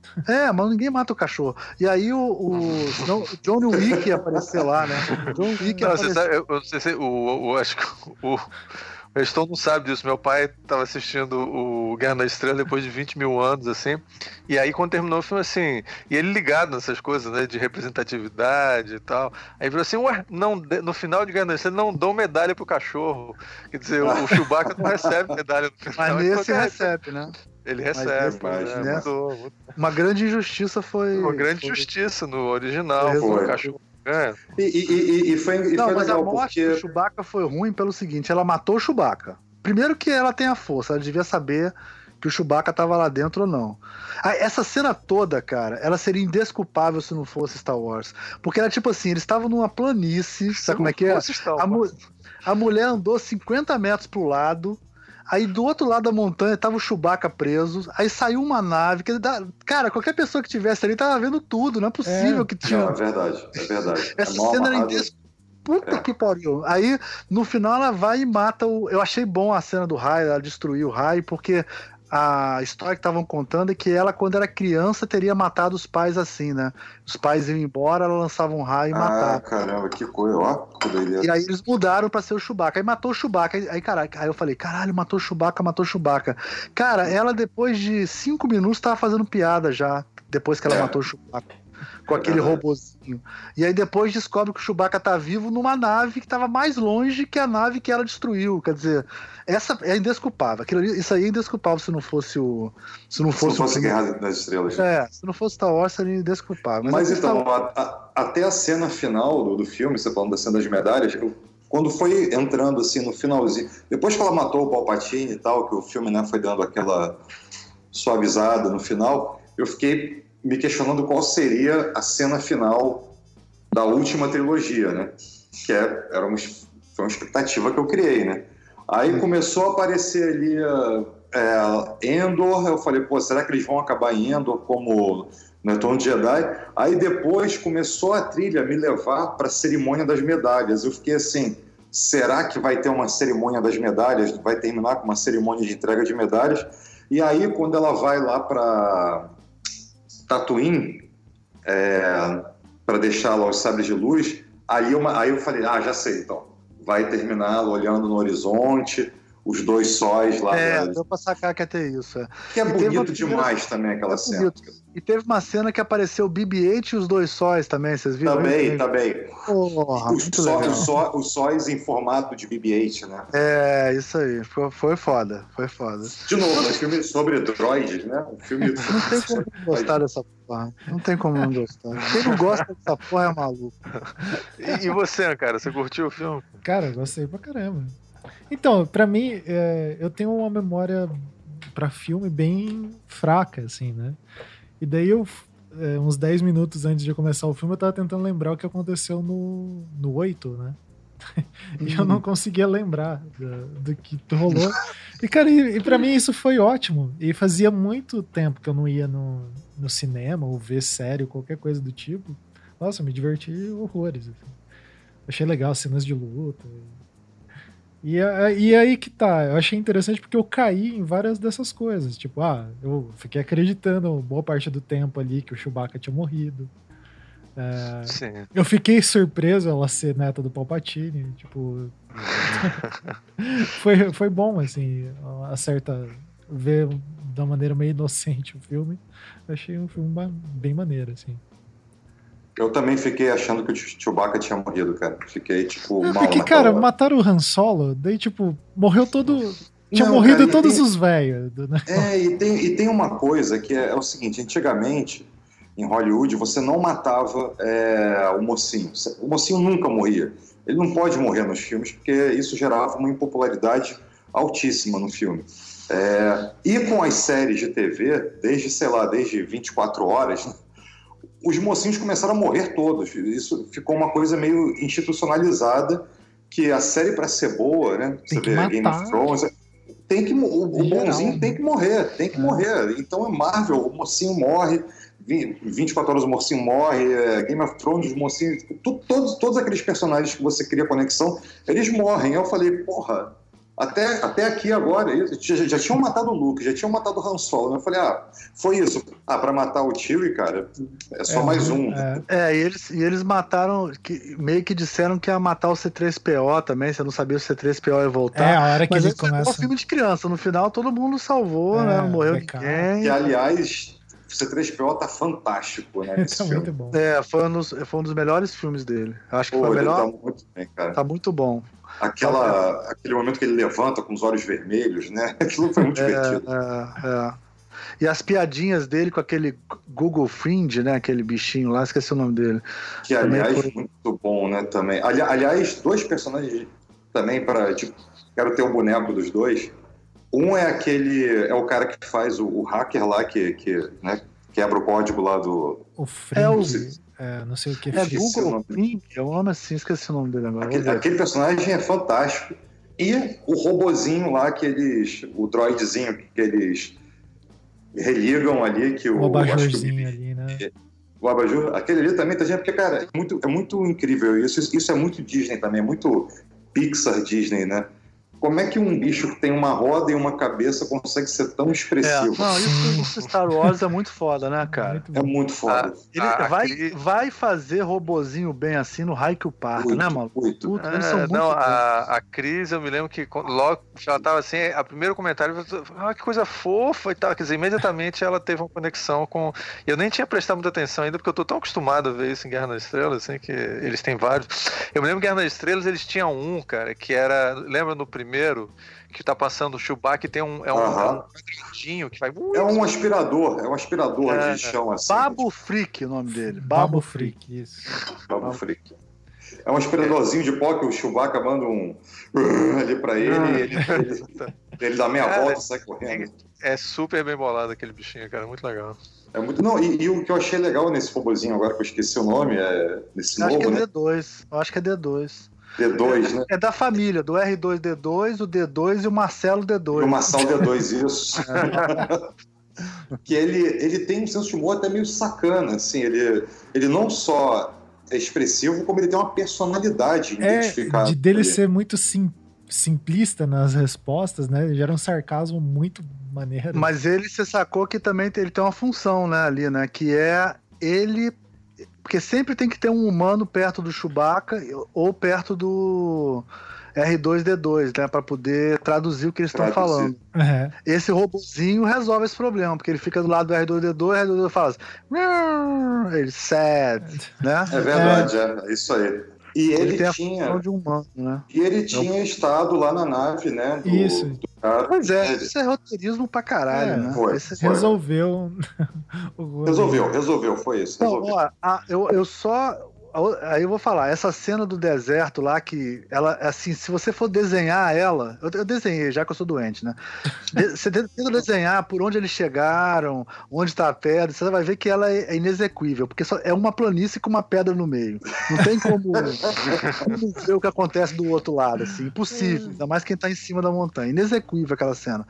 Mas ninguém mata o cachorro. E aí o John Wick ia aparecer lá, né? O John Wick ia aparecer. Você sabe, eu não sei se acho que o Estou não sabe disso. Meu pai tava assistindo o Guerra na Estrela depois de 20 mil anos, assim. E aí, quando terminou o filme, assim... E ele ligado nessas coisas, né? De representatividade e tal. Aí falou assim, ué, não, no final de Guerra na Estrela, não dão medalha pro cachorro. Quer dizer, o Chewbacca não recebe medalha no final. Mas nesse recebe, né? Ele recebe. Uma grande injustiça foi... Uma grande injustiça no original. O cachorro... E foi mas legal, a morte do Chewbacca foi ruim pelo seguinte, ela matou o Chewbacca. Primeiro que ela tem a força, ela devia saber que o Chewbacca tava lá dentro ou não. Essa cena toda, cara, ela seria indesculpável se não fosse Star Wars. Porque era tipo assim, eles estavam numa planície, sabe como é que é? A mulher andou 50 metros pro lado, aí do outro lado da montanha tava o Chewbacca preso, aí saiu uma nave, cara, qualquer pessoa que tivesse ali tava vendo tudo, não é possível que tinha... Não, é verdade. Essa cena era indesculpável. Puta que pariu. Aí, no final, ela vai e mata o... Eu achei bom a cena do raio, ela destruiu o raio, porque a história que estavam contando é que ela, quando era criança, teria matado os pais assim, né? Os pais iam embora, ela lançava um raio e matava. Caramba, que coisa, ó. E aí eles mudaram pra ser o Chewbacca. Aí matou o Chewbacca. Aí eu falei, caralho, matou o Chewbacca. Cara, ela depois de 5 minutos tava fazendo piada já, depois que ela matou o Chewbacca. Com aquele robozinho. E aí depois descobre que o Chewbacca tá vivo numa nave que tava mais longe que a nave que ela destruiu. Quer dizer, essa é indesculpável. Isso aí é indesculpável se não fosse o... Se não fosse Guerra das Estrelas. Se não fosse Star Wars, seria indesculpável. Mas então, até a cena final do filme, você falando da cena das medalhas, quando foi entrando assim no finalzinho, depois que ela matou o Palpatine e tal, que o filme, né, foi dando aquela suavizada no final, eu fiquei me questionando qual seria a cena final da última trilogia, né? Que foi uma expectativa que eu criei, né? Aí começou a aparecer ali Endor, eu falei, pô, será que eles vão acabar em Endor como no Retorno de Jedi? Aí depois começou a trilha me levar para a cerimônia das medalhas. Eu fiquei assim, será que vai ter uma cerimônia das medalhas? Vai terminar com uma cerimônia de entrega de medalhas? E aí, quando ela vai lá para Tatooine, para deixar lá os sabres de luz, aí eu falei, já sei, então. Vai terminar olhando no horizonte, os dois sóis lá. Deu pra sacar que ia ter isso. Que é bonito demais também aquela cena. E teve uma cena que apareceu o BB-8 e os dois sóis também, vocês viram? Também. Porra, os sóis em formato de BB-8, né? Isso aí. Foi foda. De novo, um filme sobre droids, né? Um filme... Não tem como não gostar dessa porra. Não tem como não gostar. Quem não gosta dessa porra é maluco. E você, cara? Você curtiu o filme? Cara, gostei pra caramba. Então, pra mim, eu tenho uma memória pra filme bem fraca, assim, né? E daí uns 10 minutos antes de começar o filme, eu tava tentando lembrar o que aconteceu no 8, né? E eu não conseguia lembrar do que rolou. E, cara, pra mim isso foi ótimo. E fazia muito tempo que eu não ia no cinema ou ver série, qualquer coisa do tipo. Nossa, eu me diverti horrores. Assim. Achei legal as cenas de luta. E aí que tá, eu achei interessante porque eu caí em várias dessas coisas. Tipo, eu fiquei acreditando boa parte do tempo ali que o Chewbacca tinha morrido. Sim. Eu fiquei surpreso ela ser neta do Palpatine. Tipo, foi bom, assim, ver da maneira meio inocente o filme. Eu achei um filme bem maneiro, assim. Eu também fiquei achando que o Chewbacca tinha morrido, cara. Fiquei, tipo, mal. Porque, cara, mataram o Han Solo, daí, tipo, morreu todo... Tinha morrido cara, todos os velhos. Né? E tem uma coisa que é o seguinte, antigamente, em Hollywood, você não matava o mocinho. O mocinho nunca morria. Ele não pode morrer nos filmes, porque isso gerava uma impopularidade altíssima no filme. E com as séries de TV, desde 24 horas... os mocinhos começaram a morrer todos. Isso ficou uma coisa meio institucionalizada, que a série, para ser boa, né? Você vê Game of Thrones, o bonzinho tem que morrer, Então é Marvel, o mocinho morre, 24 horas o mocinho morre, Game of Thrones, os mocinhos, todos aqueles personagens que você cria conexão, eles morrem. Eu falei, porra, Até aqui agora, já tinham matado o Luke, já tinham matado o Han Solo. Eu falei, foi isso. Pra matar o Chewie, cara, é só mais um. E eles mataram, meio que disseram que ia matar o C-3PO também, você não sabia se o C-3PO ia voltar. A hora que ele começa... É um filme de criança, no final todo mundo salvou, né? Não morreu ninguém. E, aliás, o C-3PO tá fantástico, né? Tá muito bom. Foi um dos melhores filmes dele. Acho que foi o melhor. Tá muito bem, cara. Tá muito bom. Aquele momento que ele levanta com os olhos vermelhos, né? Aquilo foi muito divertido. E as piadinhas dele com aquele Google Friend, né? Aquele bichinho lá, esqueci o nome dele. Que, aliás, muito bom, né? Também. Aliás, 2 personagens também para quero ter o boneco dos 2. Um é o cara que faz o hacker lá, que né, quebra o código lá do... O Friend. Não sei o que. Google Friend, é um nome assim, esqueci o nome dele agora. Aquele personagem é fantástico. E o robozinho lá o droidzinho que eles religam ali, que o abajurzinho ali, né? O abajur, aquele ali também tá gente, porque, cara, é muito incrível isso é muito Disney também, é muito Pixar Disney, né? Como é que um bicho que tem uma roda e uma cabeça consegue ser tão expressivo? Isso Star Wars é muito foda, né, cara? É muito foda. Ele vai fazer robozinho bem assim no raio que o parta, né, mano? Eles são muito a Cris, eu me lembro que logo ela tava assim, o primeiro comentário, que coisa fofa e tal. Quer dizer, imediatamente ela teve uma conexão com... Eu nem tinha prestado muita atenção ainda, porque eu tô tão acostumado a ver isso em Guerra nas Estrelas, assim, que eles têm vários. Eu me lembro que Guerra nas Estrelas eles tinham um, cara, que era... Lembra no primeiro que tá passando o Chewbacca e tem um quadradinho que vai... É um aspirador de chão, assim. Babu Frick, o nome dele. Babu Frick, isso. Babu Frick. É um aspiradorzinho de pó que o Chewbacca manda um ali pra ele e ele dá meia volta e sai correndo. É super bem bolado aquele bichinho, cara, muito legal. É muito... Não, e o que eu achei legal nesse robozinho, agora que eu esqueci o nome, nesse novo, acho que é né? D2. Eu acho que é D2. D2, né? É da família, do R2D2, o D2 e o Marcelo D2. E o Marcelo D2, isso. Que ele tem um senso de humor até meio sacana, assim, ele não só é expressivo, como ele tem uma personalidade identificada. Dele ser muito simplista nas respostas, né? Ele gera um sarcasmo muito maneiro. Mas você sacou que também ele tem uma função, né, ali, né? Que é ele... Porque sempre tem que ter um humano perto do Chewbacca ou perto do R2D2, né? Pra poder traduzir o que eles estão falando. Uhum. Esse robozinho resolve esse problema, porque ele fica do lado do R2D2, o R2D2 fala assim, ele sad, né? É verdade, é isso aí. E ele tem tinha a função de humano, né? E ele tinha estado lá na nave, né? Isso. Pois isso é roteirismo pra caralho, né? Foi. Resolveu. Resolveu, foi isso. Então, eu só... Aí eu vou falar, essa cena do deserto lá, que ela, assim, se você for desenhar ela, eu desenhei, já que eu sou doente, né? Você tenta desenhar por onde eles chegaram, onde está a pedra, você vai ver que ela é inexequível, porque só é uma planície com uma pedra no meio. Não tem como ver o que acontece do outro lado, assim, impossível, ainda mais quem está em cima da montanha. Inexequível aquela cena.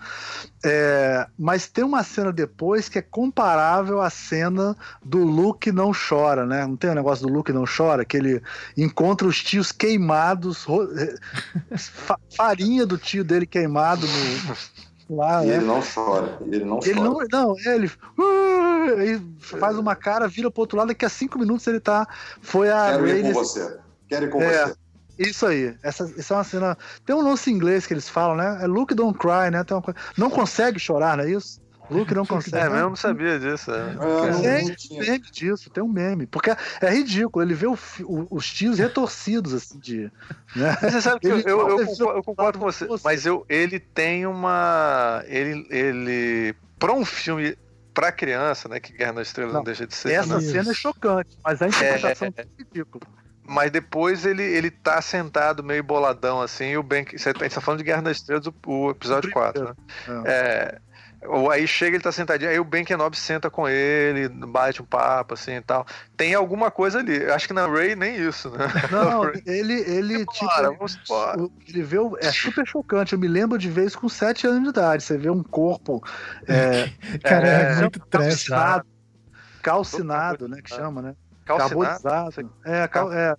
Mas tem uma cena depois que é comparável à cena do Luke não chora, né? Não tem o negócio do Luke não chora, que ele encontra os tios queimados, farinha do tio dele queimado lá, e né? Ele não chora. Ele faz uma cara, vira pro outro lado, daqui a 5 minutos ele tá... Quero ir com você. Isso aí. Essa é uma cena... Tem um lance em inglês que eles falam, né? É Luke don't cry, né? Não consegue chorar, não é isso? Luke não consegue. Mas eu não sabia disso. Tem meme disso, tem um meme. Porque é ridículo, ele vê os tios retorcidos, assim, né? Mas você sabe que eu concordo com você, mas ele tem uma... Ele para um filme pra criança, né, que Guerra nas Estrelas não deixa de ser. Essa cena é chocante, mas a interpretação é ridícula. Mas depois ele tá sentado meio boladão, assim, e o Ben... A gente tá falando de Guerra nas Estrelas, o episódio 4, né? Aí chega, ele tá sentadinho, aí o Ben Kenobi senta com ele, bate um papo, assim, e tal. Tem alguma coisa ali. Acho que na Rey nem isso, né? Não, ele ele vê é super chocante. Eu me lembro de ver isso com 7 anos de idade. Você vê um corpo cara, é muito trash. Calcinado, né, que chama, né? Calcinado?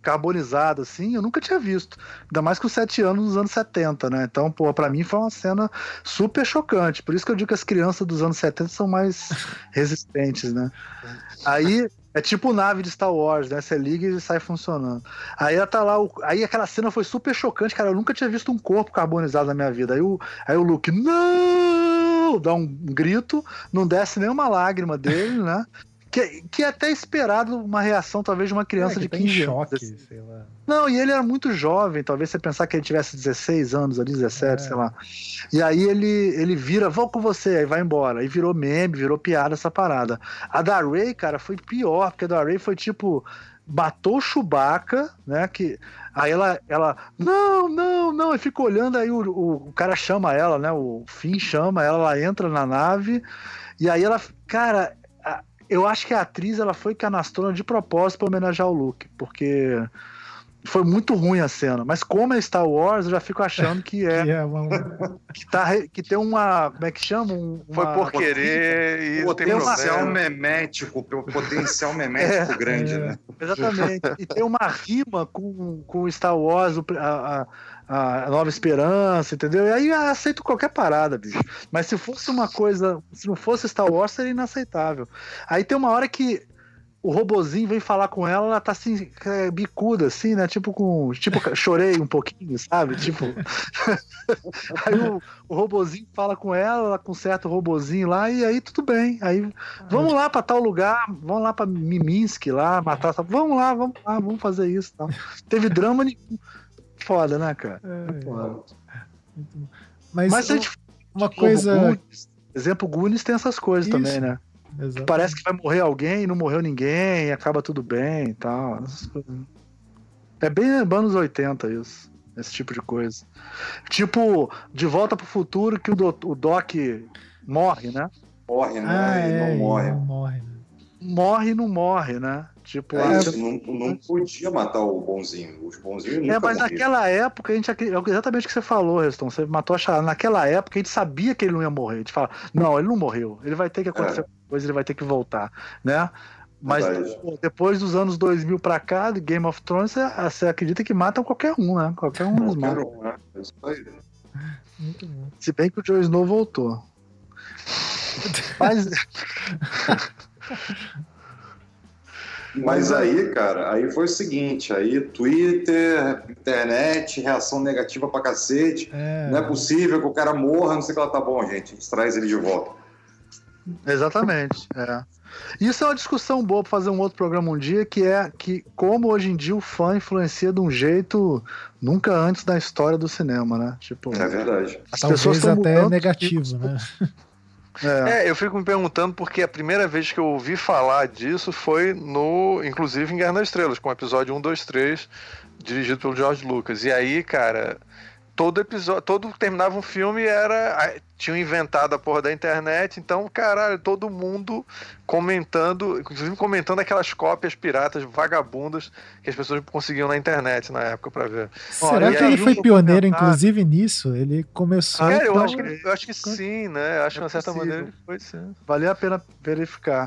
carbonizado, assim, eu nunca tinha visto. Ainda mais com 7 anos nos anos 70, né? Então, pô, pra mim foi uma cena super chocante. Por isso que eu digo que as crianças dos anos 70 são mais resistentes, né? Aí, é tipo nave de Star Wars, né? Você liga e sai funcionando. Aí ela tá lá, aí aquela cena foi super chocante, cara. Eu nunca tinha visto um corpo carbonizado na minha vida. Aí o Luke, não! Dá um grito, não desce nenhuma lágrima dele, né? Que é até esperado uma reação, talvez, de uma criança de 15 choque, anos. sei lá. Não, e ele era muito jovem, talvez você pensar que ele tivesse 16 anos ali, 17, sei lá. E aí ele vira, vou com você, aí vai embora. Aí virou meme, virou piada essa parada. A da Rey, cara, foi pior, porque a da Rey foi tipo, matou o Chewbacca, né, que... Aí ela não, e fica olhando, aí o cara chama ela, né, o Finn chama ela entra na nave, e aí ela, cara... Eu acho que a atriz ela foi canastrona de propósito para homenagear o Luke, porque foi muito ruim a cena. Mas como é Star Wars, eu já fico achando que que tem uma, como é que chama? Foi por querer e potencial memético, grande, né? Exatamente. E tem uma rima com Star Wars, a Nova Esperança, entendeu? E aí eu aceito qualquer parada, bicho. Mas se fosse uma coisa, se não fosse Star Wars, seria inaceitável. Aí tem uma hora que o robozinho vem falar com ela, ela tá assim, bicuda, assim, né? Tipo, chorei um pouquinho, sabe? Tipo. Aí o robozinho fala com ela conserta o robozinho lá, e aí tudo bem. Aí vamos lá pra tal lugar, vamos lá pra Miminsk lá, matar. Vamos lá, vamos fazer isso. Tal. Teve drama nenhum. Foda, né, cara? Mas a gente, uma coisa. Exemplo, Goonies tem essas coisas isso. Também, né? Exatamente. Parece que vai morrer alguém, não morreu ninguém, e acaba tudo bem e tal. É bem anos 80 isso, esse tipo de coisa. Tipo, De Volta pro Futuro, que o Doc morre, né? Morre, né? E não morre. Não morre, né? Morre e não morre, né? Tipo, não podia matar o bonzinho. Os bonzinhos nunca mas morriam. naquela época, exatamente o que você falou, Reston. Você matou a charada. Naquela época, a gente sabia que ele não ia morrer. A gente fala, não, ele não morreu. Ele vai ter que acontecer coisa, ele vai ter que voltar, né? Mas depois dos anos 2000 pra cá, de Game of Thrones, você acredita que matam qualquer um, né? Qualquer um nos mata. É isso aí. Muito bom. Se bem que o Jon Snow voltou. Mas aí, cara, aí foi o seguinte, aí Twitter, internet, reação negativa pra cacete, não é possível que o cara morra, não sei o que ela tá bom, gente, a gente traz ele de volta. Exatamente, Isso é uma discussão boa para fazer um outro programa um dia, que é que como hoje em dia o fã influencia de um jeito nunca antes da história do cinema, né? Tipo, é verdade. As pessoas estão até negativo, né? Eu fico me perguntando porque a primeira vez que eu ouvi falar disso foi inclusive em Guerra nas Estrelas, com o episódio 1, 2, 3, dirigido pelo George Lucas. E aí, cara, todo terminava um filme tinham inventado a porra da internet, então, caralho, todo mundo comentando, inclusive comentando aquelas cópias piratas vagabundas que as pessoas conseguiam na internet na época pra ver. Será que ele foi pioneiro, inclusive, nisso? Ele começou... Cara, eu acho que sim, né? Acho que de uma certa maneira ele foi sim. Valia a pena verificar.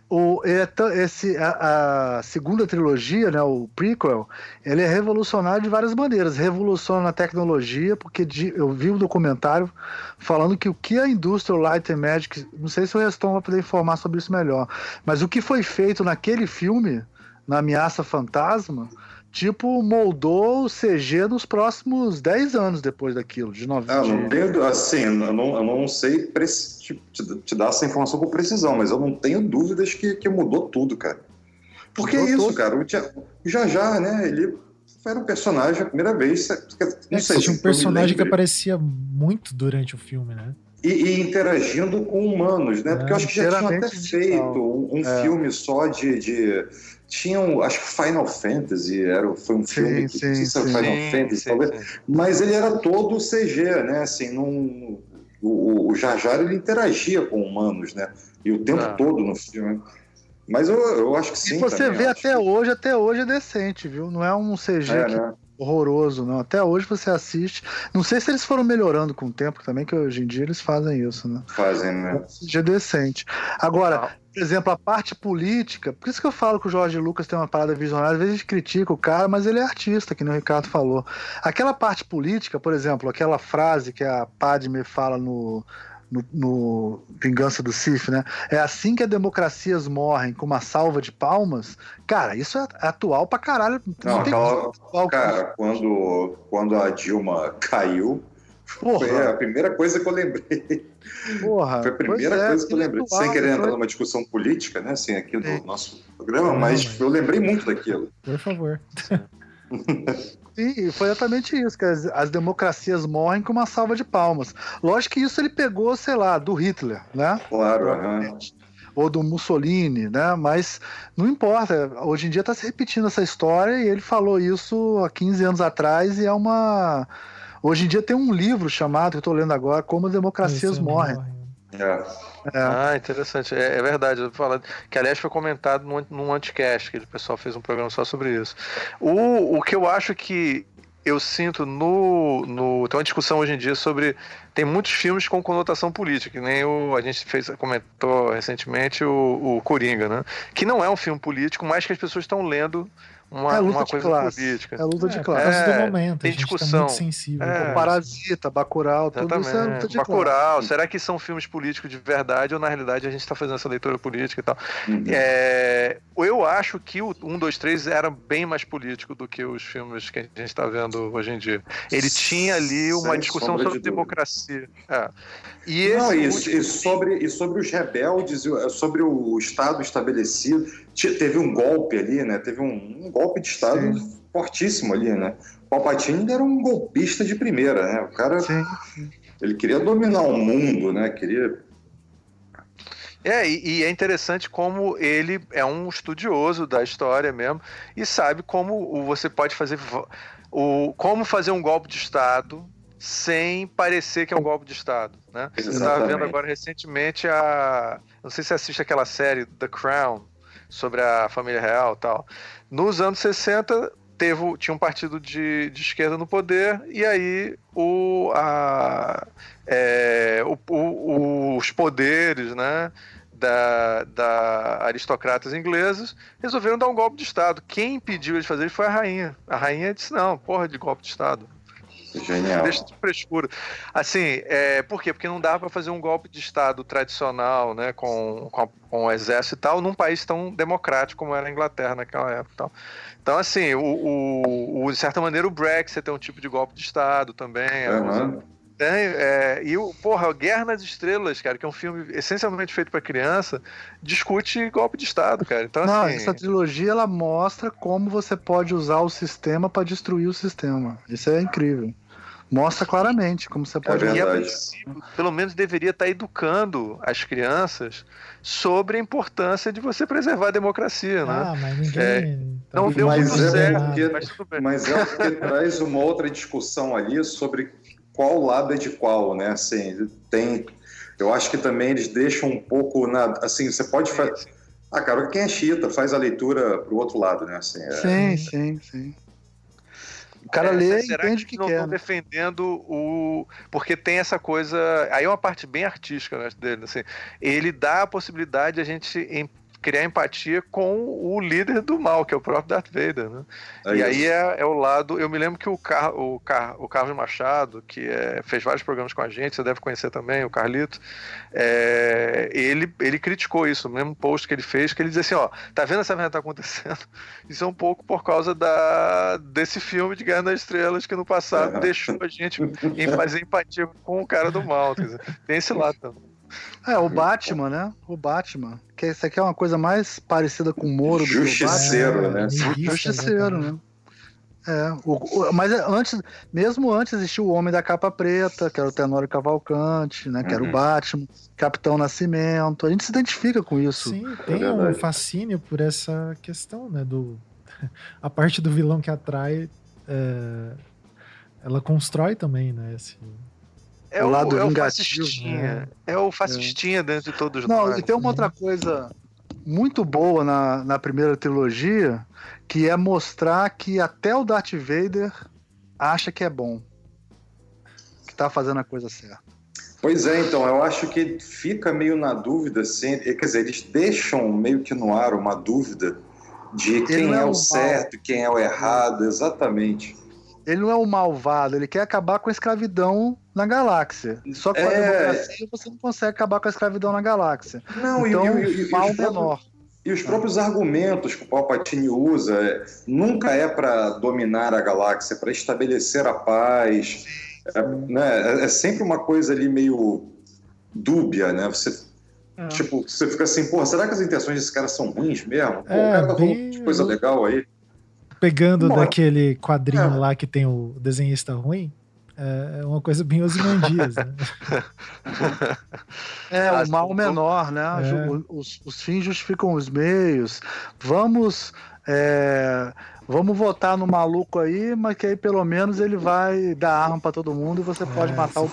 A segunda trilogia, né, o prequel, ele é revolucionário de várias maneiras. Revoluciona na tecnologia, porque eu vi um documentário falando que o que a Industrial Light and Magic, não sei se o Reston vai poder informar sobre isso melhor, mas o que foi feito naquele filme, na Ameaça Fantasma, tipo, moldou o CG nos próximos 10 anos depois daquilo, de 90. Eu não sei te dar essa informação com precisão, mas eu não tenho dúvidas que mudou tudo, cara. Porque é isso, cara, o Jar Jar, né, ele era um personagem a primeira vez. Tinha um personagem que aparecia muito durante o filme, né? E interagindo com humanos, né? Porque eu acho que já tinham até feito um filme só de tinham, acho que Final Fantasy foi um filme que Final Fantasy, talvez, mas ele era todo CG, né? Assim, o Jar Jar ele interagia com humanos, né? E o tempo todo no filme. Mas eu acho que sim. E você vê até hoje é decente, viu? Não é um CG horroroso, não. Até hoje você assiste. Não sei se eles foram melhorando com o tempo também, que hoje em dia eles fazem isso, né? Fazem, né? É decente. Agora, por exemplo, a parte política, por isso que eu falo que o Jorge Lucas tem uma parada visionária, às vezes a gente critica o cara, mas ele é artista, que nem o Ricardo falou. Aquela parte política, por exemplo, aquela frase que a Padme fala no Vingança do Sith, né? É assim que as democracias morrem, com uma salva de palmas. Cara, isso é atual pra caralho. Cara, quando a Dilma caiu, foi a primeira coisa que eu lembrei. Porra, foi a primeira coisa que eu lembrei. Sem querer entrar numa discussão política, né? Assim, aqui do nosso programa, mas eu lembrei muito daquilo. Por favor. Sim, foi exatamente isso, que as democracias morrem com uma salva de palmas. Lógico que isso ele pegou, sei lá, do Hitler, né? Claro, ou do Mussolini, né? Mas não importa, hoje em dia está se repetindo essa história e ele falou isso há 15 anos atrás e é uma... Hoje em dia tem um livro chamado, que eu estou lendo agora, Como as Democracias Morrem. Ah, interessante. É verdade. Eu falar que, aliás, foi comentado num Anticast, que o pessoal fez um programa só sobre isso. O que eu acho que eu sinto tem uma discussão hoje em dia sobre... Tem muitos filmes com conotação política, que nem a gente comentou recentemente o Coringa, né? Que não é um filme político, mas que as pessoas estão lendo uma coisa política. É luta de classe. Do momento, tem a gente discussão. Tá muito sensível. O Parasita, Bacurau, tudo isso é luta de Bacurau, classe. será que são filmes políticos de verdade ou na realidade a gente está fazendo essa leitura política e tal? Eu acho que o 1, 2, 3 era bem mais político do que os filmes que a gente está vendo hoje em dia. Ele tinha ali uma discussão sobre democracia. E sobre os rebeldes, sobre o Estado estabelecido. Teve um golpe ali, né? Teve um golpe de Estado fortíssimo ali, né? O Palpatine era um golpista de primeira, né? O cara, ele queria dominar o mundo, né? E é interessante como ele é um estudioso da história mesmo e sabe como você pode fazer como fazer um golpe de Estado sem parecer que é um golpe de Estado, né? Eu estava vendo agora recentemente não sei se você assiste aquela série The Crown, sobre a família real e tal. Nos anos 60 tinha um partido de esquerda no poder e aí os poderes, né, da aristocratas ingleses resolveram dar um golpe de Estado. Quem impediu eles de fazer foi a rainha. A rainha disse, não, porra de golpe de Estado. Genial. Deixa de frescura. Assim, por quê? Porque não dá para fazer um golpe de Estado tradicional, né, com o exército e tal, num país tão democrático como era a Inglaterra naquela época e tal. Então, assim, de certa maneira, o Brexit é um tipo de golpe de Estado também. Guerra nas Estrelas, cara, que é um filme essencialmente feito para criança, discute golpe de Estado, cara. Então, essa trilogia, ela mostra como você pode usar o sistema para destruir o sistema. Isso é incrível. Mostra claramente como você pode... pelo menos deveria estar educando as crianças sobre a importância de você preservar a democracia, né? Mas ninguém... não deu muito certo, mas é porque traz uma outra discussão ali sobre qual lado é de qual, né? Assim, eu acho que também eles deixam um pouco assim, você pode fazer... cara, quem é xiita faz a leitura pro outro lado, né? Assim, Sim. O cara lê e entende o que não quer. Estão defendendo porque tem essa coisa... Aí é uma parte bem artística, né, dele. Assim, ele dá a possibilidade de a gente criar empatia com o líder do mal, que é o próprio Darth Vader, né? Aí é o lado... Eu me lembro que o Carlos Machado, que fez vários programas com a gente, você deve conhecer também, o Carlito, ele criticou isso, no mesmo post que ele fez, que ele dizia assim, tá vendo essa merda que tá acontecendo? Isso é um pouco por causa desse filme de Guerra nas Estrelas, que no passado deixou a gente fazer empatia com o cara do mal. Quer dizer, tem esse lado também. O Batman, né? O Batman. Que isso aqui é uma coisa mais parecida com o Moro. Justiceiro, né? Justiceiro, né? Mas mesmo antes existiu o Homem da Capa Preta, que era o Tenório Cavalcante, né? Que era o Batman, Capitão Nascimento. A gente se identifica com isso. Sim, tem um fascínio por essa questão, né? A parte do vilão que atrai, ela constrói também, né? O lado o fascistinha. É o fascistinha dentro de todos nós. Não, e tem uma outra coisa muito boa na primeira trilogia, que é mostrar que até o Darth Vader acha que é bom, que tá fazendo a coisa certa. Pois é, então, eu acho que fica meio na dúvida, assim, quer dizer, eles deixam meio que no ar uma dúvida de quem é o certo, quem é o errado, exatamente. Ele não é o malvado, ele quer acabar com a escravidão na galáxia. Só que com a democracia você não consegue acabar com a escravidão na galáxia. Não, então, e mal menor. E os próprios argumentos que o Palpatine usa nunca é para dominar a galáxia, é para estabelecer a paz. É sempre uma coisa ali meio dúbia, né? Você fica assim, pô, será que as intenções desse cara são ruins mesmo? Pô, o cara tá falando de coisa legal aí. Pegando daquele quadrinho lá que tem o desenhista ruim, é uma coisa bem Ozymandias, né? O mal menor, né? Os fins justificam os meios. Vamos votar no maluco aí, mas que aí pelo menos ele vai dar arma pra todo mundo e você pode matar o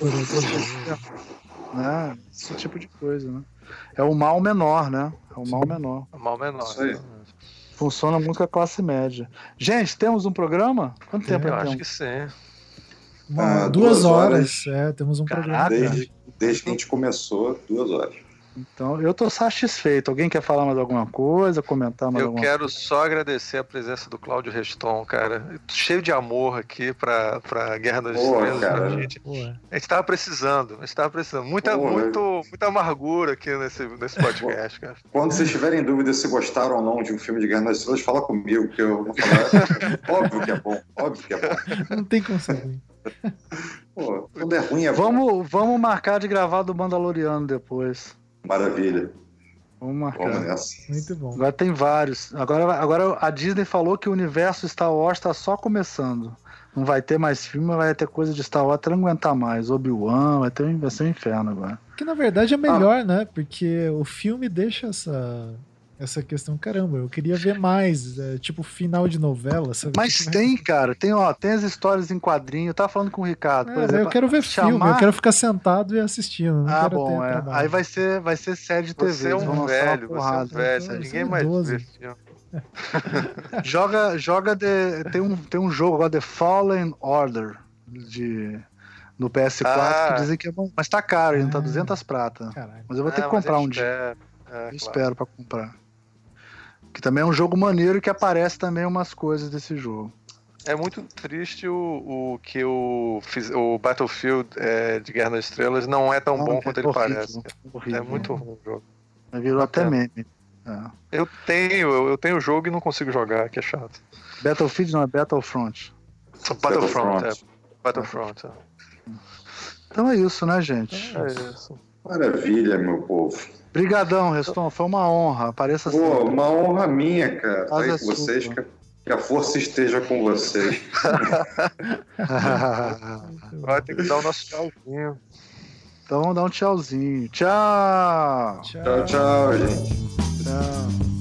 né? Esse tipo de coisa, né? É o mal menor, né? É o mal menor. O mal menor. Isso aí. Funciona muito com a classe média. Gente, temos um programa? Quanto tempo eu temos? acho que sim. 2 horas. Temos um programa. Desde que a gente começou, 2 horas. Então, eu tô satisfeito. Alguém quer falar mais alguma coisa? Comentar mais alguma coisa? Eu quero só agradecer a presença do Cláudio Reston, cara. Cheio de amor aqui pra Guerra das Estrelas. Cara. A gente tava precisando. Muita amargura aqui nesse podcast, cara. Quando vocês tiverem dúvida se gostaram ou não de um filme de Guerra das Estrelas, fala comigo, que eu vou falar. Óbvio que é bom. Não tem como saber. Pô, quando é ruim é bom. Vamos marcar de gravar do Mandaloriano depois. Maravilha. Vamos marcar. Vamos nessa. Muito bom. Agora tem vários. Agora a Disney falou que o universo Star Wars está só começando. Não vai ter mais filme, vai ter coisa de Star Wars até não aguentar mais. Obi-Wan, vai ser um inferno agora. Que na verdade é melhor, né? Porque o filme deixa essa questão, caramba, eu queria ver mais, tipo final de novela, sabe? Mas tem, cara, tem as histórias em quadrinho. Eu tava falando com o Ricardo, por exemplo. Eu quero ver filme, eu quero ficar sentado e assistindo. Não quero ter trabalho. Aí vai ser série de TV. Você é um velho, ninguém mais vê filme. Tem um jogo agora, The Fallen Order, no PS4, que dizem que é bom. Mas tá caro, ainda tá 200 prata. Caralho. Mas eu vou ter que comprar um dia. Eu espero pra comprar. Que também é um jogo maneiro que aparece também umas coisas desse jogo. É muito triste o que o Battlefield de Guerra das Estrelas não é tão bom quanto ele parece. Horrível. É muito ruim o jogo. Virou até meme. Eu tenho o jogo e não consigo jogar, que é chato. Battlefield não, é Battlefront. Battlefront. Então é isso, né, gente? É isso. Maravilha, meu povo. Brigadão, Reston, foi uma honra. Apareça sempre. Uma honra minha, cara. Estar aí com vocês, que a força esteja com vocês. Vai ter que dar o nosso tchauzinho. Então vamos dar um tchauzinho. Tchau! Tchau, gente. Tchau.